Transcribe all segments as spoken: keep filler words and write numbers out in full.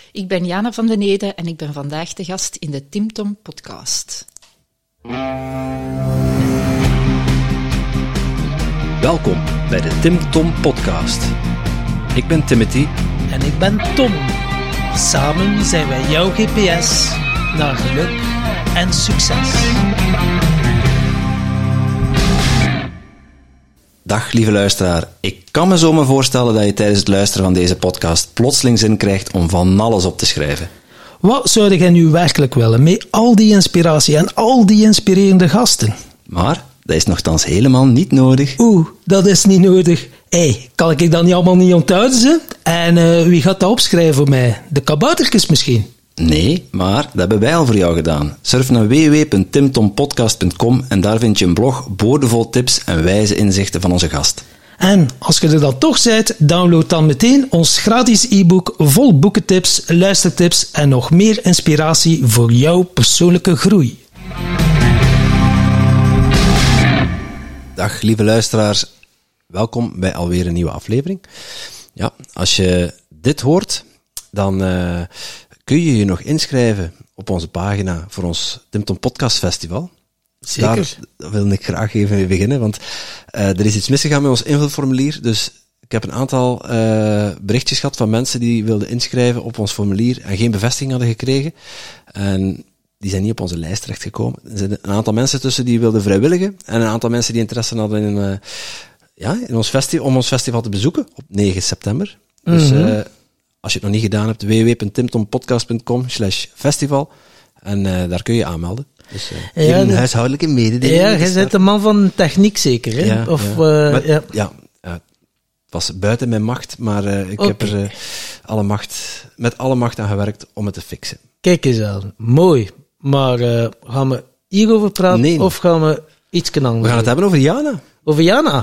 Ik ben Jana van den Ede en ik ben vandaag de gast in de Tim Tom podcast. Welkom bij de Tim Tom podcast. Ik ben Timothy. En ik ben Tom. Samen zijn wij jouw G P S naar geluk en succes. Dag lieve luisteraar. Ik kan me zo maar voorstellen dat je tijdens het luisteren van deze podcast plotseling zin krijgt om van alles op te schrijven. Wat zou jij nu werkelijk willen met al die inspiratie en al die inspirerende gasten? Maar dat is nogthans helemaal niet nodig. Oeh, dat is niet nodig. Hé, hey, kan ik dat niet allemaal niet onthouden? Ze? En uh, wie gaat dat opschrijven voor mij? De kaboutertjes misschien? Nee, maar dat hebben wij al voor jou gedaan. Surf naar w w w punt tim tom podcast punt com en daar vind je een blog boordevol tips en wijze inzichten van onze gast. En als je er dan toch bent, download dan meteen ons gratis e-book vol boekentips, luistertips en nog meer inspiratie voor jouw persoonlijke groei. Dag lieve luisteraars, welkom bij alweer een nieuwe aflevering. Ja, als je dit hoort, dan uh, kun je je nog inschrijven op onze pagina voor ons Tim Tom Podcast Festival. Zeker. Daar wil ik graag even mee beginnen, want uh, er is iets misgegaan met ons invulformulier, dus ik heb een aantal uh, berichtjes gehad van mensen die wilden inschrijven op ons formulier en geen bevestiging hadden gekregen. En die zijn niet op onze lijst terechtgekomen. Er zijn een aantal mensen tussen die wilden vrijwilligen en een aantal mensen die interesse hadden in, uh, ja, in ons festival, om ons festival te bezoeken op negen september. Dus Mm-hmm. uh, als je het nog niet gedaan hebt, w w w punt tim tom podcast punt com slash festival en uh, daar kun je aanmelden. Dus uh, Ja, even een de- huishoudelijke mededeling. Ja, is jij daar. bent de man van techniek zeker, hè? Ja, of, ja. uh, Maar, ja. ja, uh, het was buiten mijn macht, maar uh, ik Oké. heb er uh, alle macht, met alle macht aan gewerkt om het te fixen. Kijk eens aan, mooi. Maar uh, gaan we hierover praten Nee. of gaan we iets anders We gaan het hebben over Jana. Over Jana.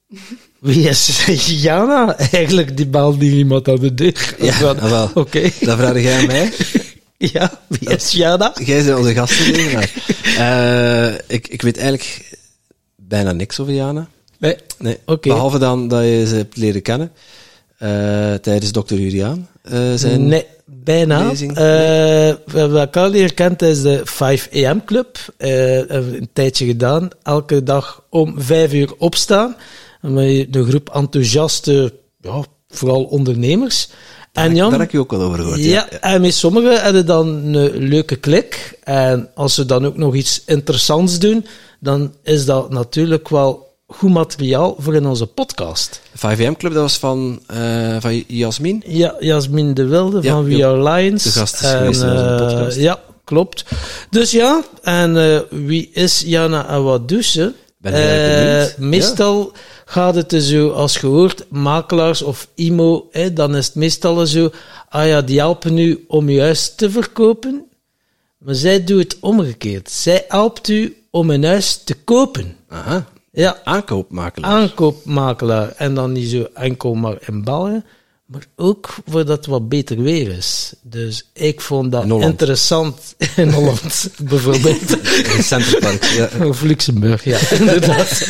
Wie is Jana? Eigenlijk die bal die iemand aan de deur. Ja, Of wat? ah, wel. Oké. Dat vraag jij aan mij. Ja, wie is Jana? Jij bent onze gastenlegenaar. uh, ik, ik weet eigenlijk bijna niks over Jana. Nee. Nee. Oké. Behalve dan dat je ze hebt leren kennen uh, tijdens dokter Juliaan. Uh, zijn Nee, bijna. lezing. Uh, we hebben elkaar leren kennen tijdens de vijf a m club. Uh, hebben we een tijdje gedaan. Elke dag om vijf uur opstaan. Met een groep enthousiaste, ja, vooral ondernemers. En Jan, Daar heb ik je ook wel over gehoord. ja, Ja, ja. en met sommigen hebben dan een leuke klik. En als ze dan ook nog iets interessants doen, dan is dat natuurlijk wel goed materiaal voor in onze podcast. De vijf a m club, dat was van, uh, van Jasmin. Ja, Jasmin de Wilde Ja, van We ja. Are Lions. De gast is geweest in onze eh, podcast. Ja, klopt. Dus ja, en uh, wie is Jana en wat doet ze? Ben eigenlijk Eh, benieuwd. meestal gaat het er zo, als je hoort, makelaars of I M O, hè, dan is het meestal zo, ah ja, die helpen u om uw huis te verkopen. Maar zij doet het omgekeerd. Zij helpt u om een huis te kopen. Aha. Ja, Aankoopmakelaar. aankoopmakelaar. En dan niet zo enkel maar in België, maar ook voordat het wat beter weer is. Dus ik vond dat In Holland. interessant. In Holland, bijvoorbeeld. In Centerpark. Ja. Of Luxemburg, ja, inderdaad.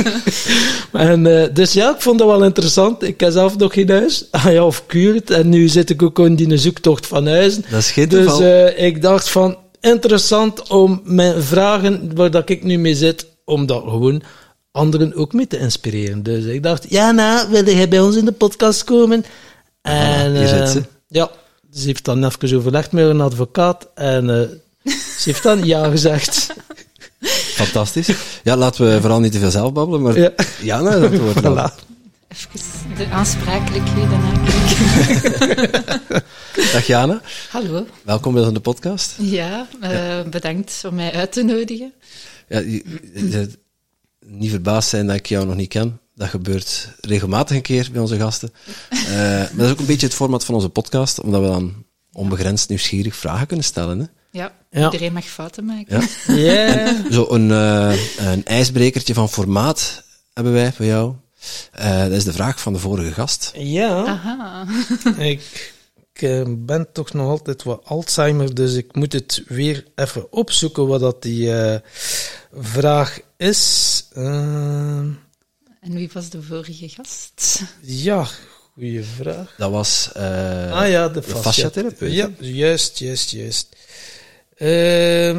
en, uh, dus ja, ik vond dat wel interessant. Ik heb zelf nog geen huis. Ah ja, of Kuurt. En nu zit ik ook in die zoektocht van huizen. Dat is geen Dus toeval. uh, ik dacht van, interessant om mijn vragen, waar dat ik nu mee zit, om dat gewoon anderen ook mee te inspireren. Dus ik dacht, ja, nou, wil jij bij ons in de podcast komen? En, hier zit uh, ze. Ja, ze heeft dan even overlegd met een advocaat en uh, ze heeft dan ja gezegd. Fantastisch. Ja, laten we vooral niet te veel zelf babbelen, maar Ja. Jana, dat wordt wel. Voilà. Even de aansprakelijkheden nakijken. Dag Jana, Hallo. welkom bij ons in de podcast. Ja, uh, bedankt om mij uit te nodigen. Ja, je, je zult niet verbaasd zijn dat ik jou nog niet ken. Dat gebeurt regelmatig een keer bij onze gasten. Uh, maar dat is ook een beetje het format van onze podcast, omdat we dan onbegrensd nieuwsgierig vragen kunnen stellen. Hè? Ja, Ja. iedereen mag fouten maken. Ja? Ja. Zo een, uh, een ijsbrekertje van formaat hebben wij voor jou. Uh, dat is de vraag van de vorige gast. Ja. Aha. Ik, ik uh, ben toch nog altijd wat Alzheimer, dus ik moet het weer even opzoeken wat dat die uh, vraag is. Uh, En wie was de vorige gast? ja, Goeie vraag. Dat was uh, ah ja, de, de fasciatherapeut. Ja, juist, juist, juist. Uh,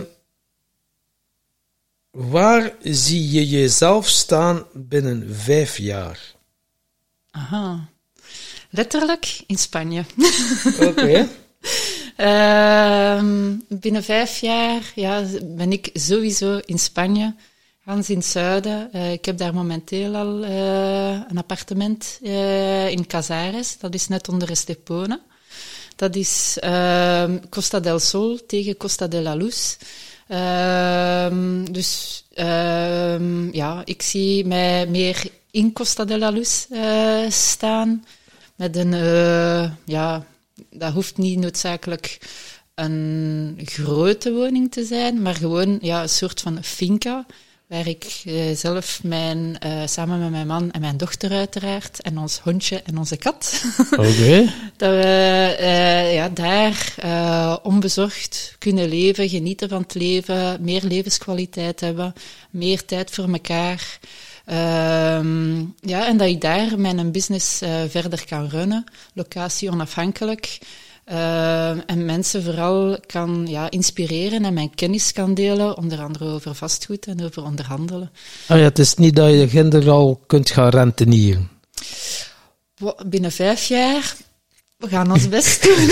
waar zie je jezelf staan binnen vijf jaar? Aha. Letterlijk in Spanje. Oké. Okay. Uh, binnen vijf jaar ja, ben ik sowieso in Spanje, gans in het zuiden. Uh, ik heb daar momenteel al uh, een appartement uh, in Casares, dat is net onder Estepona. Dat is uh, Costa del Sol tegen Costa de la Luz. Uh, dus uh, ja, ik zie mij meer in Costa de la Luz uh, staan, met een, uh, ja... Dat hoeft niet noodzakelijk een grote woning te zijn, maar gewoon ja, een soort van finca, waar ik uh, zelf mijn, uh, samen met mijn man en mijn dochter uiteraard, en ons hondje en onze kat, okay. dat we uh, ja, daar uh, onbezorgd kunnen leven, genieten van het leven, meer levenskwaliteit hebben, meer tijd voor elkaar. Um, ja, en dat ik daar mijn business uh, verder kan runnen, locatie onafhankelijk, uh, en mensen vooral kan ja, inspireren en mijn kennis kan delen, onder andere over vastgoed en over onderhandelen. Ah ja, het is niet dat je kinder al kunt gaan rentenieren. Binnen vijf jaar, we gaan ons best doen.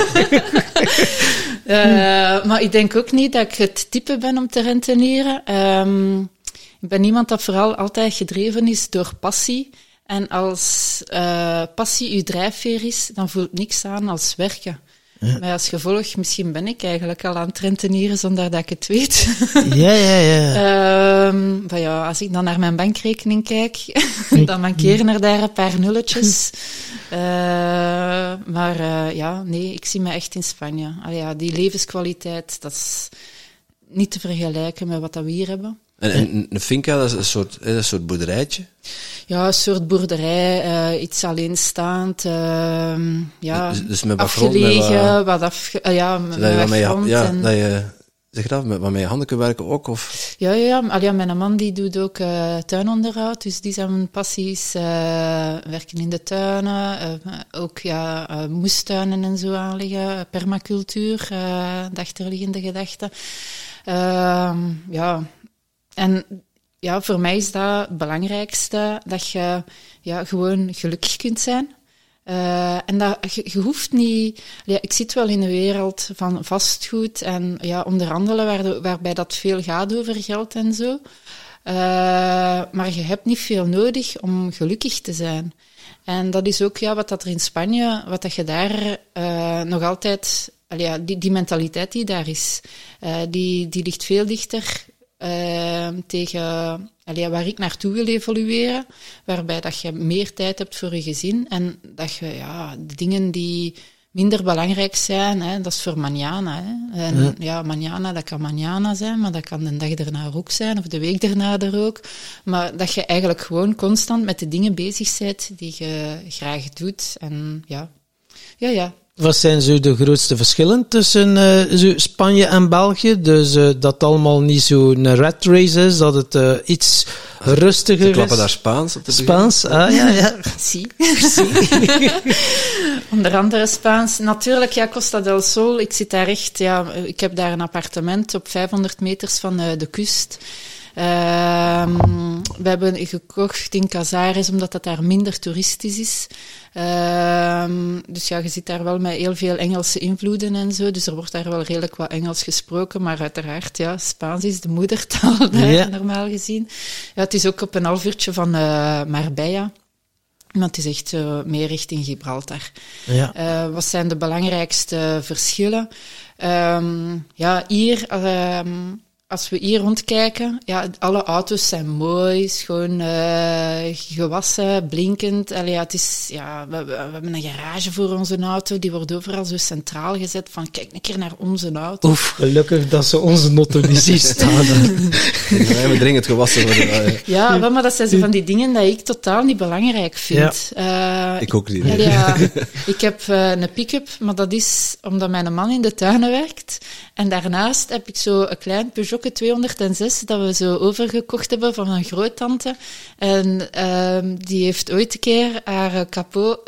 uh, maar ik denk ook niet dat ik het type ben om te rentenieren. Um, Ik ben iemand dat vooral altijd gedreven is door passie. En als uh, passie uw drijfveer is, dan voelt niks aan als werken. Ja. Maar als gevolg, misschien ben ik eigenlijk al aan het rentenieren zonder dat ik het weet. Ja, ja, ja. um, maar ja, als ik dan naar mijn bankrekening kijk, dan mankeren er daar een paar nulletjes. Uh, maar uh, ja, nee, ik zie me echt in Spanje. Allee, ja, die levenskwaliteit, dat is niet te vergelijken met wat dat we hier hebben. En, en een finca, dat is een soort, een soort boerderijtje? Ja, een soort boerderij, uh, iets alleenstaand, uh, ja, dus, dus met afgelegen, grond, met wat, wat afge... Uh, ja, met, dat met je, grond. Ja, en... dat je, zeg je dat, met, waarmee je handen kunt werken ook? Of? Ja, ja, ja. Allee, mijn man die doet ook uh, tuinonderhoud, dus die zijn passies, uh, werken in de tuinen, uh, ook ja, uh, moestuinen en zo aanleggen, permacultuur, uh, de achterliggende gedachte. Uh, ja... En ja, voor mij is dat het belangrijkste, dat je ja, gewoon gelukkig kunt zijn. Uh, en dat, je, je hoeft niet... Ja, ik zit wel in een wereld van vastgoed en ja, onderhandelen, waar, waarbij dat veel gaat over geld en zo. Uh, maar je hebt niet veel nodig om gelukkig te zijn. En dat is ook ja, wat dat er in Spanje, wat dat je daar uh, nog altijd... Ja, die, die mentaliteit die daar is, uh, die, die ligt veel dichter... Uh, tegen allee, waar ik naartoe wil evolueren, waarbij dat je meer tijd hebt voor je gezin en dat je ja, de dingen die minder belangrijk zijn, hè, dat is voor mañana. Hè. En ja, ja mañana, dat kan mañana zijn, maar dat kan de dag erna ook zijn, of de week erna er ook. Maar dat je eigenlijk gewoon constant met de dingen bezig bent die je graag doet. En ja, ja, ja. Wat zijn zo de grootste verschillen tussen uh, zo Spanje en België? Dus uh, dat het allemaal niet zo'n rat race is, dat het uh, iets rustiger is. Ze klappen daar Spaans op de Spaans, ah ja, ja. Zie, zie. Onder andere Spaans. Natuurlijk, ja, Costa del Sol. Ik zit daar echt, ja, ik heb daar een appartement op vijfhonderd meters van uh, de kust. Uh, we hebben gekocht in Casares, omdat dat daar minder toeristisch is. Uh, dus ja, je zit daar wel met heel veel Engelse invloeden en zo, dus er wordt daar wel redelijk wat Engels gesproken, maar uiteraard, ja, Spaans is de moedertaal daar, ja. Normaal gezien. Ja, het is ook op een half uurtje van uh, Marbella. Want het is echt uh, meer richting Gibraltar. Ja. Uh, wat zijn de belangrijkste verschillen? Um, ja, hier... Um, Als we hier rondkijken, ja, alle auto's zijn mooi, schoon uh, gewassen, blinkend. Allee, ja, het is, ja, we, we hebben een garage voor onze auto, die wordt overal zo centraal gezet van kijk een keer naar onze auto. Oef, gelukkig dat ze onze auto niet zien staan. Ja, we dringend gewassen worden. Ja, maar dat zijn zo van die dingen die ik totaal niet belangrijk vind. Ja. Uh, ik ook niet. Allee, ja, ik heb uh, een pick-up, maar dat is omdat mijn man in de tuinen werkt. En daarnaast heb ik zo een klein Peugeot Jokke tweehonderdzes dat we zo overgekocht hebben van een groottante. En uh, die heeft ooit een keer haar kapot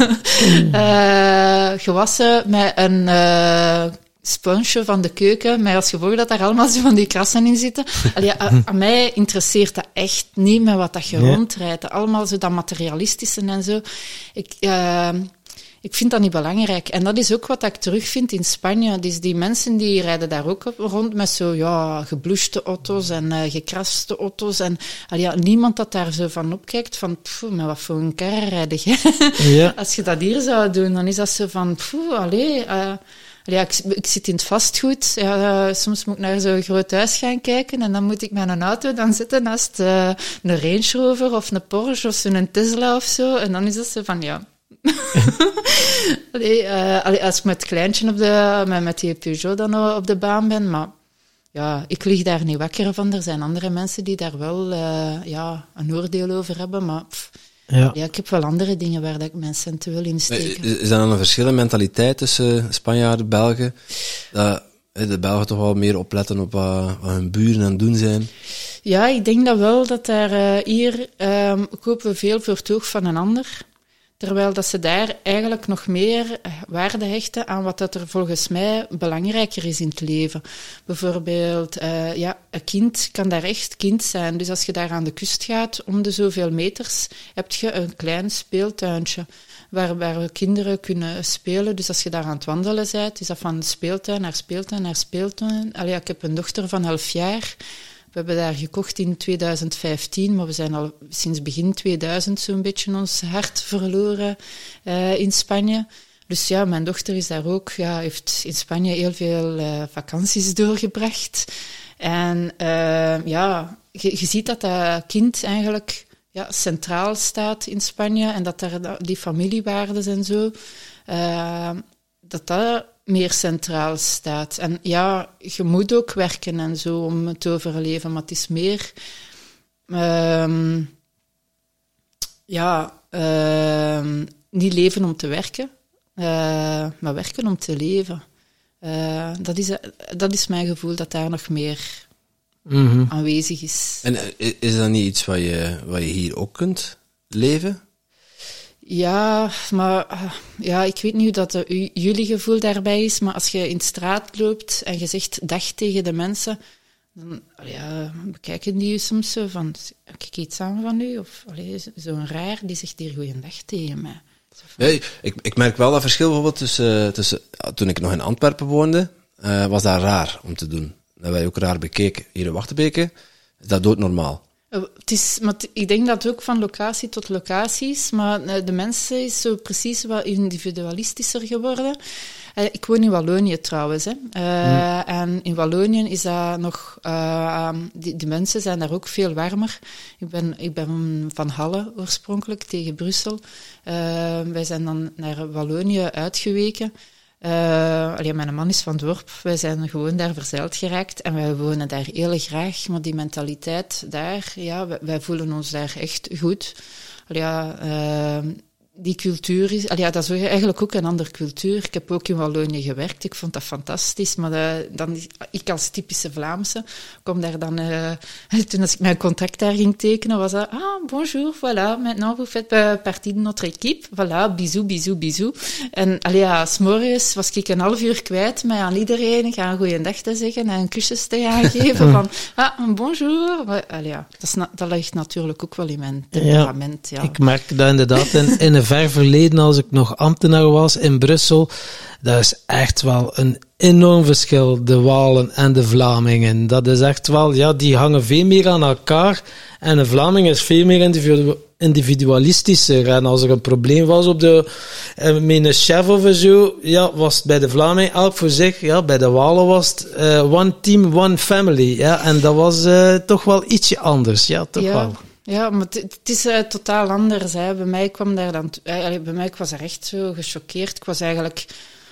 uh, gewassen met een uh, sponsje van de keuken, met als gevolg dat daar allemaal zo van die krassen in zitten. Allee, aan, aan mij interesseert dat echt niet met wat dat je Nee. rondrijdt. Allemaal zo dat materialistische en zo. Ik... Uh, Ik vind dat niet belangrijk. En dat is ook wat ik terugvind in Spanje. Dus die mensen die rijden daar ook rond met zo, ja, gebloeste auto's en uh, gekraste auto's. En allee, ja, niemand dat daar zo van opkijkt van, pfoe, met wat voor een kar rijd je? Ja. Als je dat hier zou doen, dan is dat zo van, pfoe, allee... Uh, Ja, ik, ik zit in het vastgoed. Ja, uh, soms moet ik naar zo'n groot huis gaan kijken en dan moet ik met een auto dan zitten naast uh, een Range Rover of een Porsche of zo'n Tesla of zo. En dan is dat zo van, ja... allee, uh, allee, als ik met het kleintje op de, met, met die Peugeot dan op de baan ben, maar ja, ik lig daar niet wakker van. Er zijn andere mensen die daar wel uh, ja, een oordeel over hebben, maar pff, Ja. ja, ik heb wel andere dingen waar dat ik mijn centen wil insteken. Is is er dan een verschil in mentaliteit tussen Spanjaarden en Belgen? Dat de Belgen toch wel meer opletten op wat, wat hun buren aan het doen zijn? Ja, ik denk dat wel dat daar uh, hier um, kopen we veel voor het oog van een ander. Terwijl dat ze daar eigenlijk nog meer waarde hechten aan wat dat er volgens mij belangrijker is in het leven. Bijvoorbeeld, uh, ja, een kind kan daar echt kind zijn. Dus als je daar aan de kust gaat, om de zoveel meters, heb je een klein speeltuintje waar, waar kinderen kunnen spelen. Dus als je daar aan het wandelen bent, is dat van speeltuin naar speeltuin naar speeltuin. Allee, ik heb een dochter van elf jaar. We hebben daar gekocht in tweeduizend vijftien, maar we zijn al sinds begin tweeduizend zo'n beetje ons hart verloren uh, in Spanje. Dus ja, mijn dochter is daar ook, ja, heeft in Spanje heel veel uh, vakanties doorgebracht. En uh, ja, je, je ziet dat dat kind eigenlijk ja, centraal staat in Spanje en dat daar die familiewaarden en zo, uh, dat dat meer centraal staat. En ja, je moet ook werken en zo om te overleven, maar het is meer... Um, ja, uh, niet leven om te werken, uh, maar werken om te leven. Uh, dat, is, dat is mijn gevoel, dat daar nog meer Mm-hmm. aanwezig is. En uh, is dat niet iets wat je, wat je hier ook kunt leven? Ja, maar uh, ja, ik weet niet hoe dat uh, u, jullie gevoel daarbij is, maar als je in de straat loopt en je zegt dag tegen de mensen, dan ja, bekijken die je soms zo van, heb ik iets aan van u? Of zo'n raar, die zegt hier goeiedag tegen mij. Van, Nee, ik, ik merk wel dat verschil bijvoorbeeld tussen, tussen toen ik nog in Antwerpen woonde, uh, was dat raar om te doen. Dat wij ook raar bekeken. Hier in Wachtenbeke is dat doodnormaal. Uh, het is, maar t- ik denk dat het ook van locatie tot locatie is, maar uh, de mensen is zo precies wat individualistischer geworden. Uh, ik woon in Wallonië trouwens. Hè. Uh, mm. En in Wallonië is dat nog... Uh, die, die mensen zijn daar ook veel warmer. Ik ben, ik ben van Halle oorspronkelijk, tegen Brussel. Uh, wij zijn dan naar Wallonië uitgeweken. Uh, allee, mijn man is van het dorp, wij zijn gewoon daar verzeild geraakt en wij wonen daar heel graag, maar die mentaliteit daar, ja, wij, wij voelen ons daar echt goed. Allee, ja, uh, die cultuur is, allee, ja, dat is eigenlijk ook een andere cultuur. Ik heb ook in Wallonië gewerkt, ik vond dat fantastisch, maar de, dan, ik als typische Vlaamse kom daar dan, uh, toen als ik mijn contract daar ging tekenen, was dat, ah, bonjour, voilà, maintenant vous faites partie de notre équipe, voilà, bisous, bisous, bisous. En allee, ja, 's morgens was ik een half uur kwijt met aan iedereen gaan goeiedag te zeggen en kusjes te gaan geven van, ah, bonjour. Maar, allee, ja, dat, is na, dat ligt natuurlijk ook wel in mijn temperament. Ja, ja. Ik merk dat inderdaad in, in een ver verleden, als ik nog ambtenaar was in Brussel, dat is echt wel een enorm verschil, de Walen en de Vlamingen. Dat is echt wel, ja, die hangen veel meer aan elkaar en de Vlaming is veel meer individu- individualistischer. En als er een probleem was op de, met een chef of zo, ja, was het bij de Vlaming elk voor zich, ja, bij de Walen was het uh, one team, one family, ja, en dat was uh, toch wel ietsje anders, ja, toch ja. wel. Ja, maar het is uh, totaal anders. Hè. Bij mij kwam daar dan... Uh, bij mij ik was er echt zo gechoqueerd. Ik was eigenlijk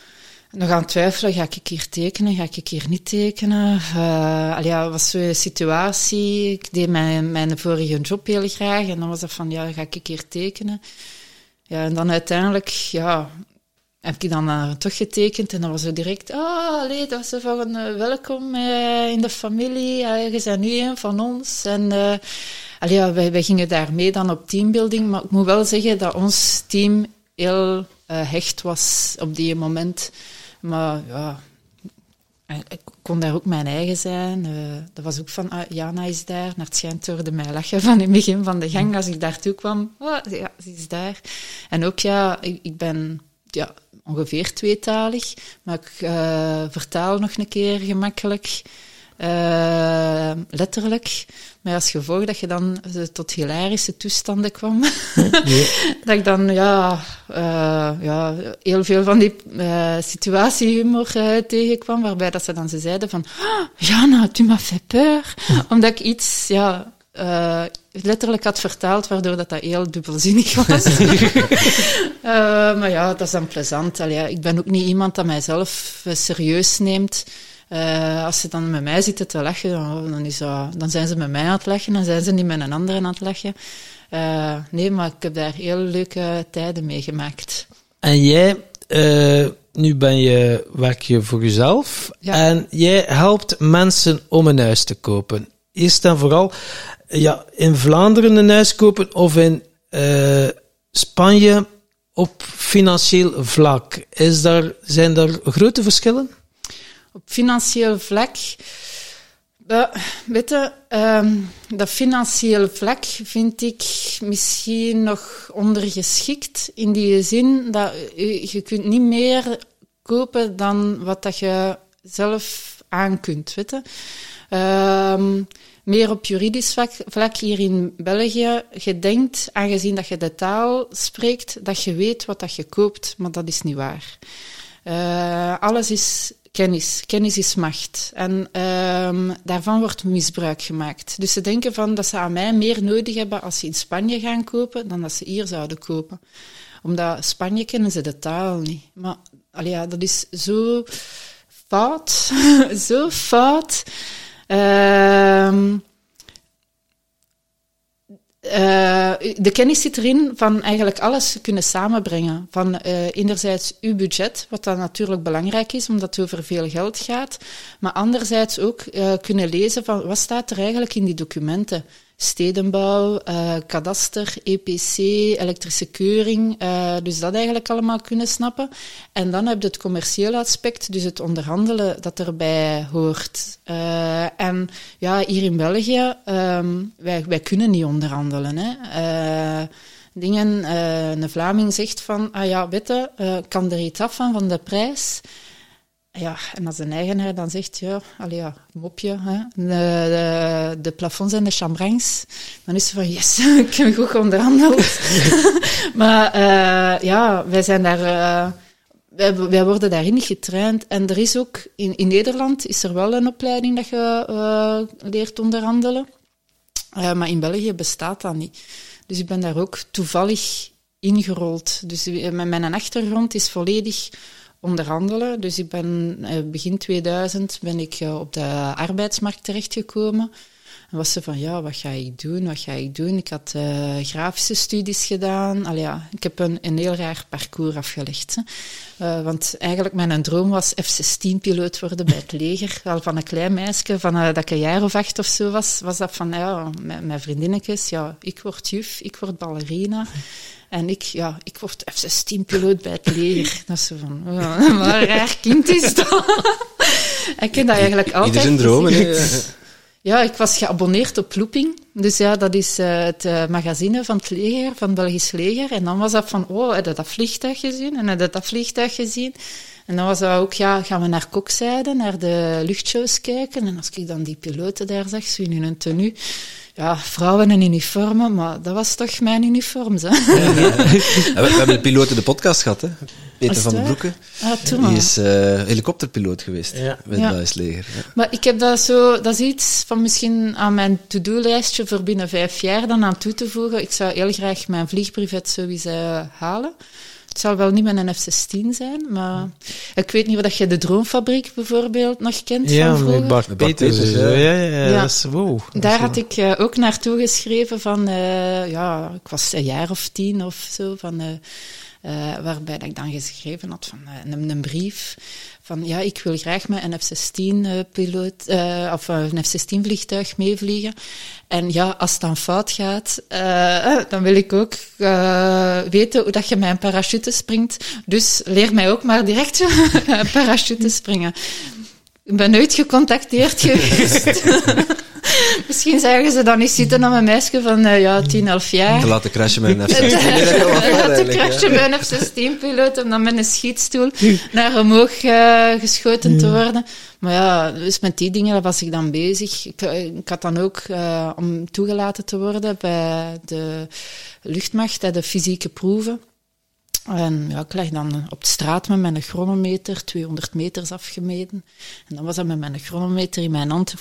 nog aan het twijfelen. Ga ik hier tekenen? Ga ik hier niet tekenen? Uh, allee, ja, het was zo'n situatie. Ik deed mijn, mijn vorige job heel graag. En dan was dat van, ja, ga ik hier tekenen? Ja, en dan uiteindelijk, ja... heb ik dan uh, toch getekend en dan was ze direct, oh, allee, dat was zo van, uh, welkom uh, in de familie, uh, je bent nu een van ons. En uh, allee, ja, wij, wij gingen daar mee dan op teambuilding, maar ik moet wel zeggen dat ons team heel uh, hecht was op die moment. Maar ja, ik kon daar ook mijn eigen zijn. Uh, dat was ook van, ah, Jana is daar. Naar het schijnt hoorde mij lachen van in het begin van de gang. Als ik daartoe kwam, oh, ja, ze is daar. En ook, ja, ik, ik ben ja, ongeveer tweetalig, maar ik uh, vertaal nog een keer gemakkelijk. Uh, letterlijk. Maar als gevolg dat je dan tot hilarische toestanden kwam, ja. dat ik dan ja, uh, ja, heel veel van die uh, situatiehumor uh, tegenkwam, waarbij dat ze dan ze zeiden van oh, Jana, tu m'as fait peur. Ja. Omdat ik iets ja, uh, letterlijk had vertaald, waardoor dat, dat heel dubbelzinnig was. uh, maar ja, dat is dan plezant. Allee, ik ben ook niet iemand dat mijzelf uh, serieus neemt. Uh, als ze dan met mij zitten te lachen, dan, dan, is dat, dan zijn ze met mij aan het lachen, dan zijn ze niet met een ander aan het lachen. Uh, nee, maar ik heb daar heel leuke tijden meegemaakt. En jij, uh, nu ben je, werk je voor jezelf, ja. En jij helpt mensen om een huis te kopen. Eerst en vooral, ja, in Vlaanderen een huis kopen of in uh, Spanje op financieel vlak. Is daar, zijn daar grote verschillen? Op financieel vlak, uh, weet je, um, dat financieel vlak vind ik misschien nog ondergeschikt in die zin dat je, je kunt niet meer kopen dan wat dat je zelf aan kunt, weet je. Um, meer op juridisch vlak, vlak hier in België. Je denkt, aangezien dat je de taal spreekt, dat je weet wat dat je koopt, maar dat is niet waar. Uh, alles is kennis. Kennis is macht. En um, daarvan wordt misbruik gemaakt. Dus ze denken van dat ze aan mij meer nodig hebben als ze in Spanje gaan kopen, dan dat ze hier zouden kopen. Omdat Spanje kennen ze de taal niet. Maar allee, ja, dat is zo fout. zo fout. Um, Uh, de kennis zit erin van eigenlijk alles kunnen samenbrengen. Van uh, enerzijds uw budget, wat dan natuurlijk belangrijk is, omdat het over veel geld gaat. Maar anderzijds ook uh, kunnen lezen van wat staat er eigenlijk in die documenten. Stedenbouw, uh, kadaster, E P C, elektrische keuring. Uh, dus dat eigenlijk allemaal kunnen snappen. En dan heb je het commerciële aspect, dus het onderhandelen dat erbij hoort. Uh, en ja, hier in België, um, wij, wij kunnen niet onderhandelen. Hè. Uh, dingen, uh, een Vlaming zegt van, ah ja, weet je, uh, kan er iets af van, van de prijs? Ja, en als de eigenaar dan zegt, ja, allee, ja, mopje, hè, de, de, de plafonds en de chambrangs, dan is ze van, yes, ik heb goed onderhandeld. Maar uh, ja, wij zijn daar, uh, wij, wij worden daarin niet getraind. En er is ook, in, in Nederland is er wel een opleiding dat je uh, leert onderhandelen. Uh, maar in België bestaat dat niet. Dus ik ben daar ook toevallig ingerold. Dus mijn achtergrond is volledig onderhandelen. Dus ik ben begin tweeduizend ben ik op de arbeidsmarkt terechtgekomen. En was ze van, ja, wat ga ik doen, wat ga ik doen? Ik had uh, grafische studies gedaan. Allee, ja, ik heb een, een heel raar parcours afgelegd. Hè. Uh, want eigenlijk mijn droom was F zestien-piloot worden bij het leger. Al van een klein meisje, van uh, dat ik een jaar of acht of zo was, was dat van, ja, mijn, mijn vriendinnetjes, ja, ik word juf, ik word ballerina. En ik, ja, ik word F zestien-piloot bij het leger. Dat is zo van, oh, wat een raar kind is dat. Ik heb dat eigenlijk altijd ieder zijn dromen, hè. Ja, ik was geabonneerd op Looping. Dus ja, dat is uh, het uh, magazine van het leger, van het Belgisch leger. En dan was dat van, oh, heb je dat vliegtuig gezien? En heb je dat vliegtuig gezien? En dan was dat ook, ja, gaan we naar Kokzijde, naar de luchtshows kijken. En als ik dan die piloten daar zag, zo in hun tenue. Ja, vrouwen in uniformen, maar dat was toch mijn uniform, hè? Ja, ja, ja. We, we hebben de piloot in de podcast gehad, hè? Peter van den Broeke. Ah, toen die is uh, helikopterpiloot geweest, ja. Met het Belgisch leger. Ja. Maar ik heb dat zo, dat is iets van misschien aan mijn to-do-lijstje voor binnen vijf jaar dan aan toe te voegen. Ik zou heel graag mijn vliegbrevet sowieso halen. Het zal wel niet met een F zestien zijn, maar ik weet niet of je de Droomfabriek bijvoorbeeld nog kent ja, van vroeger. Met Bart, Bart Peters. Peters ja, ja, ja, ja. Dat is, wow. Daar had ik uh, ook naartoe geschreven van, uh, ja, ik was een jaar of tien of zo, van... Uh, Uh, waarbij dat ik dan geschreven had van uh, een, een brief van ja, ik wil graag met een F zestien uh, piloot uh, of uh, een F zestien vliegtuig meevliegen. En ja, als het dan fout gaat, uh, dan wil ik ook uh, weten hoe dat je met een parachute springt. Dus leer mij ook maar direct een parachute springen. Ik ben nooit gecontacteerd geweest. Misschien zagen ze dan niet zitten aan een meisje van uh, ja, tien, elf jaar. Te laten crashen met een F zestien. Te laten crashen met een F zestien-piloot om dan met een schietstoel naar omhoog uh, geschoten te worden. Maar ja, dus met die dingen was ik dan bezig. Ik, ik had dan ook, uh, om toegelaten te worden bij de luchtmacht, de fysieke proeven. En ja, ik lag dan op de straat met mijn chronometer, tweehonderd meters afgemeten. En dan was dat met mijn chronometer in mijn hand...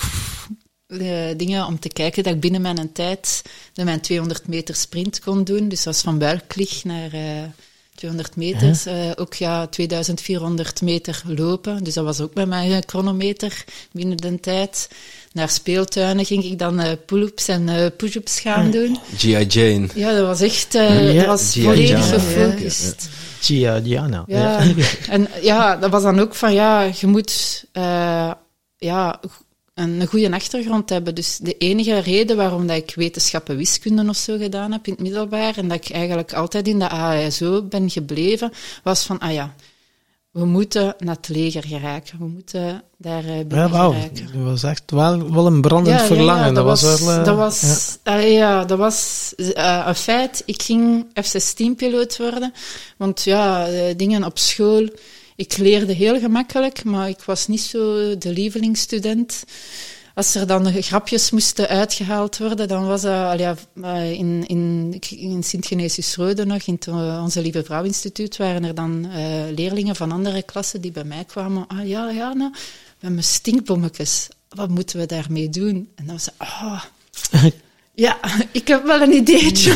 Uh, dingen om te kijken dat ik binnen mijn tijd de mijn tweehonderd meter sprint kon doen. Dus dat was van Buiklig naar uh, tweehonderd meters. Uh, ook ja, tweeduizend vierhonderd meter lopen. Dus dat was ook met mijn chronometer binnen de tijd. Naar speeltuinen ging ik dan uh, pull-ups en uh, push-ups gaan doen. G I. Jane. Ja, dat was echt uh, ja, dat was volledig gefocust. G I. Diana. Ja. Ja. En ja, dat was dan ook van ja, je moet... Uh, ja... een goede achtergrond hebben. Dus de enige reden waarom dat ik wetenschappen wiskunde of zo gedaan heb in het middelbaar en dat ik eigenlijk altijd in de A S O ben gebleven, was van, ah ja, we moeten naar het leger geraken. We moeten daar uh, binnen ja, wauw. geraken. Dat was echt wel, wel een brandend ja, verlangen. Ja, ja, dat, dat was, was, wel, uh, dat was, ja. Uh, ja, dat was uh, een feit. Ik ging F zestien-piloot worden, want ja, uh, dingen op school... Ik leerde heel gemakkelijk, maar ik was niet zo de lievelingsstudent. Als er dan grapjes moesten uitgehaald worden, dan was dat ja, in, in, in Sint-Genesius-Rode nog, in het Onze Lieve Vrouw-instituut, waren er dan uh, leerlingen van andere klassen die bij mij kwamen. Ah ja, ja, nou, we hebben stinkbommetjes. Wat moeten we daarmee doen? En dan was ah... Oh. Ja, ik heb wel een ideetje.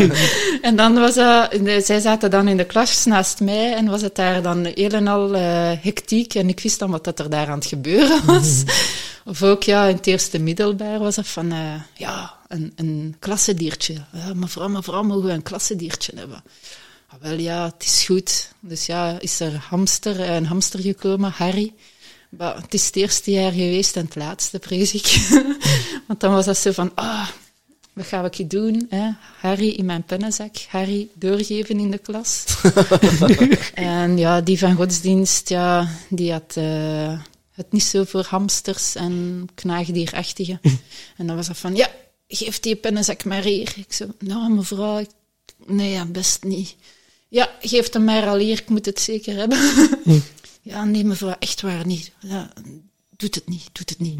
En dan was dat, zij zaten dan in de klas naast mij en was het daar dan heel en al uh, hectiek en ik wist dan wat dat er daar aan het gebeuren was. Of ook, ja, in het eerste middelbaar was het van, uh, ja, een, een klassediertje. Ja, mevrouw, mevrouw, mogen we een klassediertje hebben? Ah, wel ja, het is goed. Dus ja, is er hamster, een hamster gekomen, Harry. Maar het is het eerste jaar geweest en het laatste, vrees ik. Want dan was dat zo van, ah... Oh, wat ga ik doen? Hè? Harry in mijn pennenzak. Harry doorgeven in de klas. En ja, die van godsdienst, ja, die had uh, het niet zo voor hamsters en knaagdierachtige. En dan was dat van, ja, geef die pennenzak maar hier. Ik zo, nou mevrouw, ik, nee, ja, best niet. Ja, geef hem maar al hier, ik moet het zeker hebben. Ja, nee mevrouw, echt waar niet. Ja, doet het niet, doet het niet.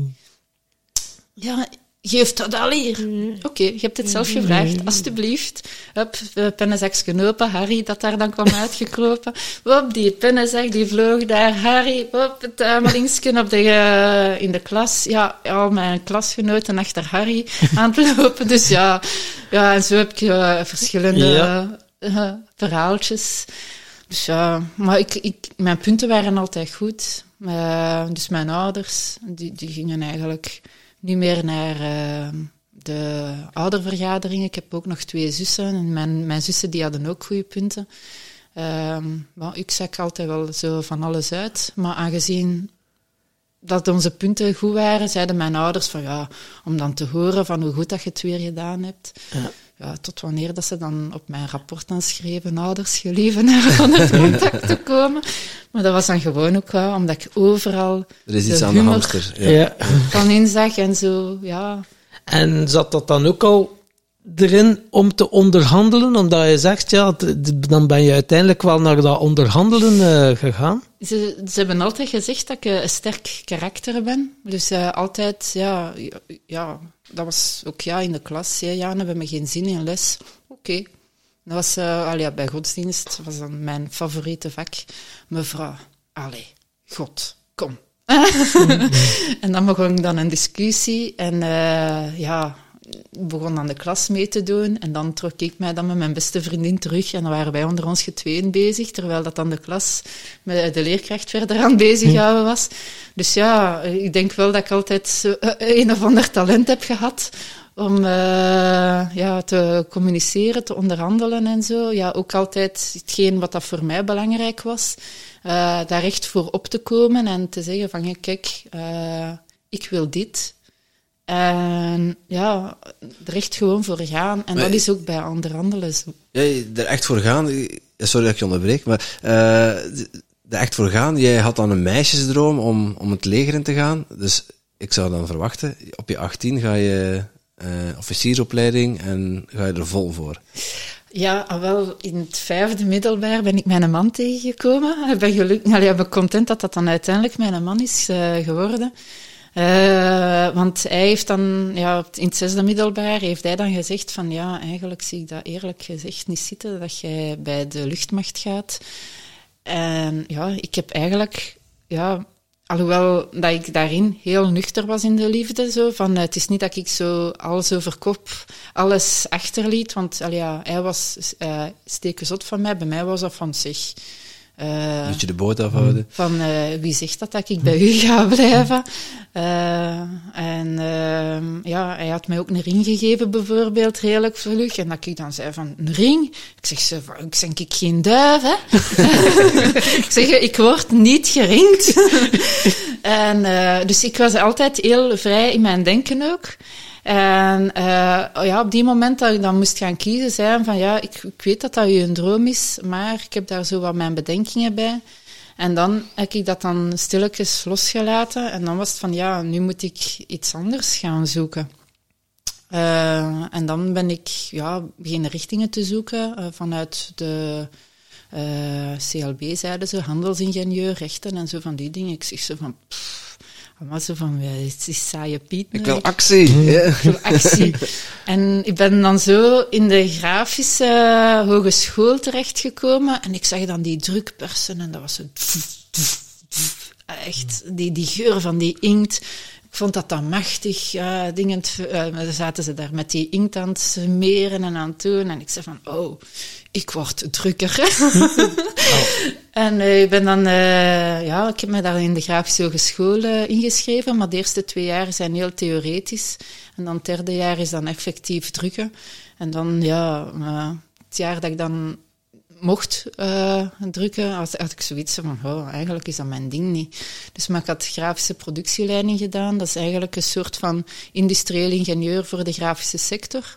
Ja, geef dat al hier. Oké, okay, je hebt het zelf gevraagd, alstublieft. Hup, pennenzakje open, Harry dat daar dan kwam uitgekropen. Hop, die pennenzak, die vloog daar. Harry, hop, het tuimelingsken op de, uh, in de klas. Ja, al mijn klasgenoten achter Harry aan het lopen. Dus ja, ja en zo heb je uh, verschillende ja. uh, verhaaltjes. Dus ja, maar ik, ik, mijn punten waren altijd goed. Uh, dus mijn ouders, die, die gingen eigenlijk... niet meer naar uh, de oudervergaderingen. Ik heb ook nog twee zussen. En mijn, mijn zussen die hadden ook goede punten. Um, well, ik zag altijd wel zo van alles uit. Maar aangezien dat onze punten goed waren, zeiden mijn ouders van ja, om dan te horen van hoe goed dat je het weer gedaan hebt. Ja. Ja, tot wanneer dat ze dan op mijn rapport dan schreven, ouders, gelieven naar onder contact te komen. Maar dat was dan gewoon ook wel, omdat ik overal er is iets aan de hamster, ja. Ja. van inzag en zo, ja. En zat dat dan ook al erin om te onderhandelen? Omdat je zegt, ja, dan ben je uiteindelijk wel naar dat onderhandelen uh, gegaan? Ze, ze hebben altijd gezegd dat ik een sterk karakter ben. Dus uh, altijd, ja, ja, dat was ook ja in de klas. Ja, ja, dan hebben we geen zin in les. Oké. Okay. Dat was, uh, allee, bij godsdienst was dan mijn favoriete vak. Mevrouw, allee, God, kom. En dan begon dan een discussie en uh, ja... begon dan de klas mee te doen en dan trok ik mij dan met mijn beste vriendin terug en dan waren wij onder ons getweeën bezig, terwijl dat dan de klas met de leerkracht verder aan bezig houden was. Dus ja, ik denk wel dat ik altijd zo een of ander talent heb gehad om uh, ja, te communiceren, te onderhandelen en zo. Ja, ook altijd hetgeen wat dat voor mij belangrijk was. Uh, daar echt voor op te komen en te zeggen van, ja, kijk, uh, ik wil dit. En ja, er echt gewoon voor gaan. En maar dat is ook bij onderhandelen zo. Ja, er echt voor gaan... Sorry dat ik je onderbreek, maar... Uh, er echt voor gaan, jij had dan een meisjesdroom om, om het leger in te gaan. Dus ik zou dan verwachten, op je achttien ga je uh, officieropleiding en ga je er vol voor. Ja, wel, in het vijfde middelbaar ben ik mijn man tegengekomen. Ik ben gelukkig, nou, ik ben content dat dat dan uiteindelijk mijn man is uh, geworden. Uh, want hij heeft dan, ja, in het zesde middelbaar heeft hij dan gezegd van, ja, eigenlijk zie ik dat eerlijk gezegd niet zitten, dat jij bij de luchtmacht gaat. En ja, ik heb eigenlijk, ja, alhoewel dat ik daarin heel nuchter was in de liefde, zo, van, het is niet dat ik zo alles over kop, alles achterliet, want allee, ja, hij was uh, stekenzot van mij, bij mij was dat van zich. Uh, Moet je de boot afhouden? Van, uh, wie zegt dat, dat ik bij u ga blijven? Uh, en uh, ja, hij had mij ook een ring gegeven, bijvoorbeeld, redelijk vlug. En dat ik dan zei van, een ring? Ik zeg, zo, ik zeg, ik geen duif, hè? Ik zeg, ik word niet geringd. En uh, dus ik was altijd heel vrij in mijn denken ook. En uh, ja, op die moment dat ik dan moest gaan kiezen, zei van ja, ik, ik weet dat dat je een droom is, maar ik heb daar zo wat mijn bedenkingen bij. En dan heb ik dat dan stilletjes losgelaten en dan was het van ja, nu moet ik iets anders gaan zoeken. Uh, en dan ben ik ja, beginnen richtingen te zoeken uh, vanuit de uh, C L B, zeiden ze, handelsingenieur, rechten en zo van die dingen. Ik zeg zo van... Pff, maar zo van, het is saaie Piet. Ik wil actie. Mm, ja. Ik wil actie. En ik ben dan zo in de grafische uh, hogeschool terechtgekomen en ik zag dan die drukpersen en dat was zo... Echt, die, die geur van die inkt. Ik vond dat dan machtig. Uh, dingen, uh, dan zaten ze daar met die inkt aan het smeren en aan het doen. En ik zei van, oh, ik word drukker. Oh. En uh, ik ben dan, uh, ja, ik heb me daar in de grafische hogeschool uh, ingeschreven, maar de eerste twee jaar zijn heel theoretisch. En dan het derde jaar is dan effectief drukken. En dan, ja, uh, het jaar dat ik dan mocht uh, drukken, had, had ik zoiets van, oh, eigenlijk is dat mijn ding niet. Dus maar ik had grafische productieleiding gedaan. Dat is eigenlijk een soort van industrieel ingenieur voor de grafische sector.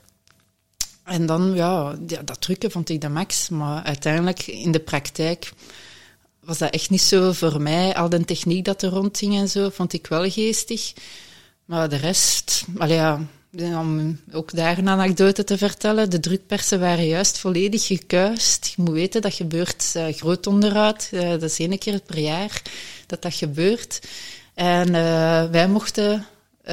En dan, ja, ja, dat drukken vond ik de max. Maar uiteindelijk, in de praktijk, was dat echt niet zo voor mij. Al de techniek dat er rondging en zo, vond ik wel geestig. Maar de rest, allee, ja, om ook daar een anekdote te vertellen, de drukpersen waren juist volledig gekuist. Je moet weten, dat gebeurt uh, groot onderhoud. Uh, dat is één keer per jaar dat dat gebeurt. En uh, wij mochten uh,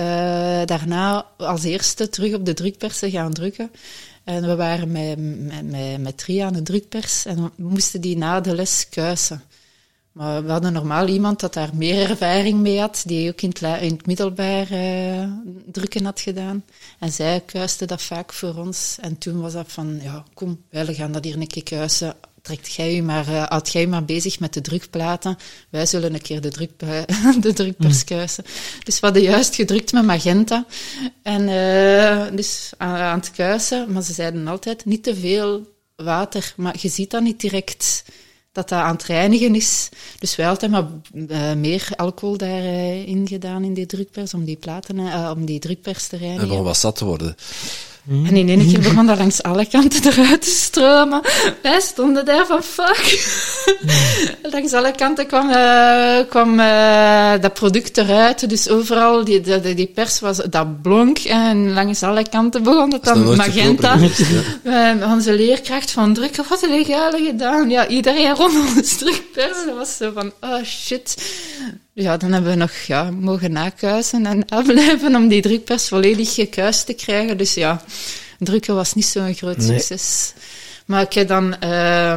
daarna als eerste terug op de drukpersen gaan drukken. En we waren met, met, met, met drie aan de drukpers en we moesten die na de les kuisen. Maar we hadden normaal iemand dat daar meer ervaring mee had, die ook in het, in het middelbaar uh, drukken had gedaan. En zij kuiste dat vaak voor ons. En toen was dat van, ja, kom, wij gaan dat hier een keer kuisen. Trekt jij je maar, uh, houd jij je maar bezig met de drukplaten. Wij zullen een keer de, druk, de drukpers mm. kuisen. Dus we hadden juist gedrukt met magenta. En uh, dus aan, aan het kuisen. Maar ze zeiden altijd, niet te veel water. Maar je ziet dat niet direct... dat dat aan het reinigen is. Dus wij altijd maar uh, meer alcohol daarin uh, gedaan in die drukpers, om die platen, uh, om die drukpers te reinigen. En begon wat zat te worden. Mm. En in één keer begon dat langs alle kanten eruit te stromen. Wij stonden daar van fuck. Mm. Langs alle kanten kwam, uh, kwam uh, dat product eruit. Dus overal, die, die, die pers was, dat blonk. En langs alle kanten begon het dan magenta. Ja. Uh, onze leerkracht van drukken, wat heb jij gedaan? Ja, iedereen rond ons drukpers. Dat was zo van, oh shit. Ja, dan hebben we nog ja, mogen nakuisen en afblijven om die drukpers volledig gekuist te krijgen. Dus ja, drukken was niet zo'n groot nee. succes. Maar ik heb dan... Uh,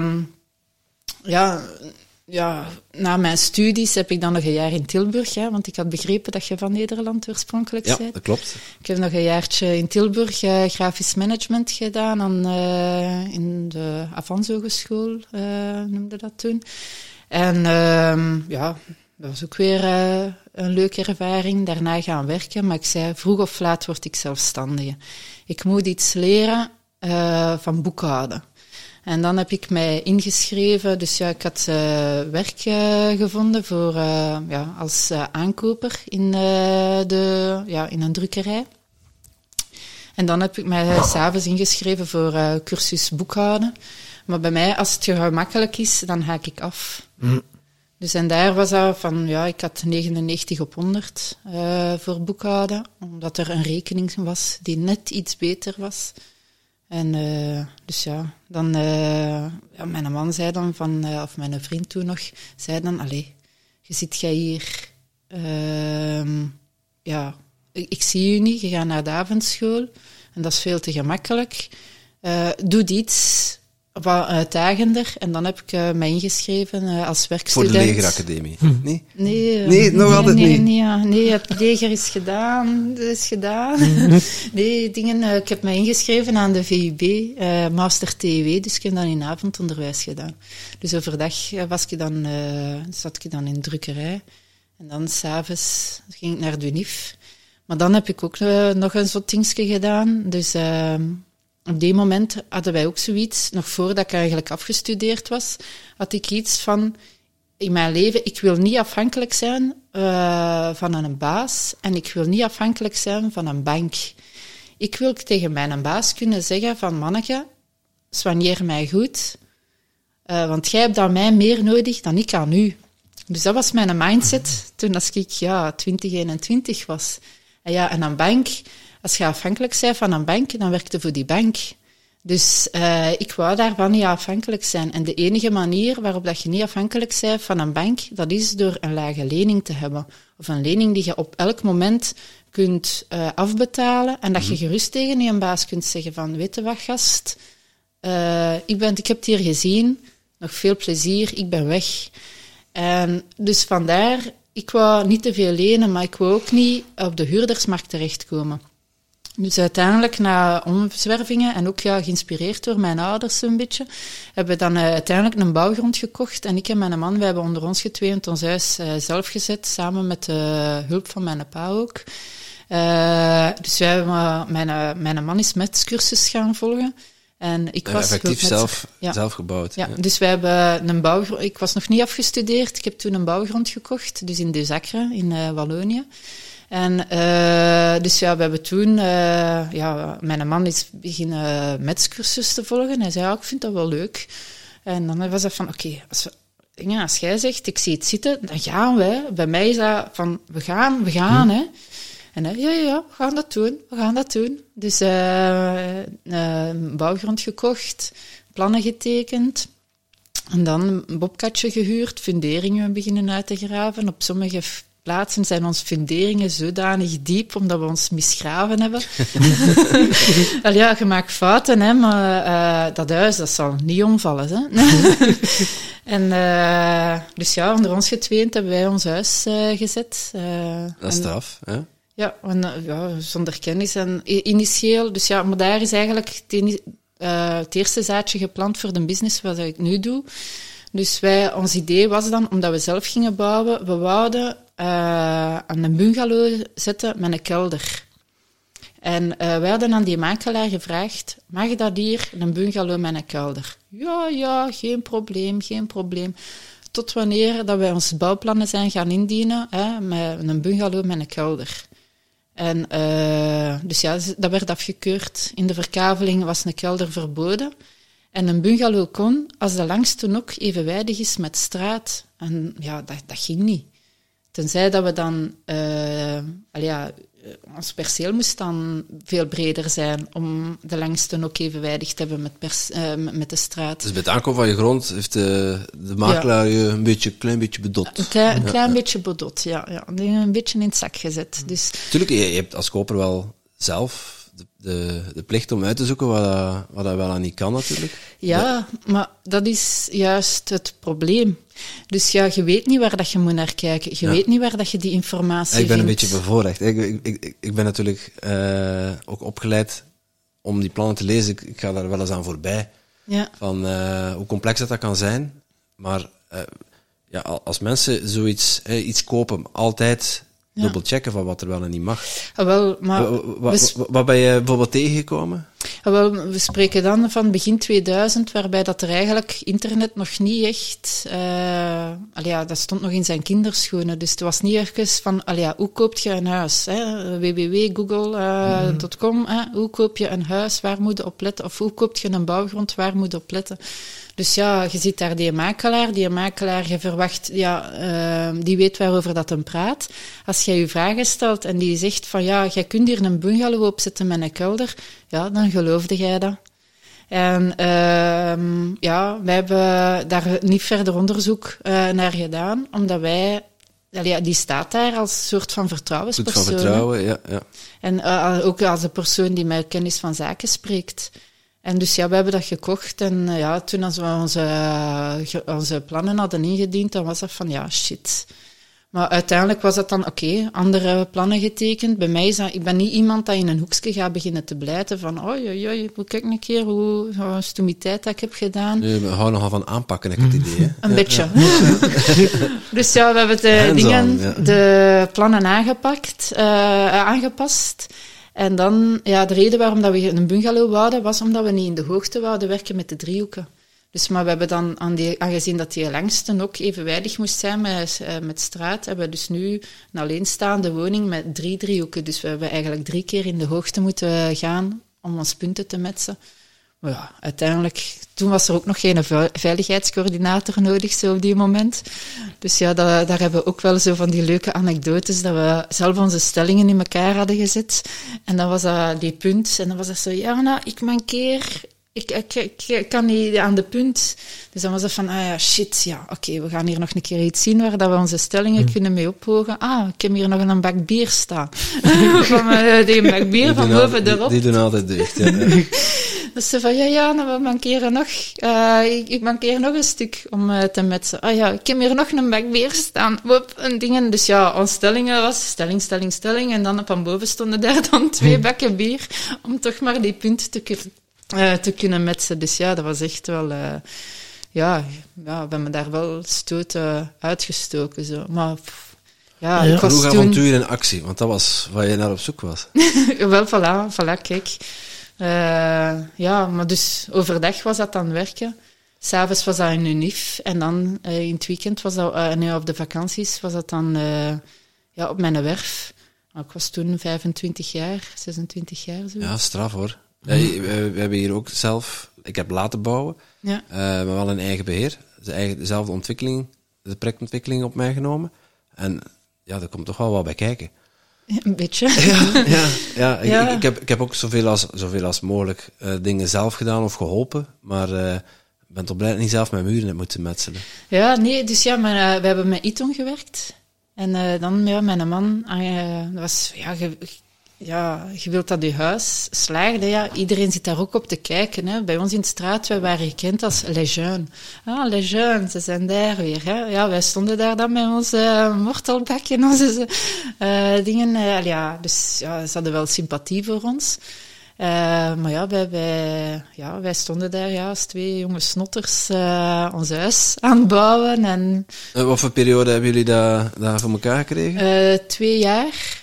ja, ja, na mijn studies heb ik dan nog een jaar in Tilburg, hè, want ik had begrepen dat je van Nederland oorspronkelijk bent. Ja, dat klopt. Ik heb nog een jaartje in Tilburg uh, grafisch management gedaan aan, uh, in de Avans Hogeschool, uh, noemde dat toen. En uh, ja... dat was ook weer uh, een leuke ervaring. Daarna gaan werken, maar ik zei, vroeg of laat word ik zelfstandige. Ik moet iets leren uh, van boekhouden. En dan heb ik mij ingeschreven. Dus ja, ik had uh, werk uh, gevonden voor, uh, ja, als uh, aankoper in, uh, de, ja, in een drukkerij. En dan heb ik mij uh, 's avonds ingeschreven voor uh, cursus boekhouden. Maar bij mij, als het gemakkelijk is, dan haak ik af. Mm. Dus en daar was dat van, ja, ik had negenennegentig op honderd uh, voor boekhouden. Omdat er een rekening was die net iets beter was. En uh, dus ja, dan, uh, ja, mijn man zei dan van, uh, of mijn vriend toen nog, zei dan, allee, je zit jij hier, uh, ja, ik, ik zie je niet, je gaat naar de avondschool en dat is veel te gemakkelijk. Uh, doe iets wat uitdagender en dan heb ik uh, mij ingeschreven uh, als werkstudent. Voor de legeracademie, hm. nee? Nee, uh, nee, nog nee, altijd nee, niet. Nee, ja, nee, het leger is gedaan, dat is gedaan. nee, dingen, uh, ik heb mij ingeschreven aan de V U B, uh, Master T W, dus ik heb dan in avondonderwijs gedaan. Dus overdag uh, was ik dan, uh, zat ik dan in de drukkerij en dan s'avonds ging ik naar de U N I F. Maar dan heb ik ook uh, nog een soort dingetje gedaan, dus... Uh, Op die moment hadden wij ook zoiets, nog voordat ik eigenlijk afgestudeerd was, had ik iets van, in mijn leven, ik wil niet afhankelijk zijn uh, van een baas en ik wil niet afhankelijk zijn van een bank. Ik wil tegen mijn baas kunnen zeggen van, manneke, soigneer mij goed, uh, want jij hebt aan mij meer nodig dan ik aan u. Dus dat was mijn mindset toen als ik ja, twintig, eenentwintig was. En ja, en een bank... Als je afhankelijk bent van een bank, dan werk je voor die bank. Dus uh, ik wou daarvan niet afhankelijk zijn. En de enige manier waarop dat je niet afhankelijk bent van een bank, dat is door een lage lening te hebben. Of een lening die je op elk moment kunt uh, afbetalen. En dat je gerust tegen je baas kunt zeggen van, weet je wat, gast, uh, ik, ben, ik heb het hier gezien, nog veel plezier, ik ben weg. En dus vandaar, ik wou niet te veel lenen, maar ik wou ook niet op de huurdersmarkt terechtkomen. Dus uiteindelijk, na omzwervingen en ook ja, geïnspireerd door mijn ouders een beetje, hebben we dan uh, uiteindelijk een bouwgrond gekocht. En ik en mijn man, wij hebben onder ons getweeënd ons huis uh, zelf gezet, samen met de hulp van mijn pa ook. Uh, dus wij hebben, uh, mijn, mijn man is metscursus gaan volgen. En ik was effectief met, zelf, ja. zelf gebouwd. Ja, ja, dus wij hebben een bouwgrond... Ik was nog niet afgestudeerd. Ik heb toen een bouwgrond gekocht, dus in De Zacre, in uh, Wallonië. En uh, dus ja, we hebben toen... Uh, ja, mijn man is beginnen metscursus te volgen. Hij zei, ja, ik vind dat wel leuk. En dan was dat van, oké, okay, als, ja, als jij zegt, ik zie het zitten, dan gaan we. Bij mij is dat van, we gaan, we gaan, hmm. hè. En hij, ja, ja, ja, we gaan dat doen, we gaan dat doen. Dus uh, uh, een bouwgrond gekocht, plannen getekend. En dan een bobkatje gehuurd, funderingen beginnen uit te graven. Op sommige plaatsen zijn onze funderingen zodanig diep, omdat we ons misgraven hebben. Wel ja, je maakt fouten, hè, maar uh, dat huis, dat zal niet omvallen. Hè. En uh, dus ja, onder ons getweend hebben wij ons huis uh, gezet. Uh, dat is straf, hè? Ja, en, ja, zonder kennis en initieel. Dus ja, maar daar is eigenlijk het, uh, het eerste zaadje geplant voor de business wat ik nu doe. Dus wij, ons idee was dan, omdat we zelf gingen bouwen, we wouden uh, aan een bungalow zetten met een kelder. En uh, wij hadden aan die makelaar gevraagd, mag dat hier, een bungalow met een kelder? Ja, ja, geen probleem, geen probleem. Tot wanneer dat wij onze bouwplannen zijn gaan indienen, hè, met een bungalow met een kelder. En uh, dus ja, dat werd afgekeurd. In de verkaveling was een kelder verboden. En een bungalow kon, als de langste ook evenwijdig is met straat. En ja, dat, dat ging niet. Tenzij dat we dan... Uh, ja, ons perceel moest dan veel breder zijn om de langste ook evenwijdig te hebben met, pers, uh, met de straat. Dus bij het aankoop van je grond heeft de, de makelaar ja. je een beetje, klein beetje bedot. Een klein, een ja, klein ja. beetje bedot, ja. ja. Een beetje in het zak gezet. Dus. Tuurlijk, je, je hebt als koper wel zelf de, de, de plicht om uit te zoeken wat dat, wat dat wel aan niet kan natuurlijk. Ja, de... maar dat is juist het probleem. Dus ja, je weet niet waar dat je moet naar kijken. Je ja. weet niet waar dat je die informatie vindt. Ik ben vindt. een beetje bevoorrecht. Ik, ik, ik, ik ben natuurlijk uh, ook opgeleid om die plannen te lezen. Ik, ik ga daar wel eens aan voorbij. Ja. Van uh, hoe complex dat, dat kan zijn. Maar uh, ja, als mensen zoiets, hè, iets kopen, altijd Ja. dubbel checken van wat er wel en niet mag. Ah, wel, maar Wa- wa- we, wa- Wat ben je bijvoorbeeld tegengekomen? ah, wel, we spreken dan van begin tweeduizend, waarbij dat er eigenlijk internet nog niet echt... Uh, allee, ja, dat stond nog in zijn kinderschoenen. Dus het was niet ergens van, allee, ja, hoe koop je een huis? Hè? w w w punt google punt com, uh, mm. Hoe koop je een huis? Waar moet je op letten? Of hoe koop je een bouwgrond? Waar moet je op letten? Dus ja, je ziet daar die makelaar. Die makelaar, je verwacht, ja, uh, die weet waarover dat hem praat. Als jij je vragen stelt en die zegt van, ja, jij kunt hier een bungalow opzetten met een kelder, ja, dan geloofde jij dat. En uh, ja, wij hebben daar niet verder onderzoek uh, naar gedaan, omdat wij... Ja, die staat daar als soort van vertrouwenspersoon. Goed van vertrouwen, ja. ja. En uh, ook als een persoon die met kennis van zaken spreekt. En dus ja, we hebben dat gekocht. En uh, ja, toen als we onze, uh, onze plannen hadden ingediend, dan was dat van, ja, shit. Maar uiteindelijk was dat dan, oké, okay, andere plannen getekend. Bij mij is dat, ik ben niet iemand dat in een hoekje gaat beginnen te blijten van, oei, oei, oei, kijk een keer hoe, hoe stoemiteit dat ik heb gedaan. Nee, we houden nogal van aanpakken, heb ik het idee. Hè? Een ja, beetje. Ja. Dus ja, we hebben de Hands dingen, on, ja. de plannen aangepakt, uh, aangepast. En dan, ja, de reden waarom dat we een bungalow wouden, was omdat we niet in de hoogte wouden werken met de driehoeken. Dus, maar we hebben dan, aan die, aangezien dat die langste ook evenwijdig moest zijn met, uh, met straat, hebben we dus nu een alleenstaande woning met drie driehoeken. Dus we hebben eigenlijk drie keer in de hoogte moeten gaan om ons punten te metsen. Maar ja, uiteindelijk, toen was er ook nog geen veiligheidscoördinator nodig, zo op die moment. Dus ja, dat, daar hebben we ook wel zo van die leuke anekdotes, dat we zelf onze stellingen in elkaar hadden gezet. En dan was dat die punt, en dan was dat zo, ja, nou, ik mankeer... Ik, ik, ik, ik kan niet aan de punt. Dus dan was het van, ah ja, shit, ja, oké, okay, we gaan hier nog een keer iets zien waar dat we onze stellingen mm. kunnen mee ophogen. Ah, ik heb hier nog een bak bier staan. van uh, die bak bier die van boven al, erop. Die, die doen altijd dicht, ja. Dus ze van, ja, ja, nou, we mankeren nog. Uh, ik, ik mankeer nog een stuk om uh, te metsen. Ah ja, ik heb hier nog een bak bier staan. Wop, en dingen. Dus ja, onze stellingen was stelling, stelling, stelling. En dan van boven stonden daar dan twee bakken bier om toch maar die punt te kunnen... Uh, te kunnen metsen. Dus ja, dat was echt wel... Uh, ja, ja, we hebben daar wel stoten uitgestoken. Zo. Maar pff, ja, ja. ik was Genoeg toen... avontuur in actie, want dat was waar je naar op zoek was. wel, voilà, voilà, kijk. Uh, ja, maar dus overdag was dat dan werken. S'avonds was dat in Unif. En dan uh, in het weekend was dat... Uh, nee, op de vakanties was dat dan uh, ja, op mijn werf. Maar ik was toen vijfentwintig jaar, zesentwintig jaar. Zo. Ja, straf hoor. Ja, we, we hebben hier ook zelf, ik heb laten bouwen, ja. uh, maar wel een eigen beheer. De eigen, dezelfde ontwikkeling, de projectontwikkeling op mij genomen. En ja, daar komt toch wel wat bij kijken. Een beetje. Ja, ja, ja, ja. Ik, ik, heb, ik heb ook zoveel als, zoveel als mogelijk uh, dingen zelf gedaan of geholpen, maar uh, ik ben toch blij dat ik niet zelf mijn muren heb moeten metselen. Ja, nee, dus ja, maar uh, we hebben met Iton gewerkt. En uh, dan, ja, mijn man, uh, dat was, ja... Ge, Ja, je wilt dat je huis slaagde. Ja. Iedereen zit daar ook op te kijken. Hè. Bij ons in de straat, wij waren gekend als les jeunes. Ah, les jeunes, ze zijn daar weer. Hè. Ja, wij stonden daar dan met onze uh, mortelbak en onze uh, dingen. Uh, ja, dus ja, ze hadden wel sympathie voor ons. Uh, maar ja wij, wij, ja, wij stonden daar ja, als twee jonge snotters uh, ons huis aan het bouwen. En, uh, wat voor periode hebben jullie daar, daar voor elkaar gekregen? Uh, twee jaar.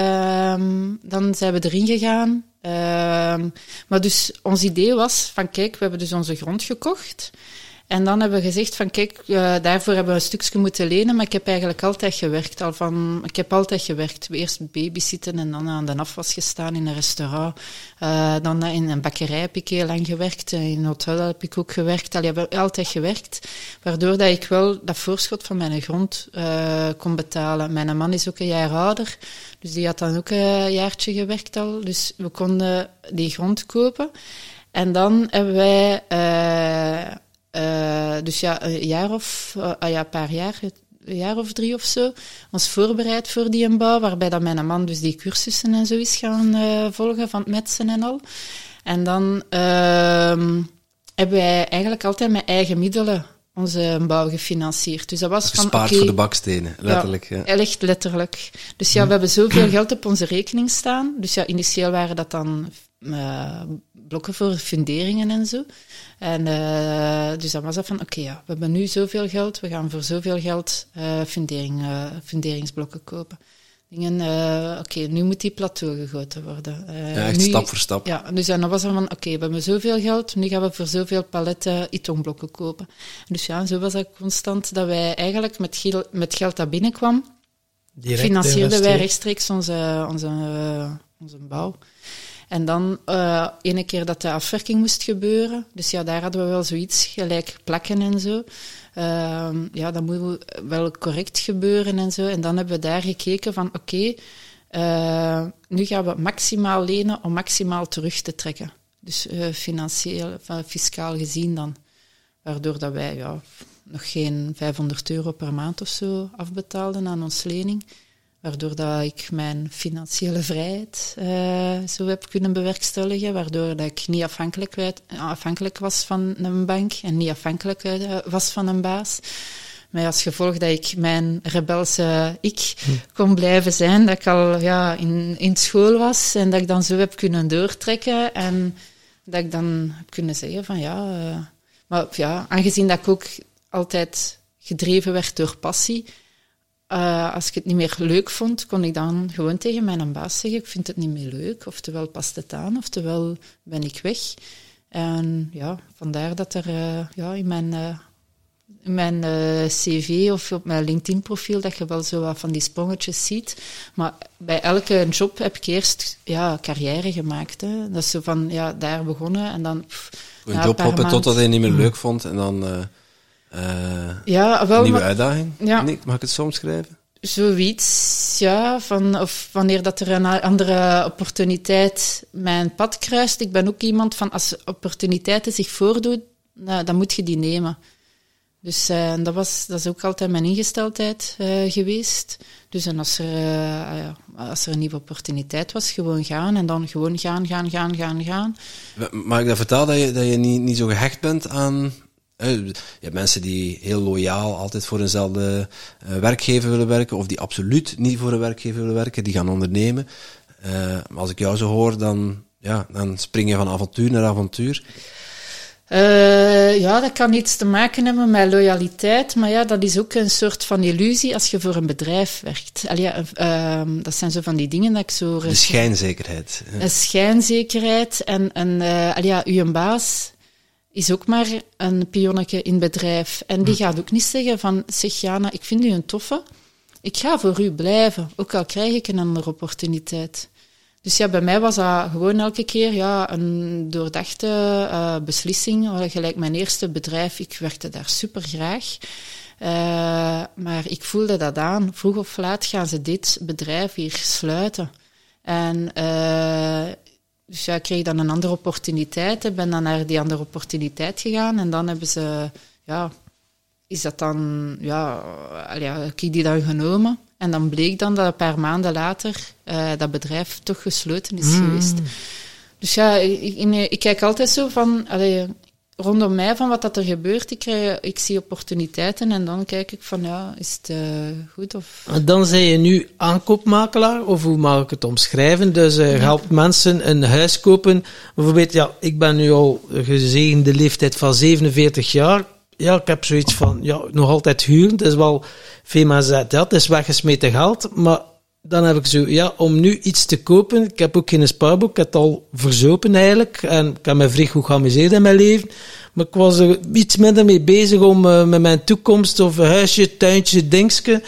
Um, dan zijn we erin gegaan. Um, maar dus ons idee was van kijk, we hebben dus onze grond gekocht. En dan hebben we gezegd van kijk, uh, daarvoor hebben we een stukje moeten lenen, maar ik heb eigenlijk altijd gewerkt. Al van, ik heb altijd gewerkt. Eerst babysitten en dan aan de afwas gestaan in een restaurant. Uh, dan in een bakkerij heb ik heel lang gewerkt. In een hotel heb ik ook gewerkt. Al, ik heb altijd gewerkt. Waardoor dat ik wel dat voorschot van mijn grond uh, kon betalen. Mijn man is ook een jaar ouder. Dus die had dan ook een jaartje gewerkt al. Dus we konden die grond kopen. En dan hebben wij... Uh, Uh, dus ja, een jaar of, uh, ja, een paar jaar, een jaar of drie of zo, ons voorbereid voor die bouw, waarbij dat mijn man dus die cursussen en zo is gaan uh, volgen, van het metsen en al. En dan uh, hebben wij eigenlijk altijd met eigen middelen onze bouw gefinancierd. Dus dat was Gespaard van, okay, voor de bakstenen, letterlijk. Ja, ja. Echt letterlijk. Dus ja, we hebben zoveel geld op onze rekening staan. Dus ja, initieel waren dat dan uh, blokken voor funderingen en zo. En uh, dus dan was dat van, oké, okay, ja, we hebben nu zoveel geld, we gaan voor zoveel geld uh, fundering, uh, funderingsblokken kopen. Dingen, uh, oké, okay, nu moet die plateau gegoten worden. Uh, ja, echt nu, stap voor stap. Ja, dus dan was er van, oké, okay, we hebben zoveel geld, nu gaan we voor zoveel paletten itongblokken kopen. Dus ja, zo was dat constant, dat wij eigenlijk met, gel, met geld dat binnenkwam, direct financierden wij rechtstreeks onze, onze, uh, onze bouw. En dan, uh, ene keer dat de afwerking moest gebeuren, dus ja, daar hadden we wel zoiets, gelijk plakken en zo. Uh, ja, dat moet wel correct gebeuren en zo. En dan hebben we daar gekeken van, oké, okay, uh, nu gaan we maximaal lenen om maximaal terug te trekken. Dus uh, financieel, uh, fiscaal gezien dan. Waardoor dat wij ja, nog geen vijfhonderd euro per maand of zo afbetaalden aan ons lening. Waardoor dat ik mijn financiële vrijheid uh, zo heb kunnen bewerkstelligen. Waardoor dat ik niet afhankelijk, werd, afhankelijk was van een bank en niet afhankelijk uh, was van een baas. Maar als gevolg dat ik mijn rebelse ik hm. kon blijven zijn. Dat ik al ja, in, in school was en dat ik dan zo heb kunnen doortrekken. En dat ik dan heb kunnen zeggen van ja... Uh, maar ja, aangezien dat ik ook altijd gedreven werd door passie... Uh, als ik het niet meer leuk vond, kon ik dan gewoon tegen mijn baas zeggen, ik vind het niet meer leuk, oftewel past het aan, oftewel ben ik weg. En ja, vandaar dat er uh, ja, in mijn, uh, in mijn uh, cv of op mijn LinkedIn-profiel dat je wel zo wat van die sprongetjes ziet. Maar bij elke job heb ik eerst ja, carrière gemaakt. Hè. Dat is zo van, ja, daar begonnen en dan... Pff, een ja, job hoppen totdat hij niet meer leuk vond en dan... Uh... Uh, ja, wel, een nieuwe maar, uitdaging? Ja. Nee, mag ik het zo omschrijven? Zoiets, ja. Van, of wanneer dat er een andere opportuniteit mijn pad kruist. Ik ben ook iemand van, als opportuniteiten zich voordoen, nou, dan moet je die nemen. Dus uh, dat, was, dat is ook altijd mijn ingesteldheid uh, geweest. Dus en als, er, uh, als er een nieuwe opportuniteit was, gewoon gaan. En dan gewoon gaan, gaan, gaan, gaan, gaan. Mag ik dat vertellen, dat je, dat je niet, niet zo gehecht bent aan... Je hebt mensen die heel loyaal altijd voor eenzelfde uh, werkgever willen werken, of die absoluut niet voor een werkgever willen werken, die gaan ondernemen. Uh, maar als ik jou zo hoor, dan, ja, dan spring je van avontuur naar avontuur. Uh, ja, dat kan iets te maken hebben met loyaliteit, maar ja, dat is ook een soort van illusie als je voor een bedrijf werkt. Allee, ja, uh, dat zijn zo van die dingen dat ik zo... De schijnzekerheid. Een schijnzekerheid en een, uh, allee, ja, uw baas... is ook maar een pionnetje in het bedrijf. En die gaat ook niet zeggen van, zeg Jana, ik vind u een toffe, ik ga voor u blijven, ook al krijg ik een andere opportuniteit. Dus ja, bij mij was dat gewoon elke keer ja, een doordachte uh, beslissing. Gelijk mijn eerste bedrijf, ik werkte daar super graag. Uh, maar ik voelde dat aan, vroeg of laat gaan ze dit bedrijf hier sluiten. En... Uh, Dus ja, ik kreeg dan een andere opportuniteit. Ik ben dan naar die andere opportuniteit gegaan. En dan hebben ze... Ja, is dat dan... Ja, ja heb ik die dan genomen. En dan bleek dan dat een paar maanden later uh, dat bedrijf toch gesloten is mm. geweest. Dus ja, ik, ik kijk altijd zo van... Allee, rondom mij van wat dat er gebeurt. Ik, krijg, ik zie opportuniteiten en dan kijk ik van, ja, is het uh, goed of... Dan zijn je nu aankoopmakelaar, of hoe mag ik het omschrijven? Dus uh, je helpt mensen een huis kopen. Bijvoorbeeld, ja, ik ben nu al gezegende leeftijd van zevenenveertig jaar. Ja, ik heb zoiets van, ja, nog altijd huren. Het is wel, veel mensen zeggen, ja, het is weggesmeten geld, maar... Dan heb ik zo, ja, om nu iets te kopen. Ik heb ook geen spaarboek. Ik heb het al verzopen eigenlijk. En ik heb me vrij goed geamuseerd in mijn leven. Maar ik was er iets minder mee bezig om uh, met mijn toekomst of een huisje, tuintje, dingske.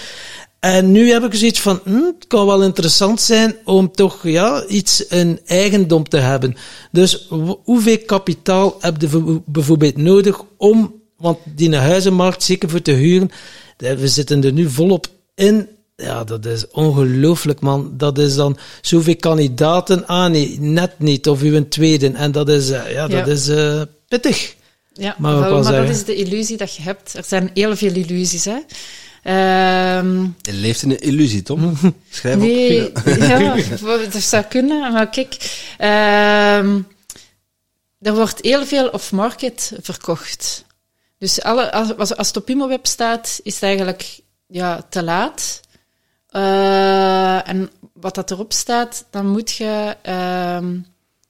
En nu heb ik zoiets van, hm, het kan wel interessant zijn om toch, ja, iets, een eigendom te hebben. Dus w- hoeveel kapitaal heb je bijvoorbeeld nodig om, want die huizenmarkt, zeker voor te huren, we zitten er nu volop in. Ja, dat is ongelooflijk, man. Dat is dan zoveel kandidaten. Ah, nee, net niet. Of uw tweede. En dat is, uh, ja, dat ja. is uh, pittig. Ja, maar, wel, maar dat is de illusie dat je hebt. Er zijn heel veel illusies, hè. Um, je leeft in een illusie, Tom. Schrijf nee, op. Ja, dat zou kunnen. Maar kijk, um, er wordt heel veel off-market verkocht. Dus alle, als, als het op Immoweb staat, is het eigenlijk ja, te laat. Uh, en wat dat erop staat, dan moet je uh,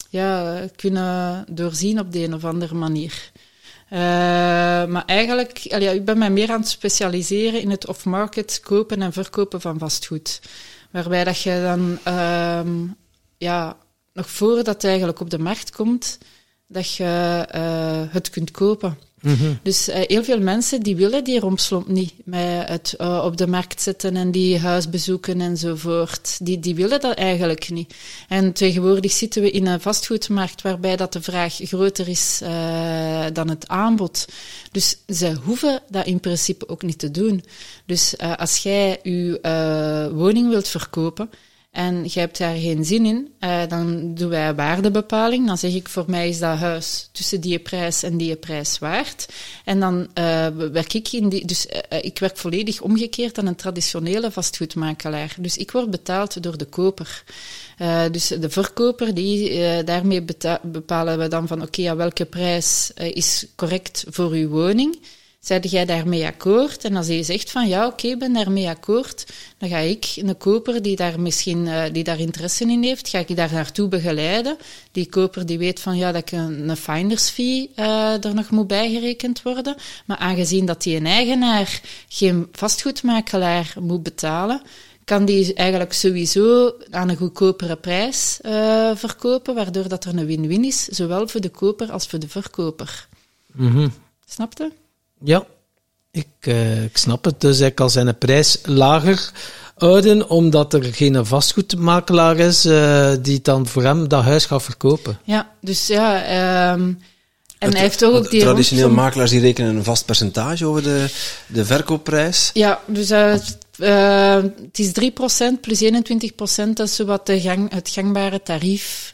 ja, kunnen doorzien op de een of andere manier. Uh, maar eigenlijk, ja, ik ben mij meer aan het specialiseren in het off-market kopen en verkopen van vastgoed. Waarbij dat je dan, uh, ja, nog voordat het eigenlijk op de markt komt, dat je uh, het kunt kopen. Mm-hmm. Dus uh, heel veel mensen die willen die rompslomp niet met het uh, op de markt zetten en die huisbezoeken enzovoort. Die, die willen dat eigenlijk niet. En tegenwoordig zitten we in een vastgoedmarkt waarbij dat de vraag groter is uh, dan het aanbod. Dus ze hoeven dat in principe ook niet te doen. Dus uh, als jij je uh, woning wilt verkopen en je hebt daar geen zin in, uh, dan doen wij een waardebepaling. Dan zeg ik, voor mij is dat huis tussen die prijs en die prijs waard. En dan uh, werk ik in die... Dus uh, ik werk volledig omgekeerd aan een traditionele vastgoedmakelaar. Dus ik word betaald door de koper. Uh, dus de verkoper, die, uh, daarmee beta- bepalen we dan van, oké, okay, ja, welke prijs uh, is correct voor uw woning? Zijde jij daarmee akkoord? En als hij zegt van ja, oké, okay, ik ben daarmee akkoord, dan ga ik een koper die daar misschien uh, die daar interesse in heeft, ga ik daar naartoe begeleiden. Die koper die weet van ja, dat ik een, een finder's fee uh, er nog moet bijgerekend worden. Maar aangezien dat die een eigenaar geen vastgoedmakelaar moet betalen, kan die eigenlijk sowieso aan een goedkopere prijs uh, verkopen, waardoor dat er een win-win is, zowel voor de koper als voor de verkoper. Mm-hmm. Snap je? Ja, ik, uh, ik snap het. Dus hij kan zijn prijs lager houden, omdat er geen vastgoedmakelaar is uh, die dan voor hem dat huis gaat verkopen. Ja, dus ja... Um, en het, hij heeft ook die traditioneel rondsom... makelaars die rekenen een vast percentage over de, de verkoopprijs. Ja, dus uh, uh, het is drie procent plus eenentwintig procent, dat is zo wat de gang, het gangbare tarief.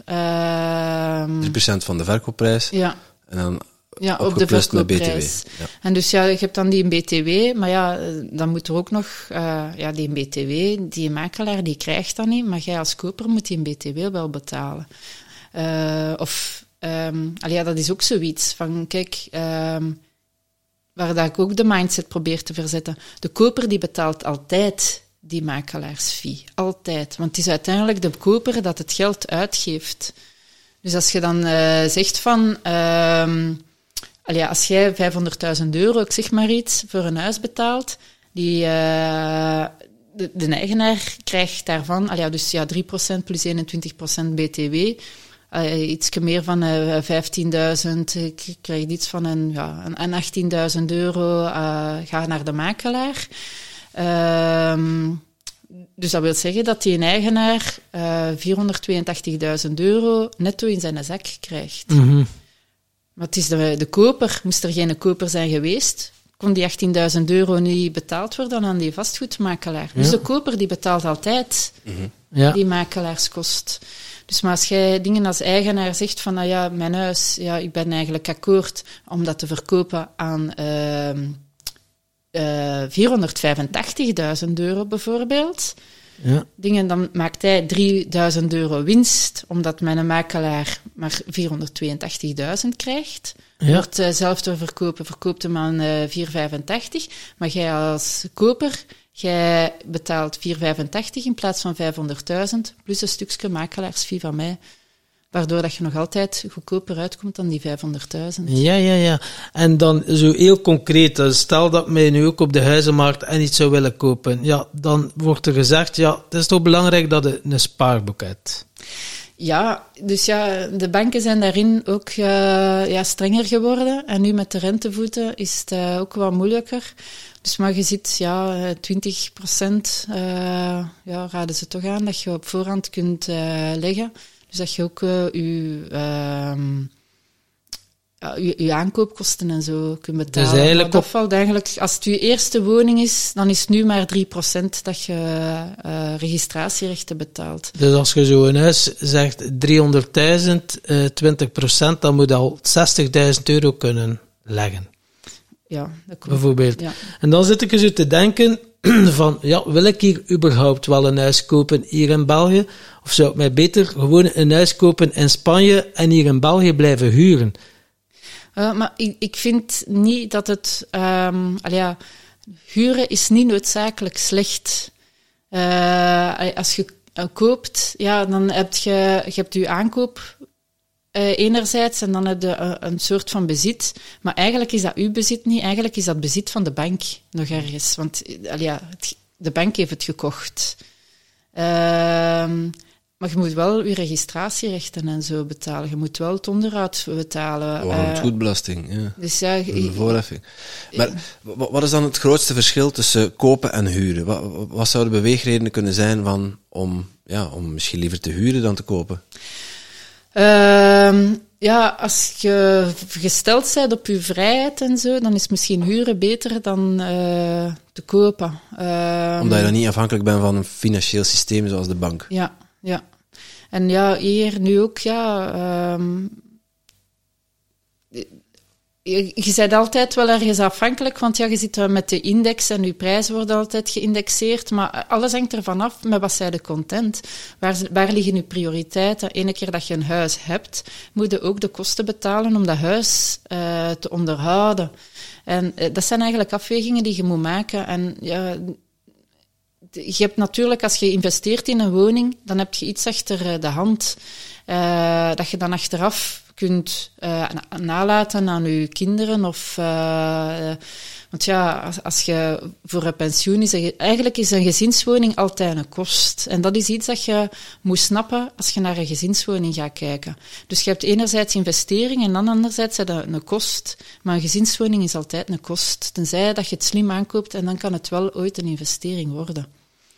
Uh, drie procent van de verkoopprijs. Ja. En dan ja, op de verkoopprijs. B T W. Ja. En dus ja, je hebt dan die B T W, maar ja, dan moet er ook nog, uh, ja, die B T W, die makelaar, die krijgt dat niet, maar jij als koper moet die B T W wel betalen. Uh, of, um, allee, ja, dat is ook zoiets van, kijk, um, waar dat ik ook de mindset probeer te verzetten. De koper die betaalt altijd die makelaarsfee. Altijd. Want het is uiteindelijk de koper dat het geld uitgeeft. Dus als je dan uh, zegt van... Um, allee, als jij vijfhonderdduizend euro, ik zeg maar iets, voor een huis betaalt, die, uh, de, de eigenaar krijgt daarvan, allee, dus ja, drie procent plus eenentwintig procent B T W, uh, iets meer van uh, vijftienduizend, ik krijg iets van een, ja, een achttienduizend euro, uh, ga naar de makelaar. Um, dus dat wil zeggen dat die een eigenaar uh, vierhonderdtweeëntachtigduizend euro netto in zijn zak krijgt. Mm-hmm. Maar het is de, de koper, moest er geen koper zijn geweest, kon die achttienduizend euro niet betaald worden aan die vastgoedmakelaar. Ja. Dus de koper die betaalt altijd mm-hmm. ja. die makelaarskost. Dus maar als jij dingen als eigenaar zegt van, nou ja, mijn huis, ja, ik ben eigenlijk akkoord om dat te verkopen aan uh, uh, vierhonderdvijfentachtigduizend euro bijvoorbeeld. Ja. Dingen, dan maakt hij drieduizend euro winst, omdat mijn makelaar maar vierhonderdtweeëntachtigduizend krijgt. Ja. Wordt uh, zelf door verkopen, verkoopt hem aan uh, vierhonderdvijfentachtig. Maar jij als koper, jij betaalt vierhonderdvijfentachtig in plaats van vijfhonderdduizend, plus een stukje makelaarsfee van mij. Waardoor dat je nog altijd goedkoper uitkomt dan die vijfhonderdduizend. Ja, ja, ja. En dan zo heel concreet, stel dat mij nu ook op de huizenmarkt en iets zou willen kopen, ja, dan wordt er gezegd, ja, het is toch belangrijk dat je een spaarboek hebt. Ja, dus ja, de banken zijn daarin ook uh, ja, strenger geworden. En nu met de rentevoeten is het uh, ook wat moeilijker. Dus maar je ziet, ja, twintig procent uh, ja, raden ze toch aan dat je op voorhand kunt uh, leggen. Dus dat je ook uh, je, uh, ja, je, je aankoopkosten en zo kunt betalen. Dus eigenlijk dat op... valt eigenlijk, als het je eerste woning is, dan is het nu maar drie procent dat je uh, registratierechten betaalt. Dus als je zo een huis zegt driehonderdduizend, uh, twintig procent, dan moet je al zestigduizend euro kunnen leggen. Ja, dat klopt. Bijvoorbeeld. Ja. En dan zit ik zo te denken van, ja, wil ik hier überhaupt wel een huis kopen hier in België? Of zou ik mij beter gewoon een huis kopen in Spanje en hier in België blijven huren? Uh, maar ik, ik vind niet dat het... Um, allee, ja, huren is niet noodzakelijk slecht. Uh, als je uh, koopt, ja, dan heb je, je hebt je aankoop... uh, enerzijds, en dan heb je uh, een soort van bezit. Maar eigenlijk is dat uw bezit niet, eigenlijk is dat bezit van de bank nog ergens. Want uh, ja, het, de bank heeft het gekocht. Uh, maar je moet wel je registratierechten en zo betalen. Je moet wel het onderhoud betalen. Oh, het uh, goedbelasting, ja. Dus ja, de voorheffing. Maar wat is dan het grootste verschil tussen kopen en huren? Wat, wat zouden beweegredenen kunnen zijn van, om, ja, om misschien liever te huren dan te kopen? Uh, ja, als je gesteld bent op je vrijheid en zo, dan is misschien huren beter dan uh, te kopen. Uh, Omdat je dan niet afhankelijk bent van een financieel systeem zoals de bank. Ja, ja. En ja, hier nu ook, ja... Um, je, je bent altijd wel ergens afhankelijk, want ja, je zit met de index en je prijzen worden altijd geïndexeerd, maar alles hangt ervan af met wat zij de content. Waar, waar liggen je prioriteiten? Ene keer dat je een huis hebt, moet je ook de kosten betalen om dat huis uh, te onderhouden. En uh, dat zijn eigenlijk afwegingen die je moet maken. En ja... Je hebt natuurlijk, als je investeert in een woning, dan heb je iets achter de hand uh, dat je dan achteraf kunt uh, nalaten aan je kinderen. Of, uh, want ja, als, als je voor een pensioen is, eigenlijk is een gezinswoning altijd een kost. En dat is iets dat je moet snappen als je naar een gezinswoning gaat kijken. Dus je hebt enerzijds investering en dan anderzijds een, een kost. Maar een gezinswoning is altijd een kost. Tenzij dat je het slim aankoopt en dan kan het wel ooit een investering worden.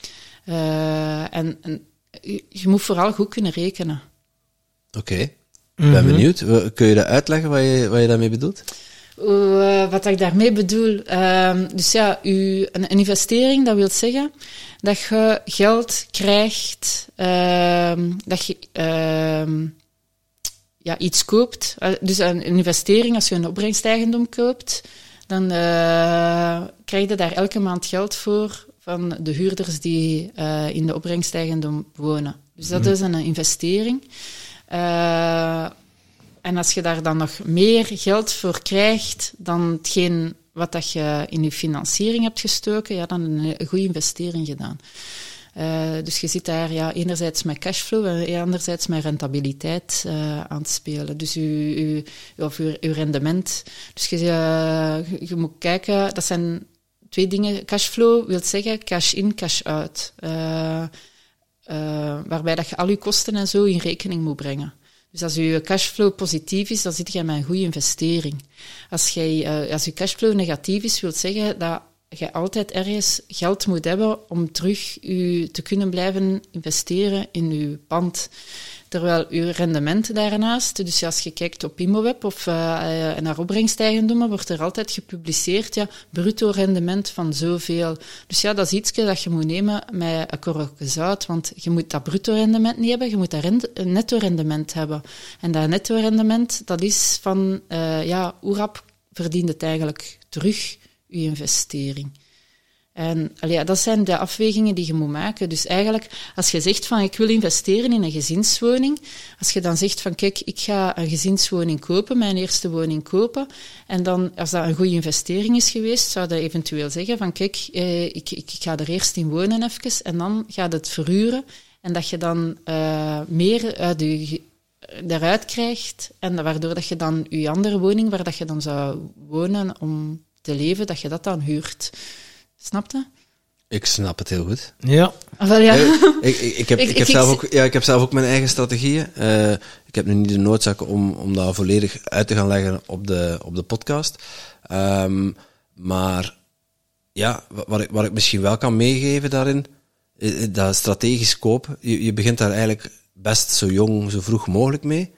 Uh, en, en je, je moet vooral goed kunnen rekenen. Oké, okay. Ik ben mm-hmm. benieuwd. Kun je dat uitleggen wat je, wat je daarmee bedoelt? Uh, wat ik daarmee bedoel? Uh, dus ja, u, een, een investering, dat wil zeggen dat je geld krijgt, uh, dat je uh, ja, iets koopt. Uh, dus een, een investering, als je een opbrengsteigendom koopt, dan uh, krijg je daar elke maand geld voor van de huurders die uh, in de opbrengsteigendom wonen. Dus dat mm. is een investering. Uh, en als je daar dan nog meer geld voor krijgt dan hetgeen wat dat je in je financiering hebt gestoken, ja, dan een goede investering gedaan. Uh, dus je zit daar ja, enerzijds met cashflow en anderzijds met rentabiliteit uh, aan te spelen. Dus je, je, of je, je rendement. Dus je, uh, je moet kijken, dat zijn twee dingen. Cashflow wil zeggen cash in, cash out. Uh, uh, waarbij dat je al je kosten en zo in rekening moet brengen. Dus als je cashflow positief is, dan zit je met een goede investering. Als, jij, uh, als je cashflow negatief is, wil zeggen dat je altijd ergens geld moet hebben om terug u te kunnen blijven investeren in je pand. Terwijl je rendement daarnaast, dus als je kijkt op IMOWeb of uh, naar opbrengsteigendommen, wordt er altijd gepubliceerd, ja, bruto rendement van zoveel. Dus ja, dat is iets dat je moet nemen met een korreltje zout, want je moet dat bruto rendement niet hebben, je moet dat rend- een netto rendement hebben. En dat netto rendement, dat is van, uh, ja, hoe rap verdient het eigenlijk terug, je investering. En allee, dat zijn de afwegingen die je moet maken. Dus eigenlijk, als je zegt van ik wil investeren in een gezinswoning, als je dan zegt van kijk, ik ga een gezinswoning kopen, mijn eerste woning kopen, en dan, als dat een goede investering is geweest, zou je eventueel zeggen van kijk, eh, ik, ik, ik ga er eerst in wonen even, en dan gaat het verhuren, en dat je dan uh, meer uit je daaruit krijgt, en waardoor dat je dan je andere woning, waar dat je dan zou wonen om te leven, dat je dat dan huurt. Snap je? Ik snap het heel goed. Ja. Ah, wel, ja. Ik, ik, ik, heb, ik, ik, heb ik, zelf ook, ja, ik heb zelf ook mijn eigen strategieën. Uh, ik heb nu niet de noodzaak om, om dat volledig uit te gaan leggen op de, op de podcast. Um, maar ja, wat ik, wat ik misschien wel kan meegeven daarin, dat strategisch kopen, je, je begint daar eigenlijk best zo jong, zo vroeg mogelijk mee.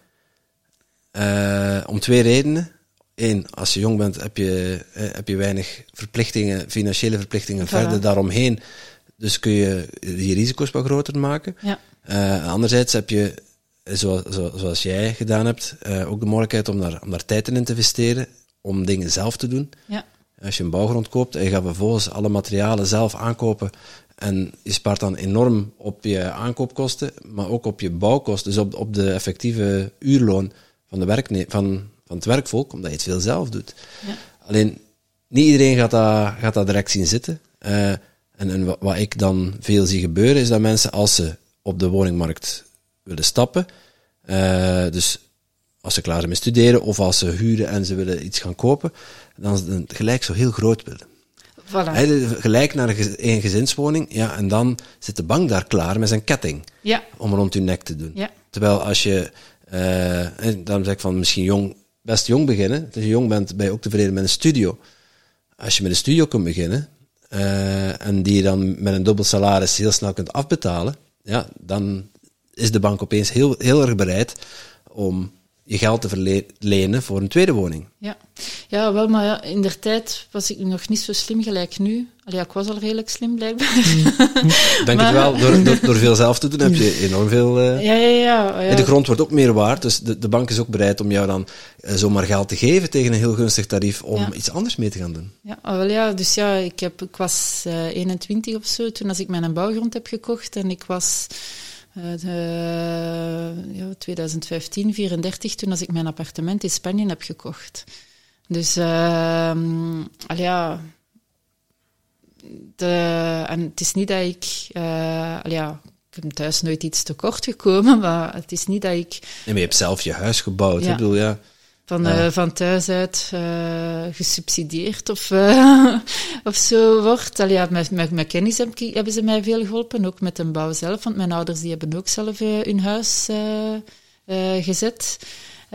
Uh, om twee redenen. Eén, als je jong bent, heb je, eh, heb je weinig verplichtingen, financiële verplichtingen voilà. verder daaromheen. Dus kun je die risico's wat groter maken. Ja. Uh, anderzijds heb je, zoals, zoals jij gedaan hebt, uh, ook de mogelijkheid om daar, om daar tijd in te investeren, om dingen zelf te doen. Ja. Als je een bouwgrond koopt en je gaat vervolgens alle materialen zelf aankopen en je spaart dan enorm op je aankoopkosten, maar ook op je bouwkosten, dus op, op de effectieve uurloon van de werkne- van van het werkvolk, omdat je het veel zelf doet. Ja. Alleen, niet iedereen gaat dat, gaat dat direct zien zitten. Uh, en, en wat, wat ik dan veel zie gebeuren, is dat mensen, als ze op de woningmarkt willen stappen, uh, dus als ze klaar zijn met studeren, of als ze huren en ze willen iets gaan kopen, dan ze het gelijk zo heel groot willen. Voilà. He, gelijk naar een, gez- een gezinswoning, ja, en dan zit de bank daar klaar met zijn ketting. Ja. Om rond je nek te doen. Ja. Terwijl als je, uh, en daarom zeg ik van misschien jong, best jong beginnen. Als je jong bent, ben je ook tevreden met een studio. Als je met een studio kunt beginnen, uh, en die je dan met een dubbel salaris heel snel kunt afbetalen, ja, dan is de bank opeens heel, heel erg bereid om je geld te verlenen voor een tweede woning. Ja, ja wel, maar ja, in der tijd was ik nog niet zo slim gelijk nu. Allee, ik was al redelijk slim, blijkbaar. Denk maar, het wel, door, door, door veel zelf te doen heb je enorm veel... Uh, ja, ja, ja, ja. De grond wordt ook meer waard, dus de, de bank is ook bereid om jou dan uh, zomaar geld te geven tegen een heel gunstig tarief om ja. iets anders mee te gaan doen. Ja, wel ja, dus ja, ik, heb, ik was uh, eenentwintig of zo toen als ik mijn bouwgrond heb gekocht en ik was... Uh, de, ja, twintig vijftien, vierendertig, toen als ik mijn appartement in Spanje heb gekocht. Dus, uh, al ja, de, en het is niet dat ik, uh, al ja, ik ben thuis nooit iets tekort gekomen, maar het is niet dat ik... Nee, maar je hebt zelf je huis gebouwd, ja. hè? Ik bedoel, ja... Van, ja. uh, van thuis uit uh, gesubsidieerd of, uh, of zo wordt. Allee, ja, met, met, met kennis heb ik, hebben ze mij veel geholpen, ook met de bouw zelf, want mijn ouders die hebben ook zelf uh, hun huis uh, uh, gezet. Uh,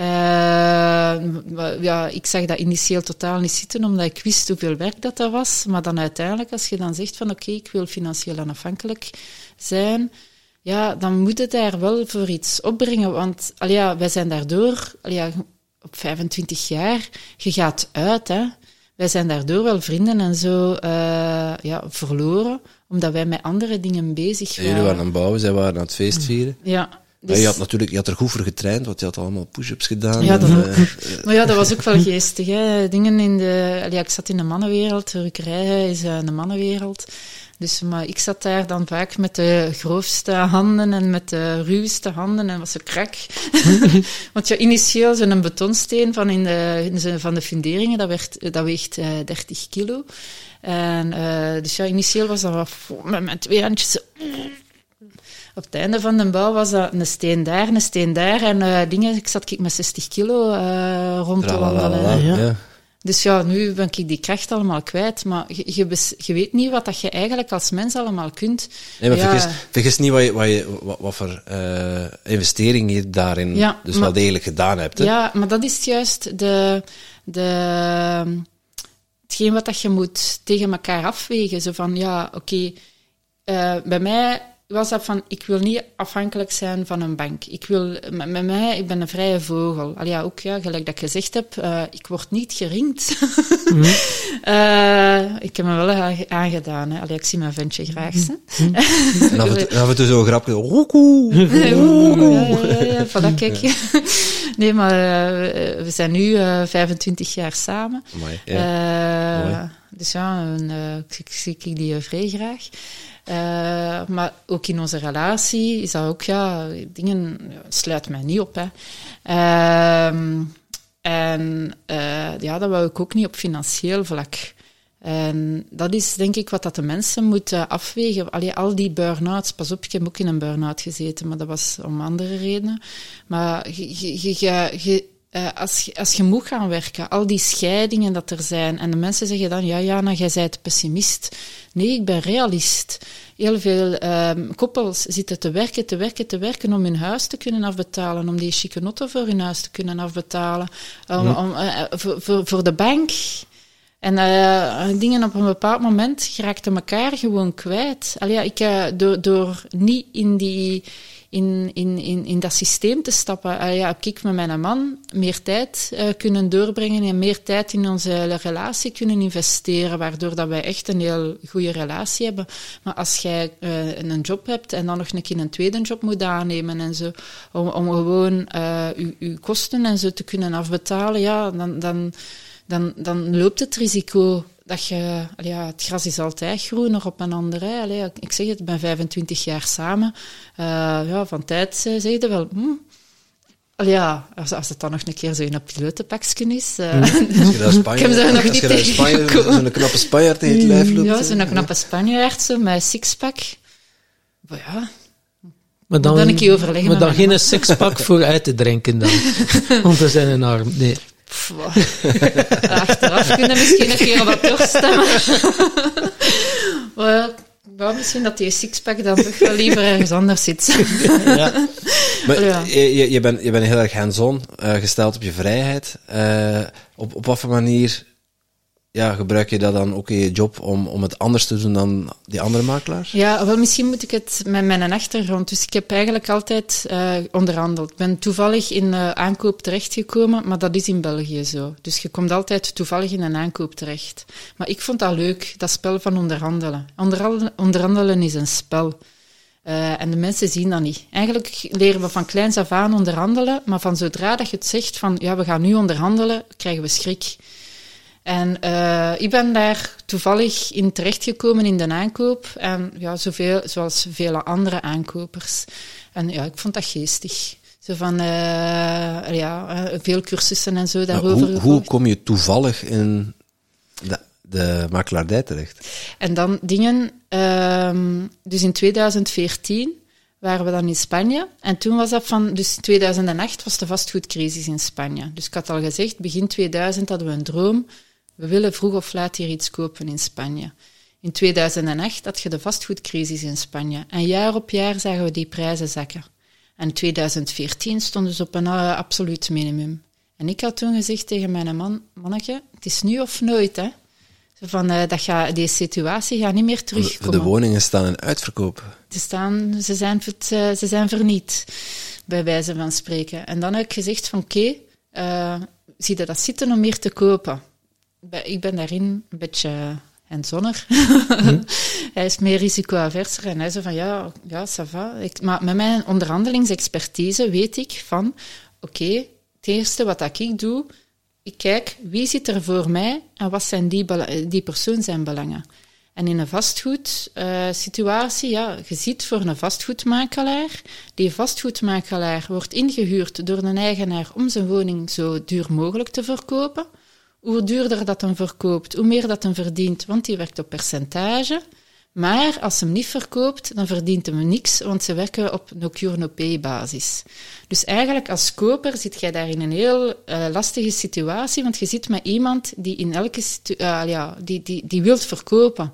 ja, ik zag dat initieel totaal niet zitten, omdat ik wist hoeveel werk dat dat was. Maar dan uiteindelijk, als je dan zegt van oké, okay, ik wil financieel onafhankelijk zijn... Ja, dan moet het daar wel voor iets opbrengen, want allee, ja, wij zijn daardoor... Allee, ja, op vijfentwintig jaar, je gaat uit, hè. Wij zijn daardoor wel vrienden en zo uh, ja, verloren, omdat wij met andere dingen bezig waren. Ja, jullie waren aan het bouwen, zij waren aan het feest vieren. Ja. Dus... Maar je had natuurlijk, je had er goed voor getraind, want je had allemaal push-ups gedaan. Ja, dat en, ook. Uh, maar ja, dat was ook wel geestig, hè. Dingen in de... Ja, ik zat in de mannenwereld, rukkerij is uh, een mannenwereld. Dus, maar ik zat daar dan vaak met de grootste handen en met de ruwste handen en was zo krak. Want ja, initieel zo'n betonsteen van, in de, in de, van de funderingen, dat, werd, dat weegt uh, dertig kilo. En, uh, dus ja, initieel was dat wat met mijn twee handjes zo... Op het einde van de bouw was dat een steen daar, een steen daar. En uh, dingen, ik zat ik met zestig kilo uh, rond te wandelen. Ja. Ja. Dus ja, nu ben ik die kracht allemaal kwijt, maar je, je, bes, je weet niet wat dat je eigenlijk als mens allemaal kunt. Nee, maar ja. vergis, vergis niet wat, je, wat, je, wat, wat voor uh, investering je daarin ja, dus maar, wel degelijk gedaan hebt. Hè? Ja, maar dat is juist de, de, hetgeen wat dat je moet tegen elkaar afwegen. Zo van, ja, oké, okay, uh, bij mij... was dat van, ik wil niet afhankelijk zijn van een bank. Ik wil, met, met mij, ik ben een vrije vogel. Al ja, ook, ja, gelijk dat ik gezegd heb, uh, ik word niet geringd. Mm-hmm. uh, ik heb me wel aangedaan, hè. Allee, ik zie mijn ventje graag, hè. Mm-hmm. En af en, toe, af en toe zo'n grapje, roekoe. Ja, ja, ja, ja, voilà, kijk. Ja. Nee, maar uh, we zijn nu uh, vijfentwintig jaar samen. Amai, ja. Uh, dus ja, een, uh, ik zie ik die uh, vrij graag. Uh, maar ook in onze relatie is dat ook, ja, dingen ja, sluit mij niet op, hè. Uh, en uh, ja, dat wou ik ook niet op financieel vlak. En dat is denk ik wat dat de mensen moeten afwegen. Allee, al die burn-outs, pas op, ik heb ook in een burn-out gezeten, maar dat was om andere redenen. Maar je, je, je, je Uh, als, als je moet gaan werken, al die scheidingen dat er zijn, en de mensen zeggen dan, ja, Jana, jij bent pessimist. Nee, ik ben realist. Heel veel um, koppels zitten te werken, te werken, te werken om hun huis te kunnen afbetalen, om die chique auto voor hun huis te kunnen afbetalen, om, ja. om, uh, voor, voor, voor de bank. En uh, dingen op een bepaald moment geraakten elkaar gewoon kwijt. Allee, ja, ik, uh, door, door niet in die... In, in, in, in dat systeem te stappen. Uh, ja, heb ik met mijn man meer tijd uh, kunnen doorbrengen en meer tijd in onze relatie kunnen investeren, waardoor dat wij echt een heel goede relatie hebben. Maar als jij uh, een job hebt en dan nog een keer een tweede job moet aannemen en zo, om, om gewoon uh, je, je kosten en zo te kunnen afbetalen, ja, dan, dan, dan, dan loopt het risico dat je... Ja, het gras is altijd groener op een ander. Hè. Allee, ik zeg het, ik ben vijfentwintig jaar samen. Uh, ja, van tijd uh, zeg je wel... Hm, allee, ja, als, als het dan nog een keer zo'n pilotenpakje is... Uh, als je daar Spanje, ik heb daar nog als niet je daar Spanje, zo'n knappe Spanjaard tegen het lijf loopt. Ja, zo'n knappe Spanjaard, zo, met sixpack. Maar ja... Maar dan, dan een keer overleggen maar met dan mijn geen sixpack voor uit te drinken dan. Want dat zijn een arm. Nee. Pff, achteraf kunnen we misschien een keer wat doorstemmen. Maar ja, misschien dat die sixpack dan toch wel liever ergens anders zit. Ja. Maar Ja. je, je, bent, je bent heel erg hands-on, uh, gesteld op je vrijheid. Uh, op, op wat voor manier ja, gebruik je dat dan ook in je job om, om het anders te doen dan die andere makelaars? Ja, wel, misschien moet ik het met mijn achtergrond. Dus ik heb eigenlijk altijd uh, onderhandeld. Ik ben toevallig in uh, aankoop terechtgekomen, maar dat is in België zo. Dus je komt altijd toevallig in een aankoop terecht. Maar ik vond dat leuk, dat spel van onderhandelen. Onderhandelen, onderhandelen is een spel. Uh, en de mensen zien dat niet. Eigenlijk leren we van kleins af aan onderhandelen, maar van zodra dat je het zegt van ja, we gaan nu onderhandelen, krijgen we schrik. En uh, ik ben daar toevallig in terechtgekomen in de aankoop. En ja, zoveel, zoals vele andere aankopers. En ja, ik vond dat geestig. Zo van, uh, ja, veel cursussen en zo daarover. Hoe, hoe kom je toevallig in de, de makelaardij terecht? En dan dingen... Um, dus in tweeduizend veertien waren we dan in Spanje. En toen was dat van... Dus in tweeduizend acht was de vastgoedcrisis in Spanje. Dus ik had al gezegd, begin tweeduizend hadden we een droom. We willen vroeg of laat hier iets kopen in Spanje. In tweeduizend acht had je de vastgoedcrisis in Spanje. En jaar op jaar zagen we die prijzen zakken. En in tweeduizend veertien stonden ze op een uh, absoluut minimum. En ik had toen gezegd tegen mijn man, manneke, het is nu of nooit, hè. Zo van, uh, dat ga, die situatie gaat niet meer terugkomen. De, de woningen staan in uitverkoop. Ze, staan, ze, zijn, uh, ze zijn verniet, bij wijze van spreken. En dan heb ik gezegd van, oké, okay, uh, zie je dat zitten om meer te kopen? Ik ben daarin een beetje hands-onner. Mm. Hij is meer risicoaverser en hij zei van, ja, ja, ça va. Ik, maar met mijn onderhandelingsexpertise weet ik van, oké, okay, het eerste wat ik doe, ik kijk, wie zit er voor mij en wat zijn die, die persoon zijn belangen. En in een vastgoedsituatie, uh, ja, je ziet voor een vastgoedmakelaar, die vastgoedmakelaar wordt ingehuurd door een eigenaar om zijn woning zo duur mogelijk te verkopen. Hoe duurder dat hem verkoopt, hoe meer dat hem verdient, want die werkt op percentage. Maar als ze hem niet verkoopt, dan verdient hem niks, want ze werken op no-cure-no-pay basis. Dus eigenlijk als koper zit jij daar in een heel uh, lastige situatie, want je zit met iemand die in elke situ- uh, ja, die, die, die wilt verkopen.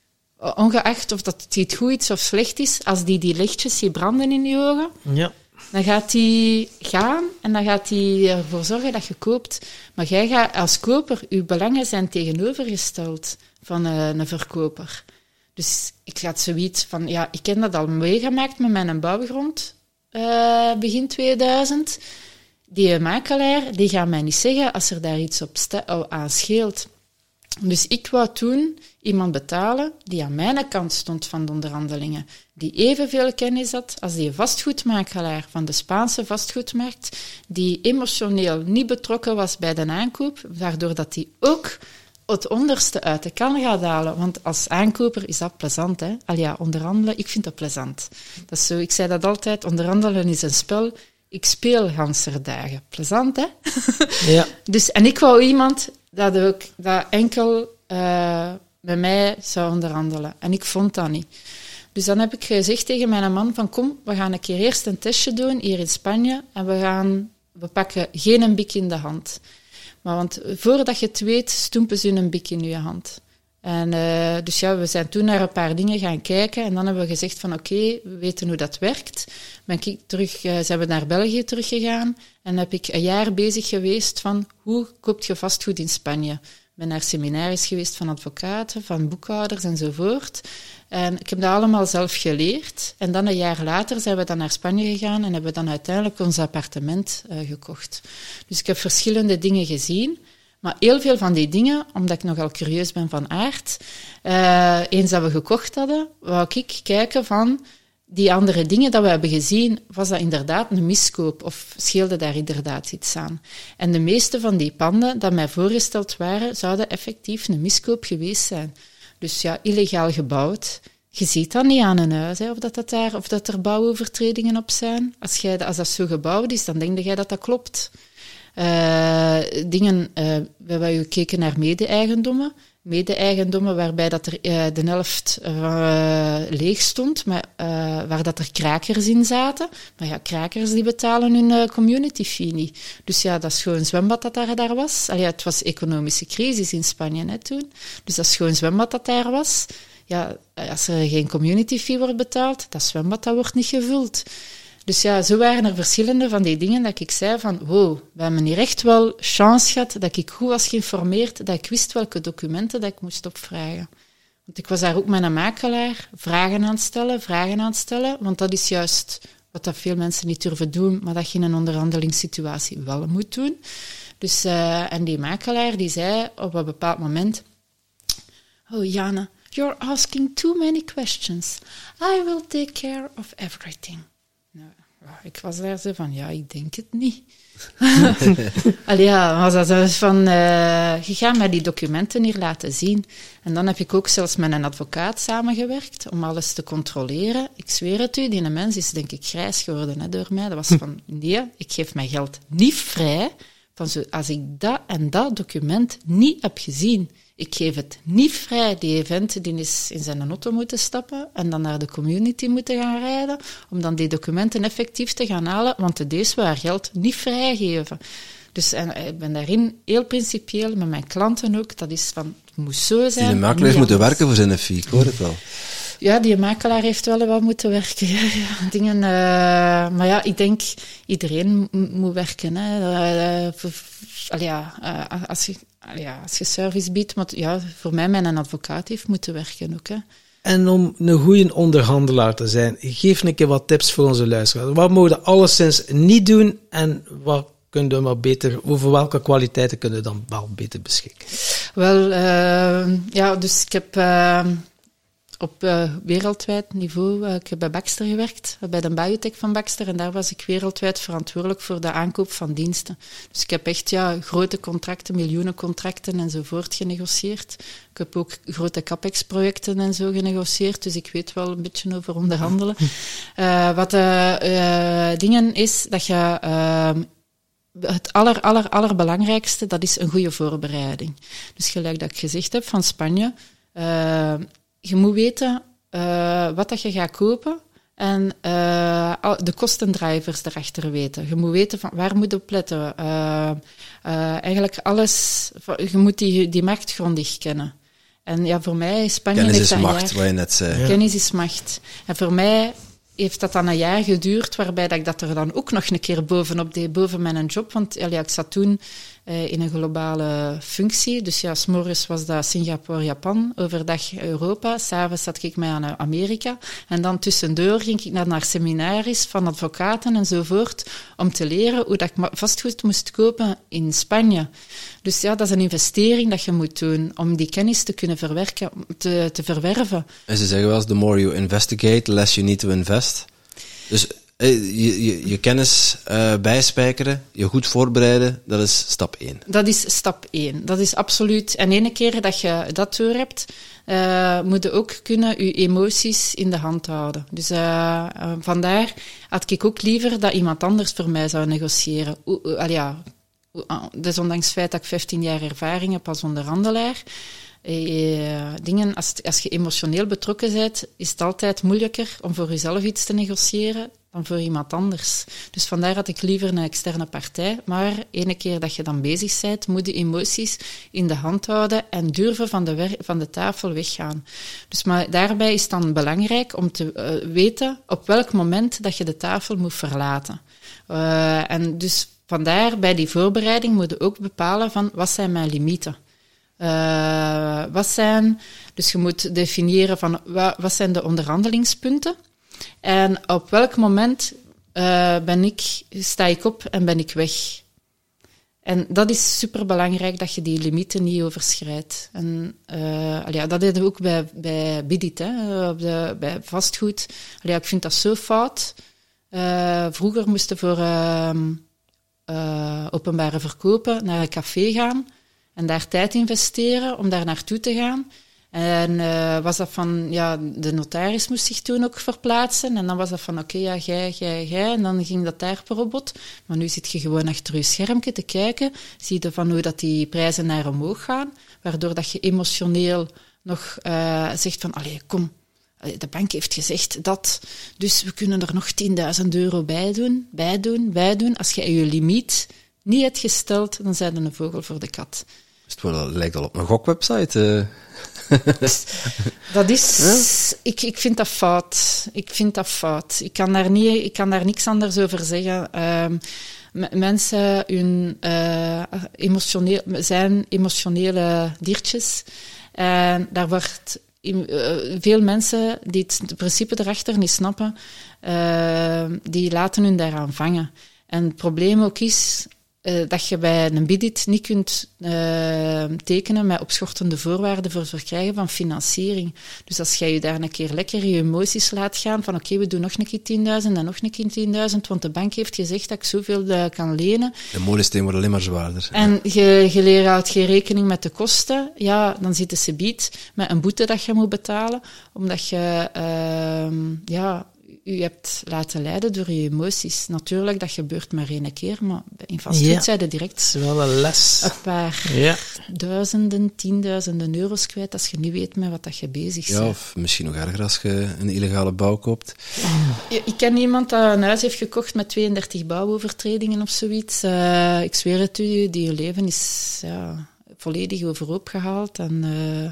Ongeacht of dat het goed is of slecht is, als die die lichtjes ziet branden in je ogen, ja. Dan gaat hij gaan en dan gaat hij ervoor zorgen dat je koopt. Maar jij gaat als koper, je belangen zijn tegenovergesteld van uh, een verkoper. Dus ik had zoiets van, ja, ik ken dat al meegemaakt met mijn bouwgrond, uh, begin tweeduizend. Die makelaar, die gaat mij niet zeggen als er daar iets op sta- oh, aan scheelt. Dus ik wou toen iemand betalen die aan mijn kant stond van de onderhandelingen, die evenveel kennis had als die vastgoedmakelaar van de Spaanse vastgoedmarkt, die emotioneel niet betrokken was bij de aankoop, waardoor dat die ook het onderste uit de kan gaat halen. Want als aankoper is dat plezant, hè. Al ja, onderhandelen, ik vind dat plezant. Dat is zo, ik zei dat altijd, onderhandelen is een spel. Ik speel ganser dagen. Plezant, hè? Ja. Dus, en ik wou iemand dat ook dat enkel uh, met mij zou onderhandelen. En ik vond dat niet. Dus dan heb ik gezegd tegen mijn man van kom, we gaan een keer eerst een testje doen hier in Spanje en we gaan, we pakken geen een bik in de hand. Maar want voordat je het weet, stoempen ze een bik in je hand. En uh, dus ja, we zijn toen naar een paar dingen gaan kijken en dan hebben we gezegd van oké, okay, we weten hoe dat werkt. Ben ik terug, uh, zijn we naar België teruggegaan en heb ik een jaar bezig geweest van hoe koop je vastgoed in Spanje. Ik ben naar seminaries geweest van advocaten, van boekhouders enzovoort. En ik heb dat allemaal zelf geleerd. En dan een jaar later zijn we dan naar Spanje gegaan en hebben we dan uiteindelijk ons appartement uh, gekocht. Dus ik heb verschillende dingen gezien. Maar heel veel van die dingen, omdat ik nogal curieus ben van aard, uh, eens dat we gekocht hadden, wou ik kijken van die andere dingen dat we hebben gezien, was dat inderdaad een miskoop of scheelde daar inderdaad iets aan? En de meeste van die panden dat mij voorgesteld waren, zouden effectief een miskoop geweest zijn. Dus ja, illegaal gebouwd. Je ziet dat niet aan een huis, hè, of, dat dat daar, of dat er bouwovertredingen op zijn. Als, jij, als dat zo gebouwd is, dan denk jij dat dat klopt. Uh, dingen, uh, we hebben gekeken naar mede-eigendommen. mede-eigendommen waarbij dat er uh, de helft uh, leeg stond, maar, uh, waar dat er krakers in zaten. Maar ja, krakers die betalen hun uh, community fee niet. Dus ja, dat is gewoon een zwembad dat daar, daar was. Allee, het was economische crisis in Spanje hè, toen. Dus dat is gewoon een zwembad dat daar was. Ja, als er geen community fee wordt betaald, dat zwembad dat wordt niet gevuld. Dus ja, zo waren er verschillende van die dingen dat ik zei van, wow, we hebben hier echt wel chance gehad dat ik goed was geïnformeerd, dat ik wist welke documenten dat ik moest opvragen. Want ik was daar ook met een makelaar, vragen aan het stellen, vragen aan het stellen, want dat is juist wat dat veel mensen niet durven doen, maar dat je in een onderhandelingssituatie wel moet doen. Dus, uh, en die makelaar die zei op een bepaald moment, oh Jana, you're asking too many questions. I will take care of everything. Nou, ik was daar zo van, ja, ik denk het niet. Allee, ja, was dat zo van, uh, je gaat mij die documenten hier laten zien. En dan heb ik ook zelfs met een advocaat samengewerkt om alles te controleren. Ik zweer het u, die mens is denk ik grijs geworden hè, door mij. Dat was van, nee, ik geef mijn geld niet vrij. Van zo, als ik dat en dat document niet heb gezien, ik geef het niet vrij. Die event die is in zijn auto moeten stappen en dan naar de community moeten gaan rijden, om dan die documenten effectief te gaan halen, want de dees wil haar geld niet vrijgeven. Dus en, ik ben daarin heel principieel, met mijn klanten ook, dat is van, het moet zo zijn. Die makelaar heeft moeten werken voor zijn fee, ik hoor het wel. Ja, die makelaar heeft wel wat moeten werken. Ja, ja, dingen, uh, maar ja, ik denk, iedereen m- moet werken. Hè. Uh, uh, allee, ja, uh, als, je, allee, ja, als je service biedt, maar ja, voor mij mijn advocaat heeft moeten werken ook. Hè. En om een goede onderhandelaar te zijn, geef een keer wat tips voor onze luisteraars. Wat mogen we alleszins niet doen en wat kunnen we maar beter, over welke kwaliteiten kunnen we dan wel beter beschikken? Wel, uh, ja, dus ik heb... Uh, Op uh, wereldwijd niveau, uh, ik heb bij Baxter gewerkt, bij de biotech van Baxter, en daar was ik wereldwijd verantwoordelijk voor de aankoop van diensten. Dus ik heb echt ja, grote contracten, miljoenen contracten enzovoort genegocieerd. Ik heb ook grote capex-projecten en zo genegocieerd, dus ik weet wel een beetje over onderhandelen. Uh, wat de uh, dingen is, dat je... Uh, Het aller, aller, allerbelangrijkste, dat is een goede voorbereiding. Dus gelijk dat ik gezegd heb van Spanje... Uh, Je moet weten uh, wat dat je gaat kopen en uh, de kostendrijvers erachter weten. Je moet weten van waar moet je op letten. Uh, uh, eigenlijk alles, je moet die, die markt grondig kennen. En ja, voor mij is Spanje... Kennis heeft is dat macht, jaar, wat je net zei. Ja. Kennis is macht. En voor mij heeft dat dan een jaar geduurd, waarbij dat ik dat er dan ook nog een keer bovenop deed, boven mijn job. Want ja, ik zat toen uh, in een globale functie. Dus ja, 's morgens was dat Singapore, Japan, overdag Europa. 's avonds zat ik mij aan Amerika. En dan tussendoor ging ik naar, naar seminaries van advocaten enzovoort, om te leren hoe dat ik vastgoed moest kopen in Spanje. Dus ja, dat is een investering dat je moet doen, om die kennis te kunnen verwerken, te, te verwerven. En ze zeggen wel eens, the more you investigate, the less you need to invest. Dus je, je, je kennis uh, bijspijkeren, je goed voorbereiden, dat is stap één. Dat is stap één. Dat is absoluut. En ene keer dat je dat door hebt, uh, moet je ook kunnen je emoties in de hand houden. Dus uh, uh, vandaar had ik ook liever dat iemand anders voor mij zou negociëren. O, uh, uh, ja, uh, dus ondanks het feit dat ik vijftien jaar ervaring heb als onderhandelaar, Uh, dingen, als, als je emotioneel betrokken bent, is het altijd moeilijker om voor jezelf iets te negociëren dan voor iemand anders. Dus vandaar had ik liever een externe partij. Maar ene keer dat je dan bezig bent, moet je emoties in de hand houden en durven van de, wer- van de tafel weggaan. Dus maar daarbij is het dan belangrijk om te uh, weten op welk moment dat je de tafel moet verlaten. Uh, en dus vandaar bij die voorbereiding moet je ook bepalen van wat zijn mijn limieten. Uh, wat zijn, dus je moet definiëren van wat, wat zijn de onderhandelingspunten en op welk moment uh, ben ik, sta ik op en ben ik weg. En dat is superbelangrijk dat je die limieten niet overschrijdt. En uh, allee, dat deden we ook bij, bij Bidit, hè, op de, bij vastgoed. Allee, ik vind dat zo fout. Uh, vroeger moesten we voor uh, uh, openbare verkopen naar een café gaan en daar tijd investeren om daar naartoe te gaan. En uh, was dat van, ja, de notaris moest zich toen ook verplaatsen. En dan was dat van, oké, okay, ja, jij, jij, jij. En dan ging dat daar per robot. Maar nu zit je gewoon achter je schermpje te kijken. Zie je van hoe dat die prijzen naar omhoog gaan. waardoor dat je emotioneel nog uh, zegt van, allee, kom, de bank heeft gezegd dat, dus we kunnen er nog tienduizend euro bij doen, bij doen, bij doen. Als je je limiet niet hebt gesteld, dan zijn er een vogel voor de kat. Dus het wel, lijkt al op een gokwebsite. Uh. Dat is... Huh? Ik, ik vind dat fout. Ik vind dat fout. Ik kan daar, niet, ik kan daar niks anders over zeggen. Um, m- mensen hun, uh, emotioneel, zijn emotionele diertjes. En daar wordt... In, uh, veel mensen die het principe erachter niet snappen, uh, die laten hun daaraan vangen. En het probleem ook is uh, dat je bij een bidit niet kunt uh, tekenen met opschortende voorwaarden voor het verkrijgen van financiering. Dus als jij je daar een keer lekker je emoties laat gaan, van oké, okay, we doen nog een keer tienduizend en nog een keer tienduizend, want de bank heeft gezegd dat ik zoveel uh, kan lenen. De molensteen wordt alleen maar zwaarder. En je, je leert houdt geen rekening met de kosten, ja, dan zitten ze biedt met een boete dat je moet betalen, omdat je, uh, ja, je hebt laten leiden door je emoties. Natuurlijk, dat gebeurt maar één keer, maar in vastgoed ja. zijn er direct dat is wel een les. een paar ja. duizenden, tienduizenden euro's kwijt als je niet weet met wat dat je bezig bent. Ja, of misschien nog erger als je een illegale bouw koopt. Ja, ik ken iemand dat een huis heeft gekocht met tweeëndertig bouwovertredingen of zoiets. Uh, ik zweer het u, die leven is ja, volledig overhoop gehaald. En... Uh,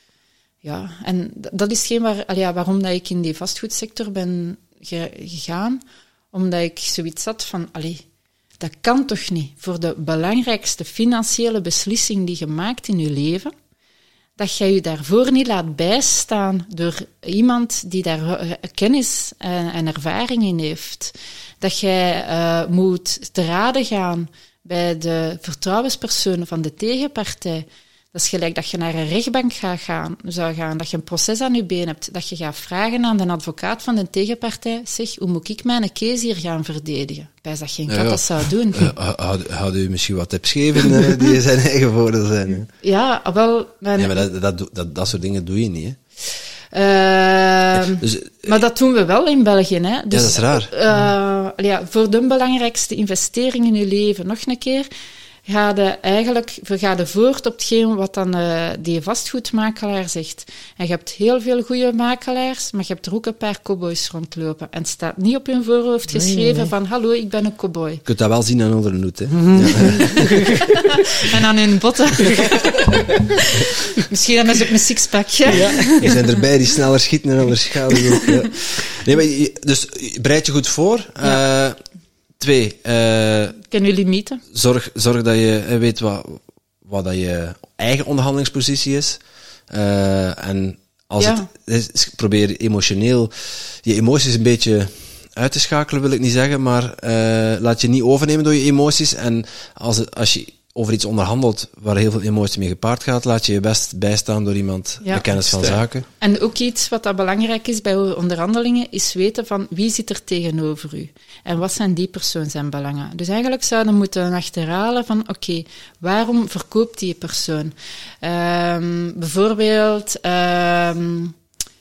Ja, en dat is geen waar, ja, waarom dat ik in die vastgoedsector ben ge, gegaan. Omdat ik zoiets had van, allee, dat kan toch niet voor de belangrijkste financiële beslissing die je maakt in je leven, dat jij je daarvoor niet laat bijstaan door iemand die daar kennis en, en ervaring in heeft. Dat jij uh, moet te raden gaan bij de vertrouwenspersonen van de tegenpartij. Dat is gelijk dat je naar een rechtbank gaat gaan, zou gaan, dat je een proces aan je been hebt, dat je gaat vragen aan de advocaat van de tegenpartij, zeg, hoe moet ik mijn case hier gaan verdedigen? Bij dat geen kat ja, ja. dat zou doen. Uh, Houd u misschien wat tips geven uh, die zijn eigen voordeel zijn? Hè? Ja, wel... Mijn... Ja, maar dat, dat, dat, dat soort dingen doe je niet, hè? Uh, dus, maar dat doen we wel in België, hè. Dus, ja, dat is raar. Uh, ja, voor de belangrijkste investering in je leven, nog een keer... Ga je eigenlijk ga je voort op hetgeen wat dan uh, die vastgoedmakelaar zegt. En je hebt heel veel goede makelaars, maar je hebt er ook een paar cowboys rondlopen. En het staat niet op hun voorhoofd geschreven nee, nee. van hallo, ik ben een cowboy. Je kunt dat wel zien aan onder een hoed, hè. Mm-hmm. Ja. En aan hun botten. Misschien hebben ze ook een sixpackje. Ja. Er zijn erbij die sneller schieten en onderschaduwen ook. Ja. Nee, maar je, dus bereid je goed voor. Ja. Uh, Twee. Uh, Ken je limieten? Zorg, zorg dat je uh, weet wat, wat dat je eigen onderhandelingspositie is. Uh, en als ja. het is, probeer emotioneel je emoties een beetje uit te schakelen, wil ik niet zeggen, maar uh, laat je niet overnemen door je emoties. En als, het, als je over iets onderhandelt waar heel veel emotie mee gepaard gaat, laat je je best bijstaan door iemand ja. met kennis van zaken. En ook iets wat dat belangrijk is bij onderhandelingen, is weten van wie zit er tegenover u. En wat zijn die persoon zijn belangen. Dus eigenlijk zouden we moeten achterhalen van, oké, okay, waarom verkoopt die persoon? Um, bijvoorbeeld... Um,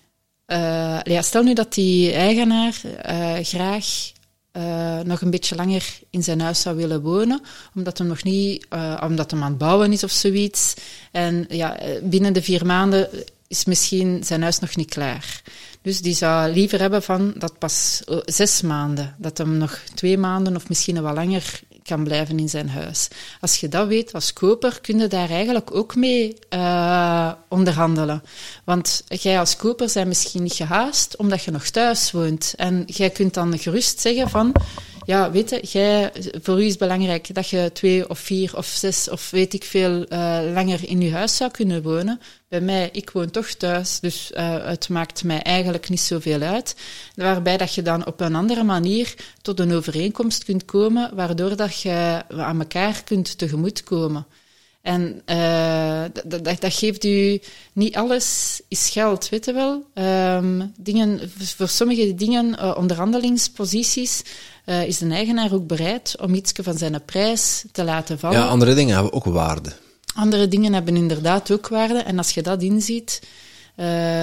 uh, ja, stel nu dat die eigenaar uh, graag... Uh, nog een beetje langer in zijn huis zou willen wonen, omdat hem nog niet, uh, omdat hem aan het bouwen is of zoiets. En ja, binnen de vier maanden is misschien zijn huis nog niet klaar. Dus die zou liever hebben van dat pas uh, zes maanden, dat hem nog twee maanden of misschien wat langer kan blijven in zijn huis. Als je dat weet als koper, kun je daar eigenlijk ook mee uh, onderhandelen. Want jij als koper bent misschien niet gehaast, omdat je nog thuis woont. En jij kunt dan gerust zeggen van... Ja, weet je, jij, voor u is het belangrijk dat je twee of vier of zes of weet ik veel uh, langer in je huis zou kunnen wonen. Bij mij, ik woon toch thuis, dus uh, het maakt mij eigenlijk niet zoveel uit. Waarbij dat je dan op een andere manier tot een overeenkomst kunt komen, waardoor dat je aan elkaar kunt tegemoetkomen. En uh, dat, dat, dat geeft u... Niet alles is geld, weet je wel. Um, dingen, voor sommige dingen, uh, onderhandelingsposities, uh, is de eigenaar ook bereid om iets van zijn prijs te laten vallen. Ja, andere dingen hebben ook waarde. Andere dingen hebben inderdaad ook waarde. En als je dat inziet... Uh,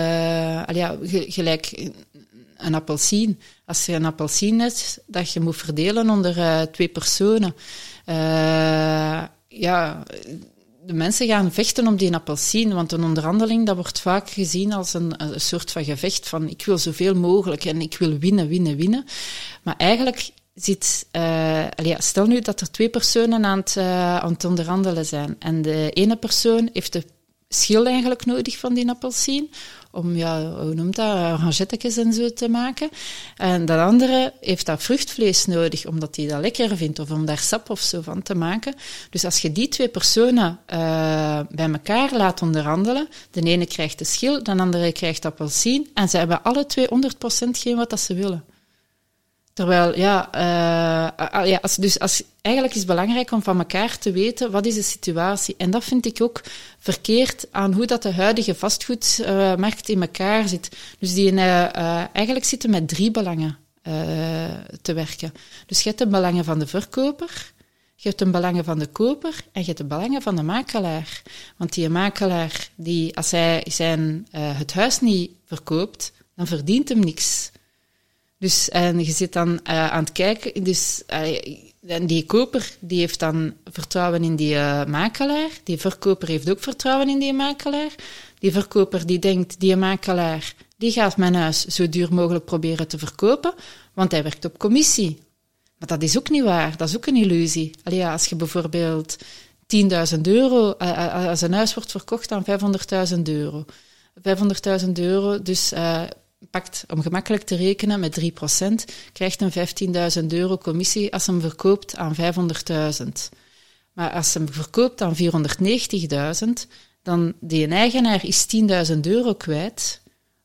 ja, gelijk een appelsien. Als je een appelsien hebt, dat je moet verdelen onder uh, twee personen... Uh, ja... de mensen gaan vechten om die appelsien, want een onderhandeling, dat wordt vaak gezien als een, een soort van gevecht van ik wil zoveel mogelijk en ik wil winnen, winnen, winnen. Maar eigenlijk zit, uh, ja, stel nu dat er twee personen aan het, uh, aan het onderhandelen zijn en de ene persoon heeft de schil eigenlijk nodig van die appelsien, om, ja, hoe noemt dat, rangettekjes en zo te maken. En dat andere heeft dat vruchtvlees nodig, omdat hij dat lekker vindt, of om daar sap of zo van te maken. Dus als je die twee personen uh, bij elkaar laat onderhandelen, de ene krijgt de schil, de andere krijgt de appelsien, en ze hebben alle twee honderd procent geen wat dat ze willen. Terwijl, ja, uh, ja als, dus als, eigenlijk is het belangrijk om van elkaar te weten wat is de situatie. En dat vind ik ook verkeerd aan hoe dat de huidige vastgoedmarkt uh, in elkaar zit. Dus die uh, uh, eigenlijk zitten met drie belangen uh, te werken. Dus je hebt de belangen van de verkoper, je hebt de belangen van de koper en je hebt de belangen van de makelaar. Want die makelaar, die, als hij zijn, uh, het huis niet verkoopt, dan verdient hem niks. Dus, en je zit dan uh, aan het kijken, dus uh, die koper die heeft dan vertrouwen in die uh, makelaar, die verkoper heeft ook vertrouwen in die makelaar, die verkoper die denkt, die makelaar, die gaat mijn huis zo duur mogelijk proberen te verkopen, want hij werkt op commissie. Maar dat is ook niet waar, dat is ook een illusie. Allee, ja, als je bijvoorbeeld tienduizend euro, uh, als een huis wordt verkocht aan vijfhonderdduizend euro, vijfhonderdduizend euro, dus... Uh, pakt, om gemakkelijk te rekenen, met drie procent, krijgt een vijftienduizend euro commissie als hem verkoopt aan vijfhonderdduizend. Maar als hem verkoopt aan vierhonderdnegentigduizend, dan die eigenaar is tienduizend euro kwijt,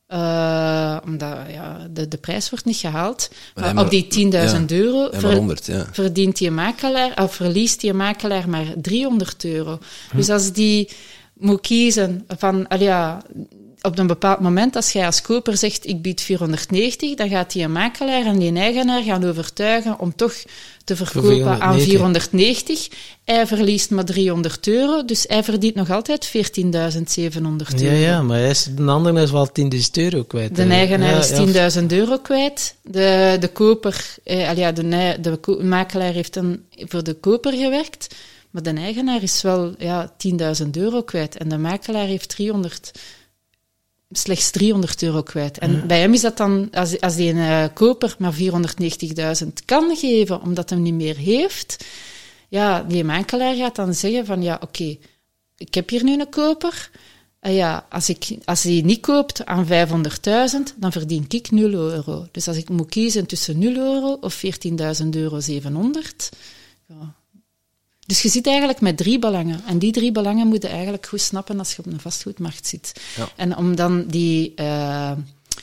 uh, omdat ja, de, de prijs wordt niet gehaald. Maar, maar, maar op die tienduizend ja, euro ver, honderd, ja. verdient die makelaar, of verliest die makelaar maar driehonderd euro. Hm. Dus als die moet kiezen van, al ja, op een bepaald moment, als jij als koper zegt, ik bied vierhonderdnegentig, dan gaat die makelaar en die eigenaar gaan overtuigen om toch te verkopen aan vierhonderdnegentig. Hij verliest maar driehonderd euro, dus hij verdient nog altijd veertienduizend zevenhonderd euro. Ja, ja, maar hij is, de andere is wel tienduizend euro kwijt. De eigenaar ja, is tienduizend ja. euro kwijt. De, de koper, eh, ja, de, de, de makelaar heeft dan voor de koper gewerkt, maar de eigenaar is wel ja, tienduizend euro kwijt en de makelaar heeft driehonderd slechts driehonderd euro kwijt. En ja. bij hem is dat dan, als, als die een uh, koper maar vierhonderdnegentigduizend kan geven, omdat hij hem niet meer heeft, ja, die makelaar gaat dan zeggen van, ja, oké, okay, ik heb hier nu een koper, uh, ja, als ik, als hij niet koopt aan vijfhonderdduizend, dan verdien ik nul euro. Dus als ik moet kiezen tussen nul euro of veertienduizend euro zevenhonderd, ja. Dus je zit eigenlijk met drie belangen. En die drie belangen moet je eigenlijk goed snappen als je op een vastgoedmarkt zit. Ja. En om dan die uh,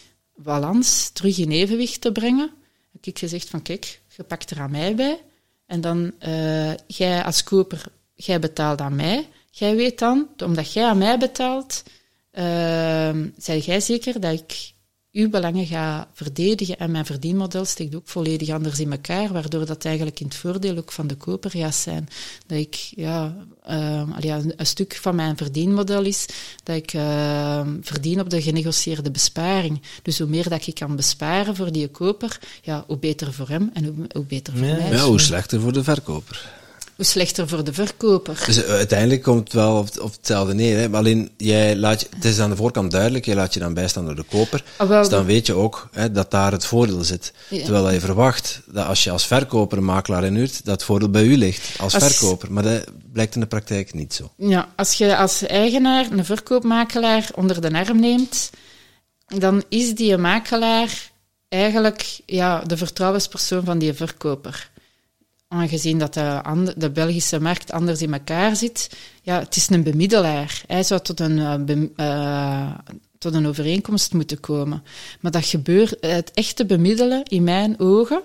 balans terug in evenwicht te brengen, heb ik gezegd van kijk, je pakt er aan mij bij. En dan, uh, jij als koper, jij betaalt aan mij. Jij weet dan, omdat jij aan mij betaalt, uh, zeg jij zeker dat ik uw belangen ga verdedigen en mijn verdienmodel steekt ook volledig anders in elkaar, waardoor dat eigenlijk in het voordeel ook van de koper gaat zijn. Dat ik, ja, uh, ja een stuk van mijn verdienmodel is dat ik uh, verdien op de genegocieerde besparing. Dus hoe meer dat ik kan besparen voor die koper, ja, hoe beter voor hem en hoe, hoe beter voor ja, mij. Ja, hoe slechter voor de verkoper. Hoe slechter voor de verkoper. Dus uiteindelijk komt het wel op, op hetzelfde neer. Hè? Maar alleen, jij laat je, het is aan de voorkant duidelijk, je laat je dan bijstaan door de koper. Oh, wel, dus dan weet je ook hè, dat daar het voordeel zit. Ja. Terwijl dat je verwacht dat als je als verkoper een makelaar inhuurt, dat het voordeel bij u ligt als, als verkoper. Maar dat blijkt in de praktijk niet zo. Ja, als je als eigenaar een verkoopmakelaar onder de arm neemt, dan is die makelaar eigenlijk ja, de vertrouwenspersoon van die verkoper. Aangezien dat de, and- de Belgische markt anders in elkaar zit, ja, het is een bemiddelaar. Hij zou tot een, uh, be- uh, tot een overeenkomst moeten komen. Maar dat gebeurt, het echte bemiddelen, in mijn ogen,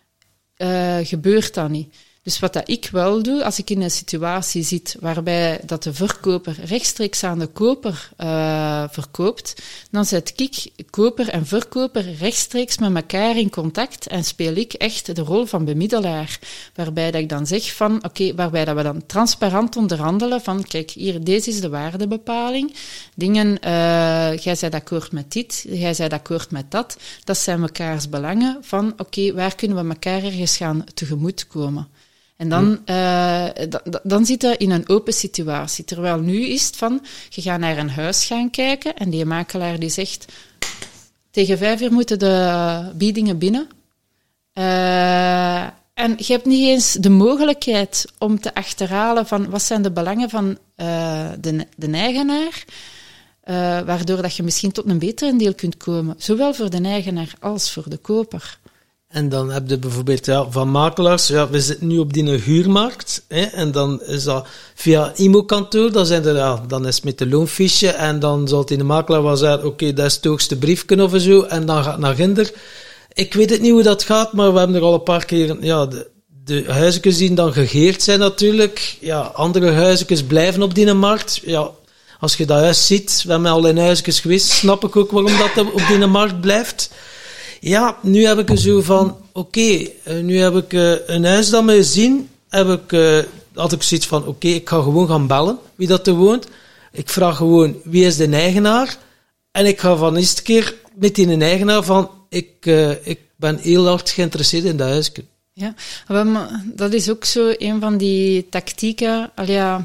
uh, gebeurt dat niet. Dus wat dat ik wel doe, als ik in een situatie zit waarbij dat de verkoper rechtstreeks aan de koper uh, verkoopt, dan zet ik koper en verkoper rechtstreeks met elkaar in contact en speel ik echt de rol van bemiddelaar. Waarbij dat ik dan zeg van, oké, okay, waarbij dat we dan transparant onderhandelen van, kijk, hier, deze is de waardebepaling. Dingen, uh, jij bent akkoord met dit, jij bent akkoord met dat. Dat zijn mekaars belangen van, oké, okay, waar kunnen we elkaar ergens gaan tegemoetkomen? En dan, uh, d- d- dan zit je in een open situatie. Terwijl nu is het van, je gaat naar een huis gaan kijken en die makelaar die zegt, tegen vijf uur moeten de biedingen binnen. Uh, en je hebt niet eens de mogelijkheid om te achterhalen van wat zijn de belangen van uh, de, de eigenaar, uh, waardoor dat je misschien tot een betere deel kunt komen. Zowel voor de eigenaar als voor de koper. En dan heb je bijvoorbeeld ja, van makelaars, ja, we zitten nu op die huurmarkt, hè, en dan is dat via I M O-kantoor, dan, zijn er, ja, dan is het met de loonfiche, en dan zal het in de makelaar wel zeggen, oké, okay, dat is het hoogste briefje of zo, en dan gaat het naar ginder. Ik weet het niet hoe dat gaat, maar we hebben er al een paar keer, ja, de, de huisjes die dan gegeerd zijn natuurlijk, ja, andere huisjes blijven op die markt, ja, als je dat huis ziet, we hebben al in huisjes geweest, snap ik ook waarom dat op die markt blijft. Ja, nu heb ik er zo van, oké, okay, nu heb ik uh, een huis dat me zien, heb ik, uh, had ik zoiets van, oké, okay, ik ga gewoon gaan bellen, wie dat er woont. Ik vraag gewoon, wie is de eigenaar? En ik ga van eerste keer met die eigenaar van, ik, uh, ik ben heel hard geïnteresseerd in dat huisje. Ja, maar dat is ook zo een van die tactieken, al ja...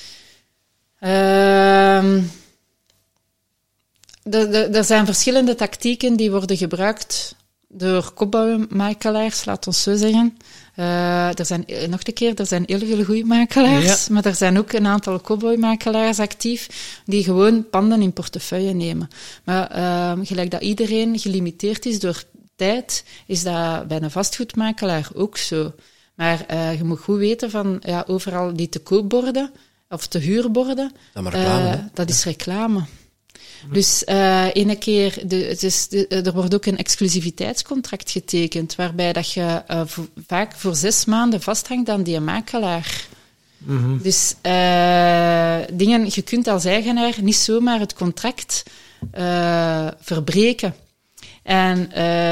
Uh, Er zijn verschillende tactieken die worden gebruikt door kopbouwmakelaars, laat ons zo zeggen. Uh, er zijn, nog een keer, er zijn heel veel goede makelaars, ja. Maar er zijn ook een aantal kopbouwmakelaars actief die gewoon panden in portefeuille nemen. Maar uh, gelijk dat iedereen gelimiteerd is door tijd, is dat bij een vastgoedmakelaar ook zo. Maar uh, je moet goed weten van ja, overal die te koopborden of te huurborden, dat, reclame, uh, dat is reclame. Dus uh, ene keer, de, het is de, er wordt ook een exclusiviteitscontract getekend, waarbij dat je uh, v- vaak voor zes maanden vasthangt aan die makelaar. Mm-hmm. Dus uh, dingen, je kunt als eigenaar niet zomaar het contract uh, verbreken. En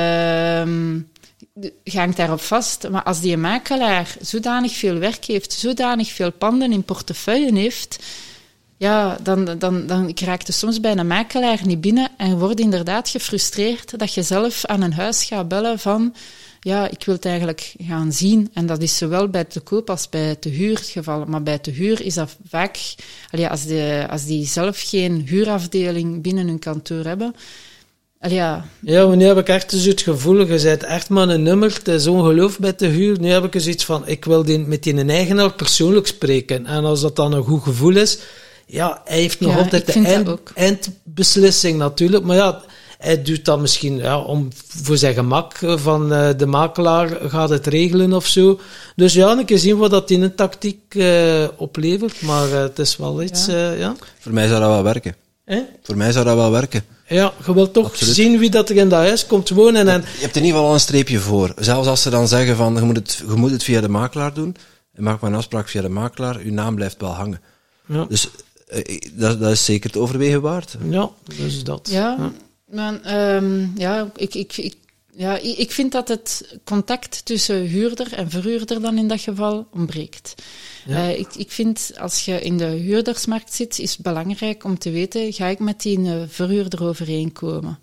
uh, je hangt daarop vast, maar als die makelaar zodanig veel werk heeft, zodanig veel panden in portefeuille heeft, ja, dan, dan, dan raakt je soms bij een makelaar niet binnen en wordt inderdaad gefrustreerd dat je zelf aan een huis gaat bellen van, ja, ik wil het eigenlijk gaan zien. En dat is zowel bij te koop als bij te huur het geval. Maar bij te huur is dat vaak, allee, als, de, als die zelf geen huurafdeling binnen hun kantoor hebben, allee, ja. Ja, maar nu heb ik echt dus het gevoel, je bent echt maar een nummer, het is ongeloof bij te huur. Nu heb ik dus iets van, ik wil die, met die eigenaar persoonlijk spreken. En als dat dan een goed gevoel is, ja, hij heeft nog ja, altijd de eind, eindbeslissing natuurlijk, maar ja, hij doet dat misschien ja, om, voor zijn gemak van uh, de makelaar gaat het regelen of zo. Dus ja, een keer zien wat dat in een tactiek uh, oplevert, maar uh, het is wel iets, ja. Uh, ja. Voor mij zou dat wel werken. Eh? Voor mij zou dat wel werken. Ja, je wilt toch Absoluut. zien wie dat er in dat huis komt wonen. En... Je hebt in ieder geval al een streepje voor. Zelfs als ze dan zeggen van, je moet het, je moet het via de makelaar doen, en maak maar een afspraak via de makelaar, uw naam blijft wel hangen. Ja. Dus Dat, dat is zeker het overwegen waard. Ja, dus dat. Ja, ja. Maar, um, ja, ik, ik, ik, ja, ik vind dat het contact tussen huurder en verhuurder dan in dat geval ontbreekt. Ja. Uh, ik, ik vind, als je in de huurdersmarkt zit, is het belangrijk om te weten, ga ik met die uh, verhuurder overeenkomen?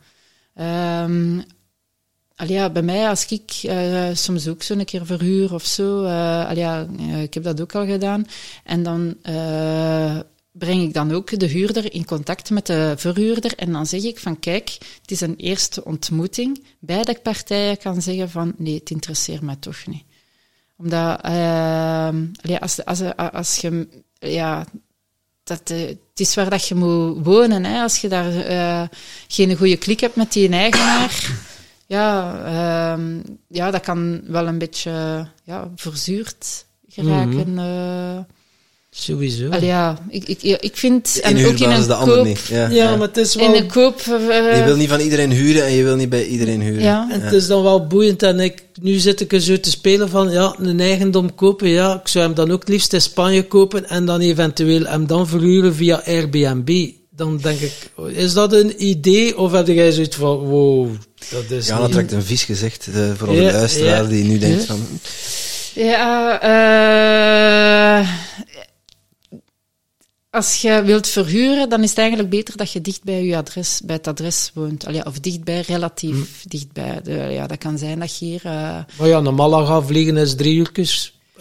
Um, Allee, ja, bij mij, als ik uh, soms ook zo een keer verhuur of zo, uh, allee, ja, uh, ik heb dat ook al gedaan, en dan uh, breng ik dan ook de huurder in contact met de verhuurder en dan zeg ik van, kijk, het is een eerste ontmoeting. Beide partijen kan zeggen van, nee, het interesseert mij toch niet. Omdat, uh, allee, als, als, als je, ja, dat, uh, het is waar dat je moet wonen, hè. Als je daar uh, geen goede klik hebt met die eigenaar, ja, uh, ja, dat kan wel een beetje ja, verzuurd geraken. Mm-hmm. Uh, Sowieso. Allee, ja, ik, ik, ik vind... En ook in een de koop... Niet. Ja, ja, ja, maar het is wel... In een koop... Uh, je wil niet van iedereen huren en je wil niet bij iedereen huren. Ja. En ja. Het is dan wel boeiend en ik, nu zit ik er zo te spelen van, ja, een eigendom kopen, ja, ik zou hem dan ook het liefst in Spanje kopen en dan eventueel hem dan verhuren via Airbnb. Dan denk ik, is dat een idee of heb jij zoiets van, wow, dat is Ja, dat trekt een vies gezicht uh, voor onze ja, luisteraar ja. die nu denkt ja. van... Ja, uh, als je wilt verhuren, dan is het eigenlijk beter dat je dicht bij je adres, bij het adres woont. Allee, of dichtbij, relatief hm. dichtbij. De, ja, dat kan zijn dat je hier... Uh, maar ja, naar Malaga vliegen is drie uurtjes.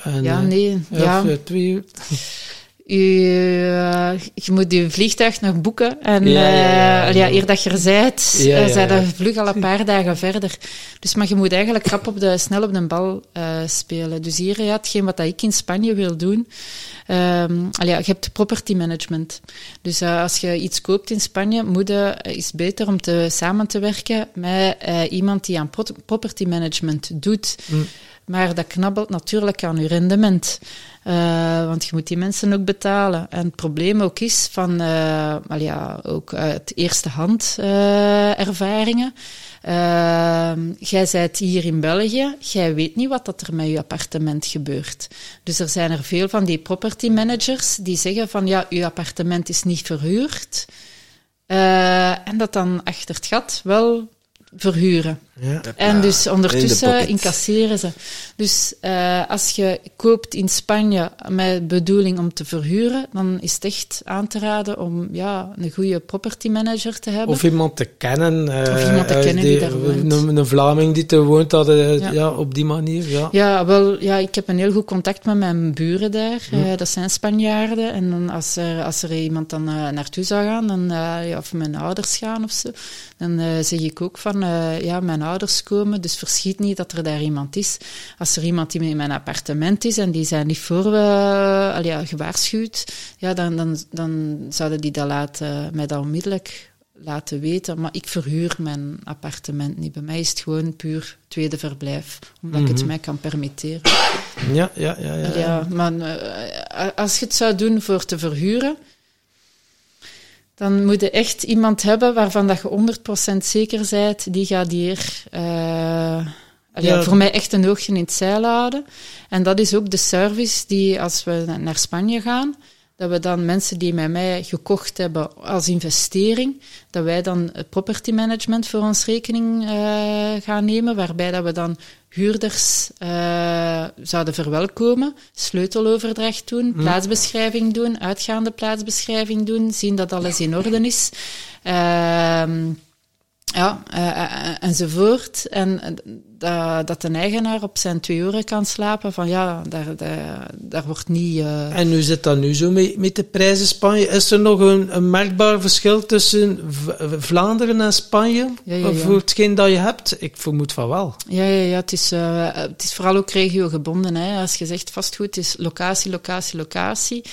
En, Ja, nee. Uh, ja. Of, twee uur. U, uh, je moet je vliegtuig nog boeken. En Ja, ja, ja, uh, ja. ja, eer dat je er zijt, Ja, ja, uh, zijn ja. de vlug al een paar dagen verder. Dus, maar je moet eigenlijk rap op de, snel op de bal uh, spelen. Dus hier, ja, hetgeen wat ik in Spanje wil doen, um, al ja, je hebt property management. Dus uh, als je iets koopt in Spanje, moet je, is het beter om te, samen te werken met uh, iemand die aan pro- property management doet. Mm. Maar dat knabbelt natuurlijk aan je rendement. Uh, want je moet die mensen ook betalen. En het probleem ook is van, uh, well ja, ook uit eerste hand uh, ervaringen. Uh, jij bent hier in België, jij weet niet wat dat er met je appartement gebeurt. Dus er zijn er veel van die property managers die zeggen van, ja, uw appartement is niet verhuurd. Uh, en dat dan achter het gat wel verhuren. Ja. En dus ondertussen In incasseren ze. Dus uh, als je koopt in Spanje met de bedoeling om te verhuren, dan is het echt aan te raden om ja, een goede property manager te hebben. Of iemand te kennen. Uh, Of iemand te kennen die, die daar woont. Een, een Vlaming die er woont, dat, uh, Ja. ja, op die manier. Ja. Ja, wel, ja, ik heb een heel goed contact met mijn buren daar. Hm. Uh, dat zijn Spanjaarden. En dan als, er, als er iemand dan uh, naartoe zou gaan, dan, uh, ja, of mijn ouders gaan of zo, dan uh, zeg ik ook van, uh, ja, mijn ouders komen, dus verschiet niet dat er daar iemand is. Als er iemand die in mijn appartement is en die zijn niet voor uh, al ja, gewaarschuwd, ja, dan, dan, dan zouden die dat laten, mij dat onmiddellijk laten weten. Maar ik verhuur mijn appartement niet. Bij mij is het gewoon puur tweede verblijf, omdat mm-hmm. ik het mij kan permitteren. Ja, ja, ja. ja, ja maar uh, als je het zou doen voor te verhuren, dan moet je echt iemand hebben waarvan dat je honderd procent zeker bent, die gaat hier uh, ja, voor mij echt een oogje in het zeil houden. En dat is ook de service die, als we naar Spanje gaan, dat we dan mensen die met mij gekocht hebben als investering, dat wij dan het property management voor ons rekening uh, gaan nemen, waarbij dat we dan huurders uh, zouden verwelkomen, sleuteloverdracht doen, mm. plaatsbeschrijving doen, uitgaande plaatsbeschrijving doen, zien dat alles in orde is. Uh, Ja, uh, enzovoort. En uh, dat de eigenaar op zijn twee oren kan slapen van ja, daar, daar, daar wordt niet... Uh... En hoe zit dat nu zo met, met de prijzen Spanje? Is er nog een, een merkbaar verschil tussen v- Vlaanderen en Spanje? Ja, ja, ja. Voor hetgeen dat je hebt? Ik vermoed van wel. Ja, ja, ja het, is, uh, het is vooral ook regiogebonden. Hè. Als je zegt vastgoed is locatie, locatie, locatie.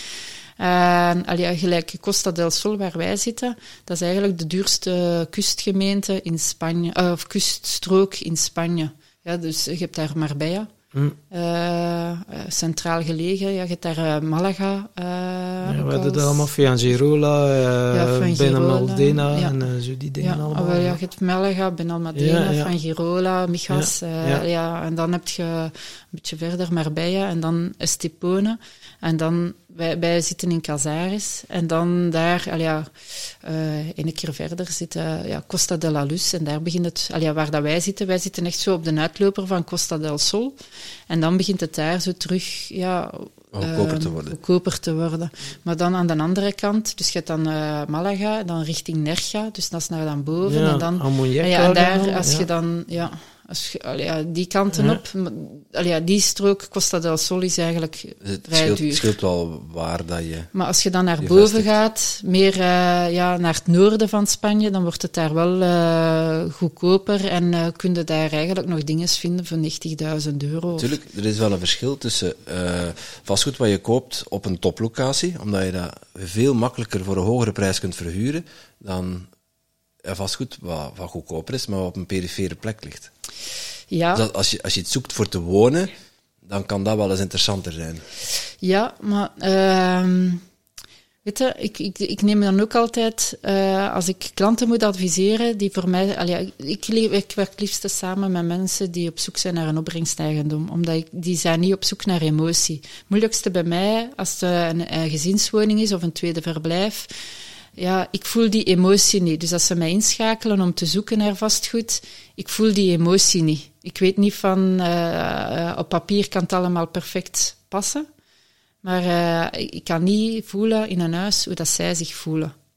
Uh, allee, gelijk Costa del Sol, waar wij zitten, dat is eigenlijk de duurste kustgemeente in Spanje, uh, of kuststrook in Spanje. Ja, dus je hebt daar Marbella, mm. uh, centraal gelegen. Ja, je hebt daar uh, Malaga. Uh, ja, we als... hadden daar allemaal Fuengirola, uh, ja, Benalmádena ja. en uh, zo die dingen ja, allemaal. Ja, je hebt Malaga, Benalmádena, ja, ja. Fuengirola, Mijas. Ja, uh, ja. Ja, en dan heb je een beetje verder Marbella en dan Estepona. En dan, wij, wij zitten in Casares. En dan daar, al ja, uh, een keer verder zit uh, ja, Costa de la Luz. En daar begint het, al ja, waar dat wij zitten, wij zitten echt zo op de uitloper van Costa del Sol. En dan begint het daar zo terug, ja... Goedkoper te worden. Goedkoper te worden. Maar dan aan de andere kant, dus je hebt dan uh, Malaga, dan richting Nerja, dus dat is naar dan boven. Ja, en dan, Ammoniak. ja, en daar, als ja. je dan, ja, als je, allee, ja, die kanten ja. op, allee, ja, die strook, Costa del Sol, is eigenlijk het vrij scheelt, duur. Het scheelt wel waar dat je... Maar als je dan naar je boven vestigt. gaat, meer uh, ja, naar het noorden van Spanje, dan wordt het daar wel uh, goedkoper en uh, kun je daar eigenlijk nog dingen vinden voor negentigduizend euro. Natuurlijk, er is wel een verschil tussen uh, vastgoed wat je koopt op een toplocatie, omdat je dat veel makkelijker voor een hogere prijs kunt verhuren dan uh, vastgoed wat, wat goedkoper is, maar wat op een perifere plek ligt. Ja. Dus als je, als je het zoekt voor te wonen, dan kan dat wel eens interessanter zijn. Ja, maar uh, weet je, ik, ik, ik neem dan ook altijd, uh, als ik klanten moet adviseren, die voor mij, allee, ik, ik werk liefst samen met mensen die op zoek zijn naar een opbrengsteigendom, omdat ik, die zijn niet op zoek naar emotie. Het moeilijkste bij mij, als het een, een gezinswoning is of een tweede verblijf, ja, ik voel die emotie niet. Dus als ze mij inschakelen om te zoeken naar vastgoed, ik voel die emotie niet. Ik weet niet van, uh, op papier kan het allemaal perfect passen, maar uh, ik kan niet voelen in een huis hoe dat zij zich voelen.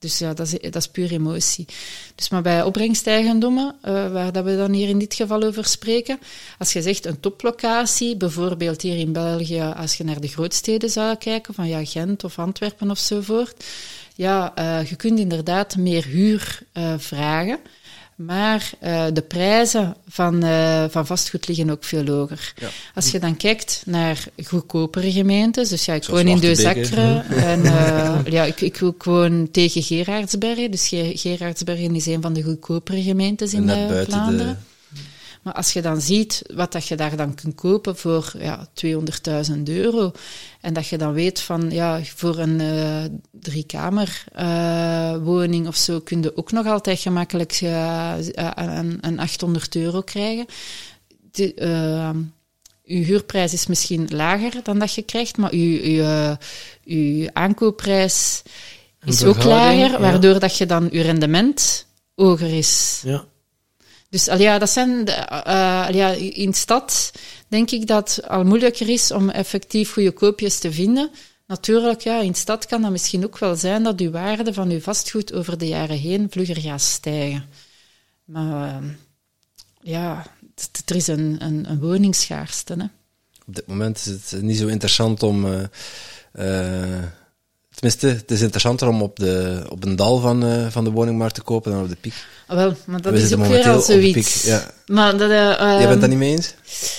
Dus ja, dat is, dat is puur emotie. Dus maar bij opbrengsteigendommen, uh, waar dat we dan hier in dit geval over spreken, als je zegt een toplocatie, bijvoorbeeld hier in België, als je naar de grootsteden zou kijken, van ja, Gent of Antwerpen of zo voort, ja, uh, je kunt inderdaad meer huur uh, vragen. Maar uh, de prijzen van, uh, van vastgoed liggen ook veel hoger. Ja. Als je dan kijkt naar goedkopere gemeentes, dus ja, ik Zoals woon in Deuzacre en uh, ja, ik, ik, ik woon tegen Gerardsbergen, dus Gerardsbergen is een van de goedkopere gemeentes in uh, Vlaanderen. De... Maar als je dan ziet wat dat je daar dan kunt kopen voor ja, tweehonderdduizend euro, en dat je dan weet van, ja, voor een uh, driekamer uh, woning of zo kun je ook nog altijd gemakkelijk uh, een, een achthonderd euro krijgen. De, uh, uw huurprijs is misschien lager dan dat je krijgt, maar uw, uw, uw aankoopprijs is ook lager, waardoor ja. dat je dan uw rendement hoger is. Ja. Dus al ja, dat zijn de, uh, al ja, in de stad denk ik dat het al moeilijker is om effectief goede koopjes te vinden. Natuurlijk, ja, in de stad kan dat misschien ook wel zijn dat uw waarde van uw vastgoed over de jaren heen vlugger gaat stijgen. Maar uh, ja, er is een, een, een woningsschaarste. Hè. Op dit moment is het niet zo interessant om... Uh, uh, tenminste, het is interessanter om op, de, op een dal van, uh, van de woningmarkt te kopen dan op de piek. Ah, wel, maar dat is ook weer al zoiets. Ja. Maar dat, uh, Jij bent dat niet mee eens?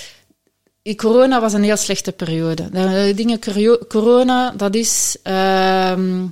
Corona was een heel slechte periode. De dingen, corona, dat is... Um,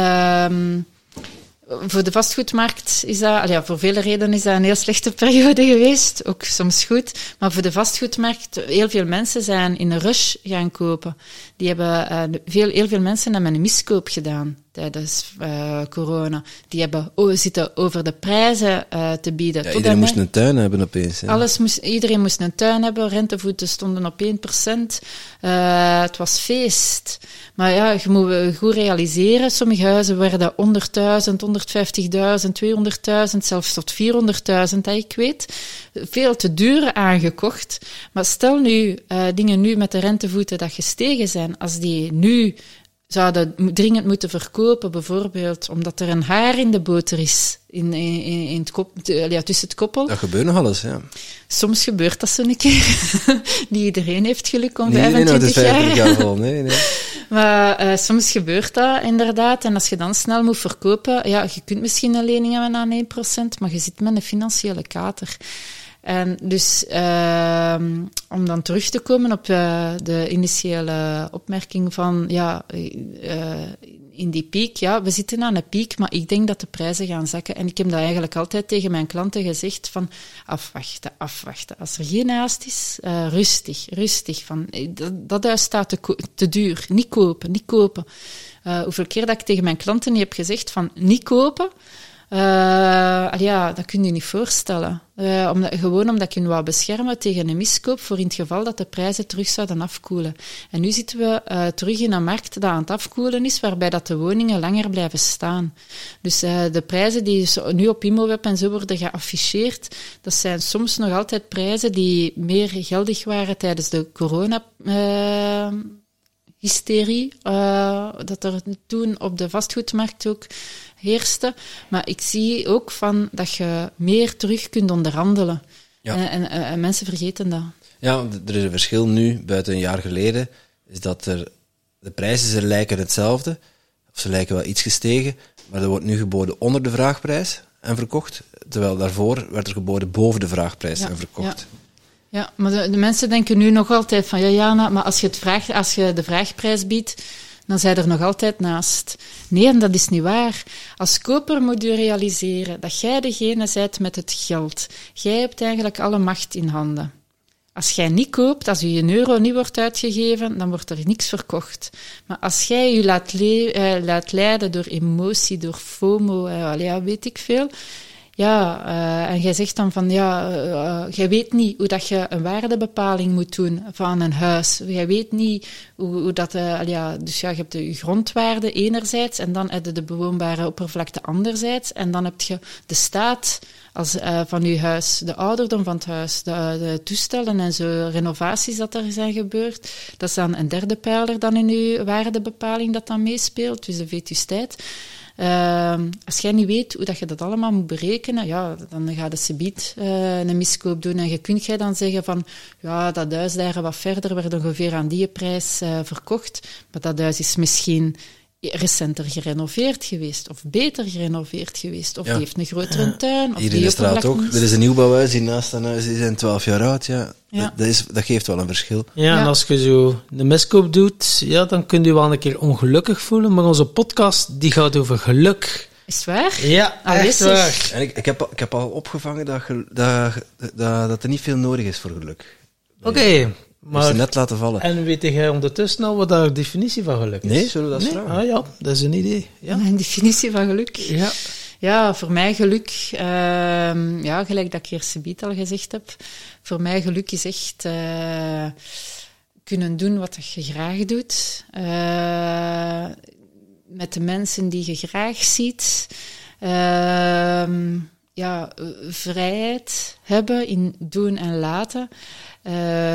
um, voor de vastgoedmarkt is dat... Ja, voor vele redenen is dat een heel slechte periode geweest. Ook soms goed. Maar voor de vastgoedmarkt, heel veel mensen zijn in een rush gaan kopen. Die hebben... Uh, veel, heel veel mensen hebben een miskoop gedaan tijdens uh, corona. Die hebben oh, zitten over de prijzen uh, te bieden. Ja, iedereen moest een tuin hebben opeens. Hè? Alles moest, iedereen moest een tuin hebben. Rentevoeten stonden op één procent. Uh, het was feest. Maar ja, je moet goed realiseren. Sommige huizen werden honderdduizend, honderdvijftigduizend, tweehonderdduizend, zelfs tot vierhonderdduizend, dat ik weet. Veel te duur aangekocht. Maar stel nu, uh, dingen nu met de rentevoeten dat gestegen zijn, als die nu zouden dringend moeten verkopen, bijvoorbeeld omdat er een haar in de boter is, in, in, in het kop, ja, tussen het koppel. Dat gebeurt nog alles, ja. Soms gebeurt dat zo een keer. Niet iedereen heeft geluk om nee, vijfentwintig nee, jaar. jaar vol. Nee, nee. Maar uh, soms gebeurt dat inderdaad. En als je dan snel moet verkopen, ja, je kunt misschien een lening hebben aan één procent, maar je zit met een financiële kater. En dus, uh, om dan terug te komen op uh, de initiële opmerking van, ja, uh, in die piek, ja, we zitten aan een piek, maar ik denk dat de prijzen gaan zakken. En ik heb dat eigenlijk altijd tegen mijn klanten gezegd, van afwachten, afwachten. Als er geen haast is, uh, rustig, rustig. Van, dat, dat huis staat te, ko- te duur, niet kopen, niet kopen. Uh, hoeveel keer dat ik tegen mijn klanten niet heb gezegd van, niet kopen, Uh, ja, dat kun je niet voorstellen. Uh, omdat, gewoon omdat je je wou beschermen tegen een miskoop voor in het geval dat de prijzen terug zouden afkoelen. En nu zitten we uh, terug in een markt dat aan het afkoelen is, waarbij dat de woningen langer blijven staan. Dus uh, de prijzen die nu op ImoWeb en zo worden geafficheerd, dat zijn soms nog altijd prijzen die meer geldig waren tijdens de corona uh, hysterie, uh, dat er toen op de vastgoedmarkt ook heerste. Maar ik zie ook van dat je meer terug kunt onderhandelen. Ja. En, en, en mensen vergeten dat. Ja, er is een verschil nu, buiten een jaar geleden, is dat er, de prijzen ze lijken hetzelfde, of ze lijken wel iets gestegen, maar er wordt nu geboden onder de vraagprijs en verkocht, terwijl daarvoor werd er geboden boven de vraagprijs ja. en verkocht. Ja. Ja, maar de, de mensen denken nu nog altijd van, ja, Jana, maar als je, het vraag, als je de vraagprijs biedt, dan zijn er nog altijd naast. Nee, en dat is niet waar. Als koper moet je realiseren dat jij degene bent met het geld. Jij hebt eigenlijk alle macht in handen. Als jij niet koopt, als je een euro niet wordt uitgegeven, dan wordt er niks verkocht. Maar als jij je laat, le- eh, laat leiden door emotie, door FOMO, eh, ja, weet ik veel... Ja, uh, en jij zegt dan van, ja, uh, jij weet niet hoe dat je een waardebepaling moet doen van een huis. Jij weet niet hoe, hoe dat, uh, ja, dus ja, je hebt de grondwaarde enerzijds en dan heb je de bewoonbare oppervlakte anderzijds en dan heb je de staat als, uh, van je huis, de ouderdom van het huis, de, de toestellen en zo, renovaties dat er zijn gebeurd. Dat is dan een derde pijler dan in je waardebepaling dat dan meespeelt, dus de vetusteit. Uh, als jij niet weet hoe dat je dat allemaal moet berekenen, ja, dan ga je subiet uh, een miskoop doen. En je kunt jij dan zeggen van, ja, dat huis daar wat verder werd ongeveer aan die prijs uh, verkocht, maar dat huis is misschien recenter gerenoveerd geweest, of beter gerenoveerd geweest, of ja. die heeft een grotere tuin. Of hier die in de straat ook. niet... Er is een nieuwbouwhuis, die naast dat huis, die zijn twaalf jaar oud. Ja. Ja. Dat, dat, is, dat geeft wel een verschil. Ja, Ja. en als je zo een miskoop doet, ja, dan kun je wel een keer ongelukkig voelen, maar onze podcast, die gaat over geluk. Is het waar? Ja, Ah, echt wist ik. waar. En ik, ik, heb, ik heb al opgevangen dat, gel- dat, dat, dat er niet veel nodig is voor geluk. Oké, okay, Maar... maar... net laten vallen. En weet jij ondertussen al wat de definitie van geluk is? Nee, zullen we dat Nee? vragen? Ah ja, dat is een idee. Ja. Een definitie van geluk. Ja. Ja, voor mij geluk, uh, ja, gelijk dat ik hier subiet al gezegd heb, voor mij geluk is echt uh, kunnen doen wat je graag doet, uh, met de mensen die je graag ziet, uh, ja, vrijheid hebben in doen en laten, uh,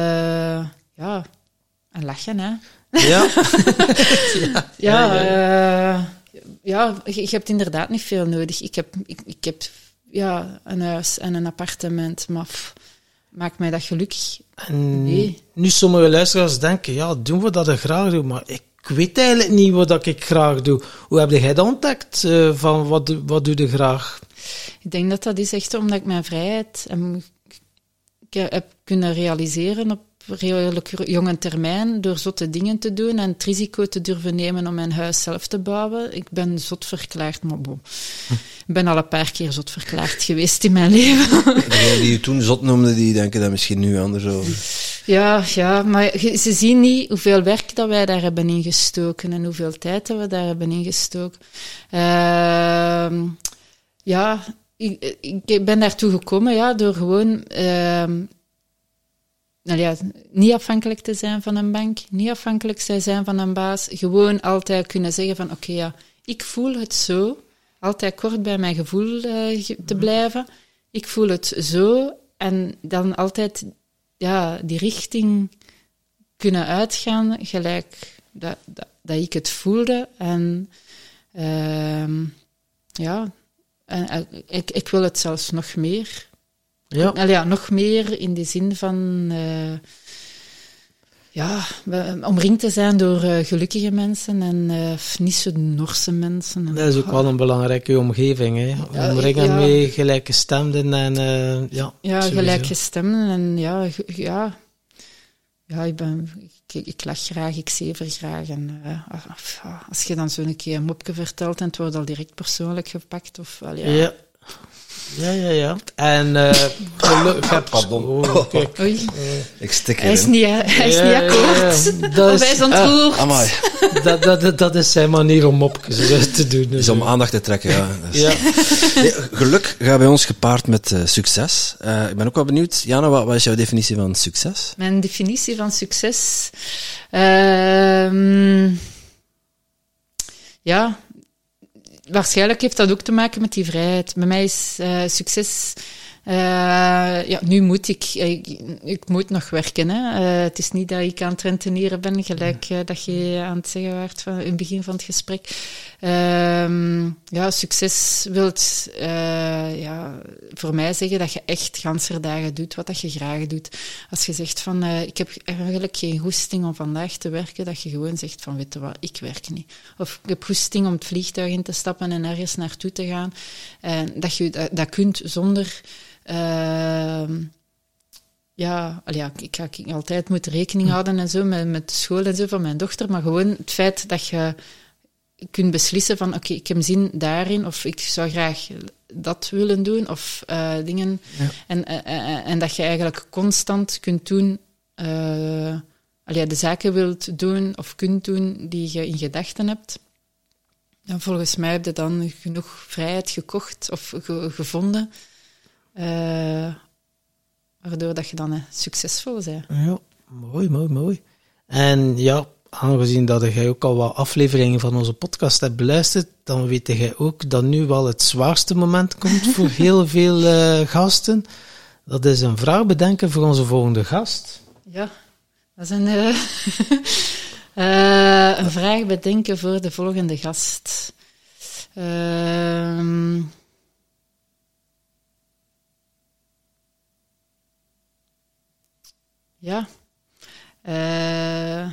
ja, en lachen, hè. Ja. ja, ja, ja. Uh, Ja, je, je hebt inderdaad niet veel nodig. Ik heb, ik, ik heb ja, een huis en een appartement, maar pff, maakt mij dat gelukkig? En Nee. nu sommige luisteraars denken, ja, doen we dat ik graag doe, maar ik weet eigenlijk niet wat ik graag doe. Hoe heb jij dat ontdekt, uh, van wat, wat doe je graag? Ik denk dat dat is echt omdat ik mijn vrijheid en, ik heb kunnen realiseren op redelijk jonge termijn door zotte dingen te doen en het risico te durven nemen om mijn huis zelf te bouwen. Ik ben zot verklaard, maar bon. Ik ben al een paar keer zot verklaard geweest in mijn leven. Degenen die je toen zot noemde, die denken dat misschien nu anders over. Ja, ja, maar ze zien niet hoeveel werk dat wij daar hebben ingestoken en hoeveel tijd dat we daar hebben ingestoken. Uh, ja, ik, ik ben daartoe gekomen ja, door gewoon... Uh, Nou ja, niet afhankelijk te zijn van een bank, niet afhankelijk te zijn van een baas, gewoon altijd kunnen zeggen van oké, okay, ja, ik voel het zo, altijd kort bij mijn gevoel uh, te blijven, ik voel het zo, en dan altijd ja, die richting kunnen uitgaan, gelijk dat, dat, dat ik het voelde, en uh, ja, en, uh, ik, ik wil het zelfs nog meer. Ja. Nou ja, nog meer in de zin van uh, ja, omringd te zijn door uh, gelukkige mensen en uh, niet zo Norse mensen. En, dat is ook wel een belangrijke omgeving, hè. Ja, Omringen ja. met gelijkgestemden en uh, ja. Ja, sowieso. gelijkgestemden en ja, ja, ja ik, ben, ik, ik lach graag, ik zever graag. En uh, als je dan zo'n keer een mopje vertelt en het wordt al direct persoonlijk gepakt, of wel ja. Ja. Ja, ja, ja. En uh, geluk heb... Pardon. Oh, kijk. Oei. Uh, Ik stik Hij is erin. niet, hij is Ja, niet akkoord. ja, ja. Dat Of is- hij is ontroerd. Amai. dat, dat, dat is zijn manier om mopjes te doen. Dus om aandacht te trekken, ja. Dat is- Ja. Nee, geluk gaat bij ons gepaard met uh, succes. Uh, ik ben ook wel benieuwd. Jana, wat, wat is jouw definitie van succes? Mijn definitie van succes. Uh, ja, waarschijnlijk heeft dat ook te maken met die vrijheid. Bij mij is uh, succes. Uh, ja, nu moet ik, ik, ik moet nog werken. Hè. Uh, het is niet dat ik aan het rentenieren ben, gelijk uh, dat je aan het zeggen waart van, in het begin van het gesprek. Uh, ja, succes wil uh, ja, voor mij zeggen dat je echt ganser dagen doet wat dat je graag doet. Als je zegt van, uh, ik heb eigenlijk geen goesting om vandaag te werken, dat je gewoon zegt van, weet je wat, ik werk niet. Of ik heb goesting om het vliegtuig in te stappen en ergens naartoe te gaan. En dat je dat, dat kunt zonder... Uh, ja, al ja, ik ga ik altijd moeten rekening houden en zo met, met de school en zo van mijn dochter, maar gewoon het feit dat je kunt beslissen van oké, okay, ik heb zin daarin, of ik zou graag dat willen doen, of uh, dingen, Ja. en, uh, en dat je eigenlijk constant kunt doen, uh, al ja, de zaken wilt doen of kunt doen die je in gedachten hebt. Dan volgens mij heb je dan genoeg vrijheid gekocht of ge- gevonden. Uh, waardoor dat je dan uh, succesvol bent. Ja, mooi, mooi, mooi. En ja, aangezien dat jij ook al wat afleveringen van onze podcast hebt beluisterd, dan weet jij ook dat nu wel het zwaarste moment komt voor heel veel uh, gasten. Dat is een vraag bedenken voor onze volgende gast. Ja, dat is een, uh, uh, een vraag bedenken voor de volgende gast. Uh, ja. Uh,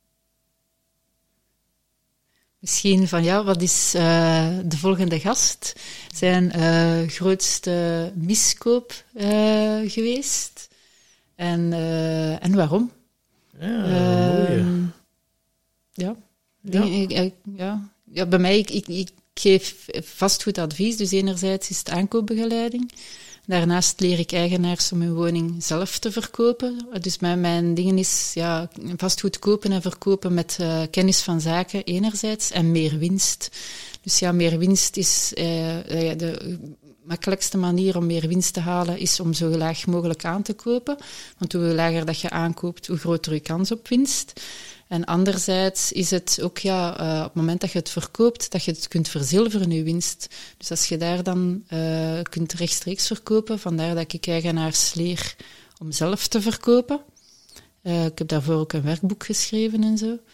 misschien van, ja, wat is uh, de volgende gast? Zijn uh, grootste miskoop uh, geweest? En, uh, en waarom? Ja, uh, mooi. Ja. Ja. Ik, ik, ja. ja, bij mij, ik, ik, ik geef vastgoedadvies. Dus enerzijds is het aankoopbegeleiding. Daarnaast leer ik eigenaars om hun woning zelf te verkopen. Dus mijn, mijn ding is ja, vastgoed kopen en verkopen met uh, kennis van zaken enerzijds en meer winst. Dus ja, meer winst is uh, de makkelijkste manier om meer winst te halen is om zo laag mogelijk aan te kopen. Want hoe lager dat je aankoopt, hoe groter je kans op winst. En anderzijds is het ook ja, uh, op het moment dat je het verkoopt, dat je het kunt verzilveren, je winst. Dus als je daar dan uh, kunt rechtstreeks verkopen, vandaar dat ik eigenaars leer om zelf te verkopen. Uh, ik heb daarvoor ook een werkboek geschreven en zo.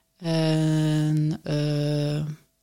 En uh,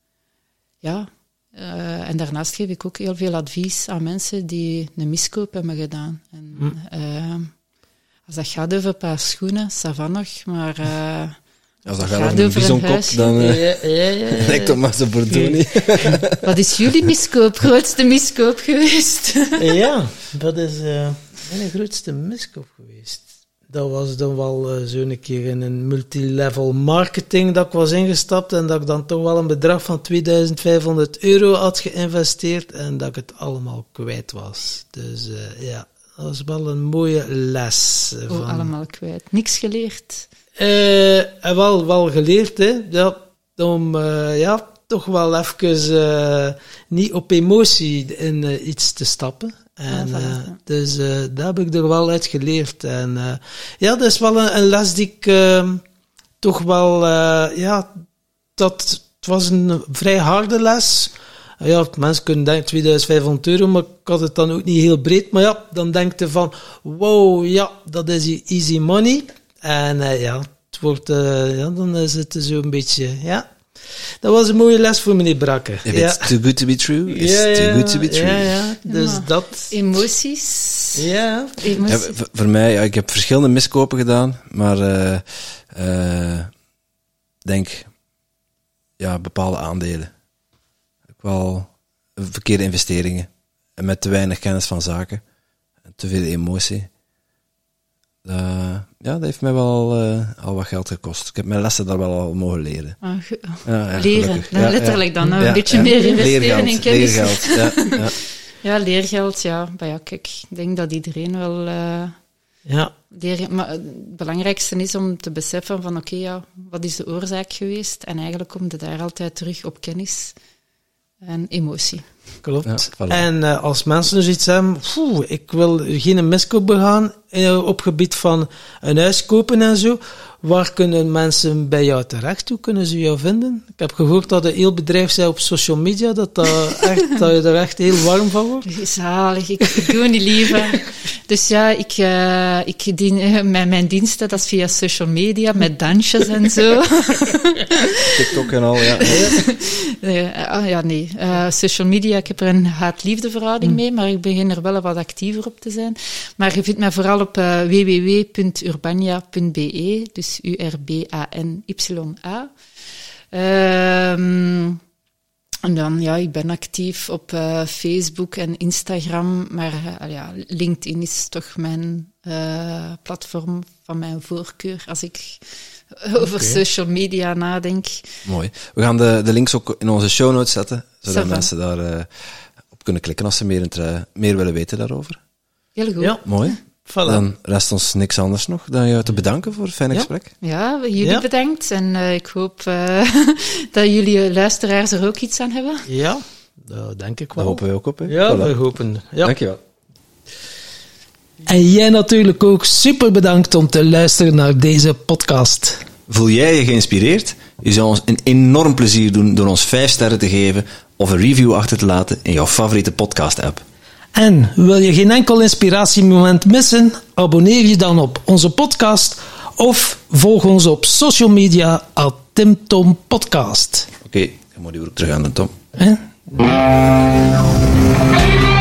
ja, uh, en daarnaast geef ik ook heel veel advies aan mensen die een miskoop hebben gedaan. En, hm. uh, als dat gaat over een paar schoenen, ça va nog, maar... Uh, als dat gaat over een bizonkop, dan uh, ja, ja, ja, ja, ja. lijkt het maar zo Bordoni. Wat is jullie miskoop, grootste miskoop geweest? Ja, dat is uh, mijn grootste miskoop geweest. Dat was dan wel uh, zo'n keer in een multilevel marketing dat ik was ingestapt en dat ik dan toch wel een bedrag van tweeduizend vijfhonderd euro had geïnvesteerd en dat ik het allemaal kwijt was. Dus uh, ja... Dat was wel een mooie les. Oh, van... allemaal kwijt. Niks geleerd? Uh, wel, wel geleerd, hè. Ja, om uh, ja, toch wel even uh, niet op emotie in uh, iets te stappen. En, ja, uh, dus uh, daar heb ik er wel uit geleerd. En uh, ja, dat is wel een, een les die ik uh, toch wel... Uh, ja, dat, het was een vrij harde les. Ja, mensen kunnen denken tweeduizend vijfhonderd euro, maar ik had het dan ook niet heel breed. Maar ja, dan denk je van, wow, ja, dat is easy money. En uh, ja, het wordt, uh, ja, dan is het zo een beetje, ja. Dat was een mooie les voor meneer Brakke. If ja. it's too good to be true, it's ja, too ja, good to be true. Ja, ja. Dus ja. dat... Emoties. Ja. Emoties. Ja, voor, voor mij, ja, ik heb verschillende miskopen gedaan, maar uh, uh, denk, ja, bepaalde aandelen. Ook wel verkeerde investeringen. En met te weinig kennis van zaken. En te veel emotie. Uh, ja, dat heeft mij wel uh, al wat geld gekost. Ik heb mijn lessen daar wel al mogen leren. Ah, ge- ja, ja, leren, ja, letterlijk ja. dan. Ja, Een beetje ja. meer investeren leergeld, in kennis. Leergeld, ja. ja. Ja, leergeld, ja. Maar ja, kijk, ik denk dat iedereen wel... Uh, ja. Leer, maar het belangrijkste is om te beseffen van, oké, okay, ja, wat is de oorzaak geweest? En eigenlijk komt het daar altijd terug op kennis en emotie. Klopt. Ja, voilà. En uh, als mensen dus iets hebben, poeh, ik wil geen miskoop begaan uh, op gebied van een huis kopen en zo, waar kunnen mensen bij jou terecht? Hoe kunnen ze jou vinden? Ik heb gehoord dat een heel bedrijf zei op social media, dat, dat, echt, dat je er echt heel warm van wordt. Zalig, ik, ik doe niet liever. Dus ja, ik, uh, ik dien, uh, mijn, mijn diensten, dat is via social media, met dansjes en zo. TikTok en al, ja. uh, uh, ja, nee. Uh, social media, ik heb er een haat-liefde verhouding mm. mee, maar ik begin er wel wat actiever op te zijn. Maar je vindt mij vooral op uh, w w w punt urbania punt b e, dus U R B A N Y A. Um, en dan, ja, ik ben actief op uh, Facebook en Instagram, maar uh, ja, LinkedIn is toch mijn uh, platform van mijn voorkeur als ik over okay. social media nadenk. Mooi. We gaan de, de links ook in onze show notes zetten, zodat mensen daar uh, op kunnen klikken als ze meer, inter- meer willen weten daarover. Heel goed. Ja. Mooi. Voilà. Dan rest ons niks anders nog dan jou te bedanken voor het fijne ja. gesprek. Ja, jullie ja. bedankt. En uh, ik hoop uh, dat jullie luisteraars er ook iets aan hebben. Ja, dat denk ik wel. Daar hopen we ook op. Hè? Ja, voilà. we hopen. Ja. Dankjewel. En jij natuurlijk ook super bedankt om te luisteren naar deze podcast. Voel jij je geïnspireerd? Je zou ons een enorm plezier doen door ons vijf sterren te geven of een review achter te laten in jouw favoriete podcast-app. En wil je geen enkel inspiratiemoment missen? Abonneer je dan op onze podcast of volg ons op social media at TimTomPodcast. Oké, okay, dan moet je weer terug aan de Tom. Eh? Nee.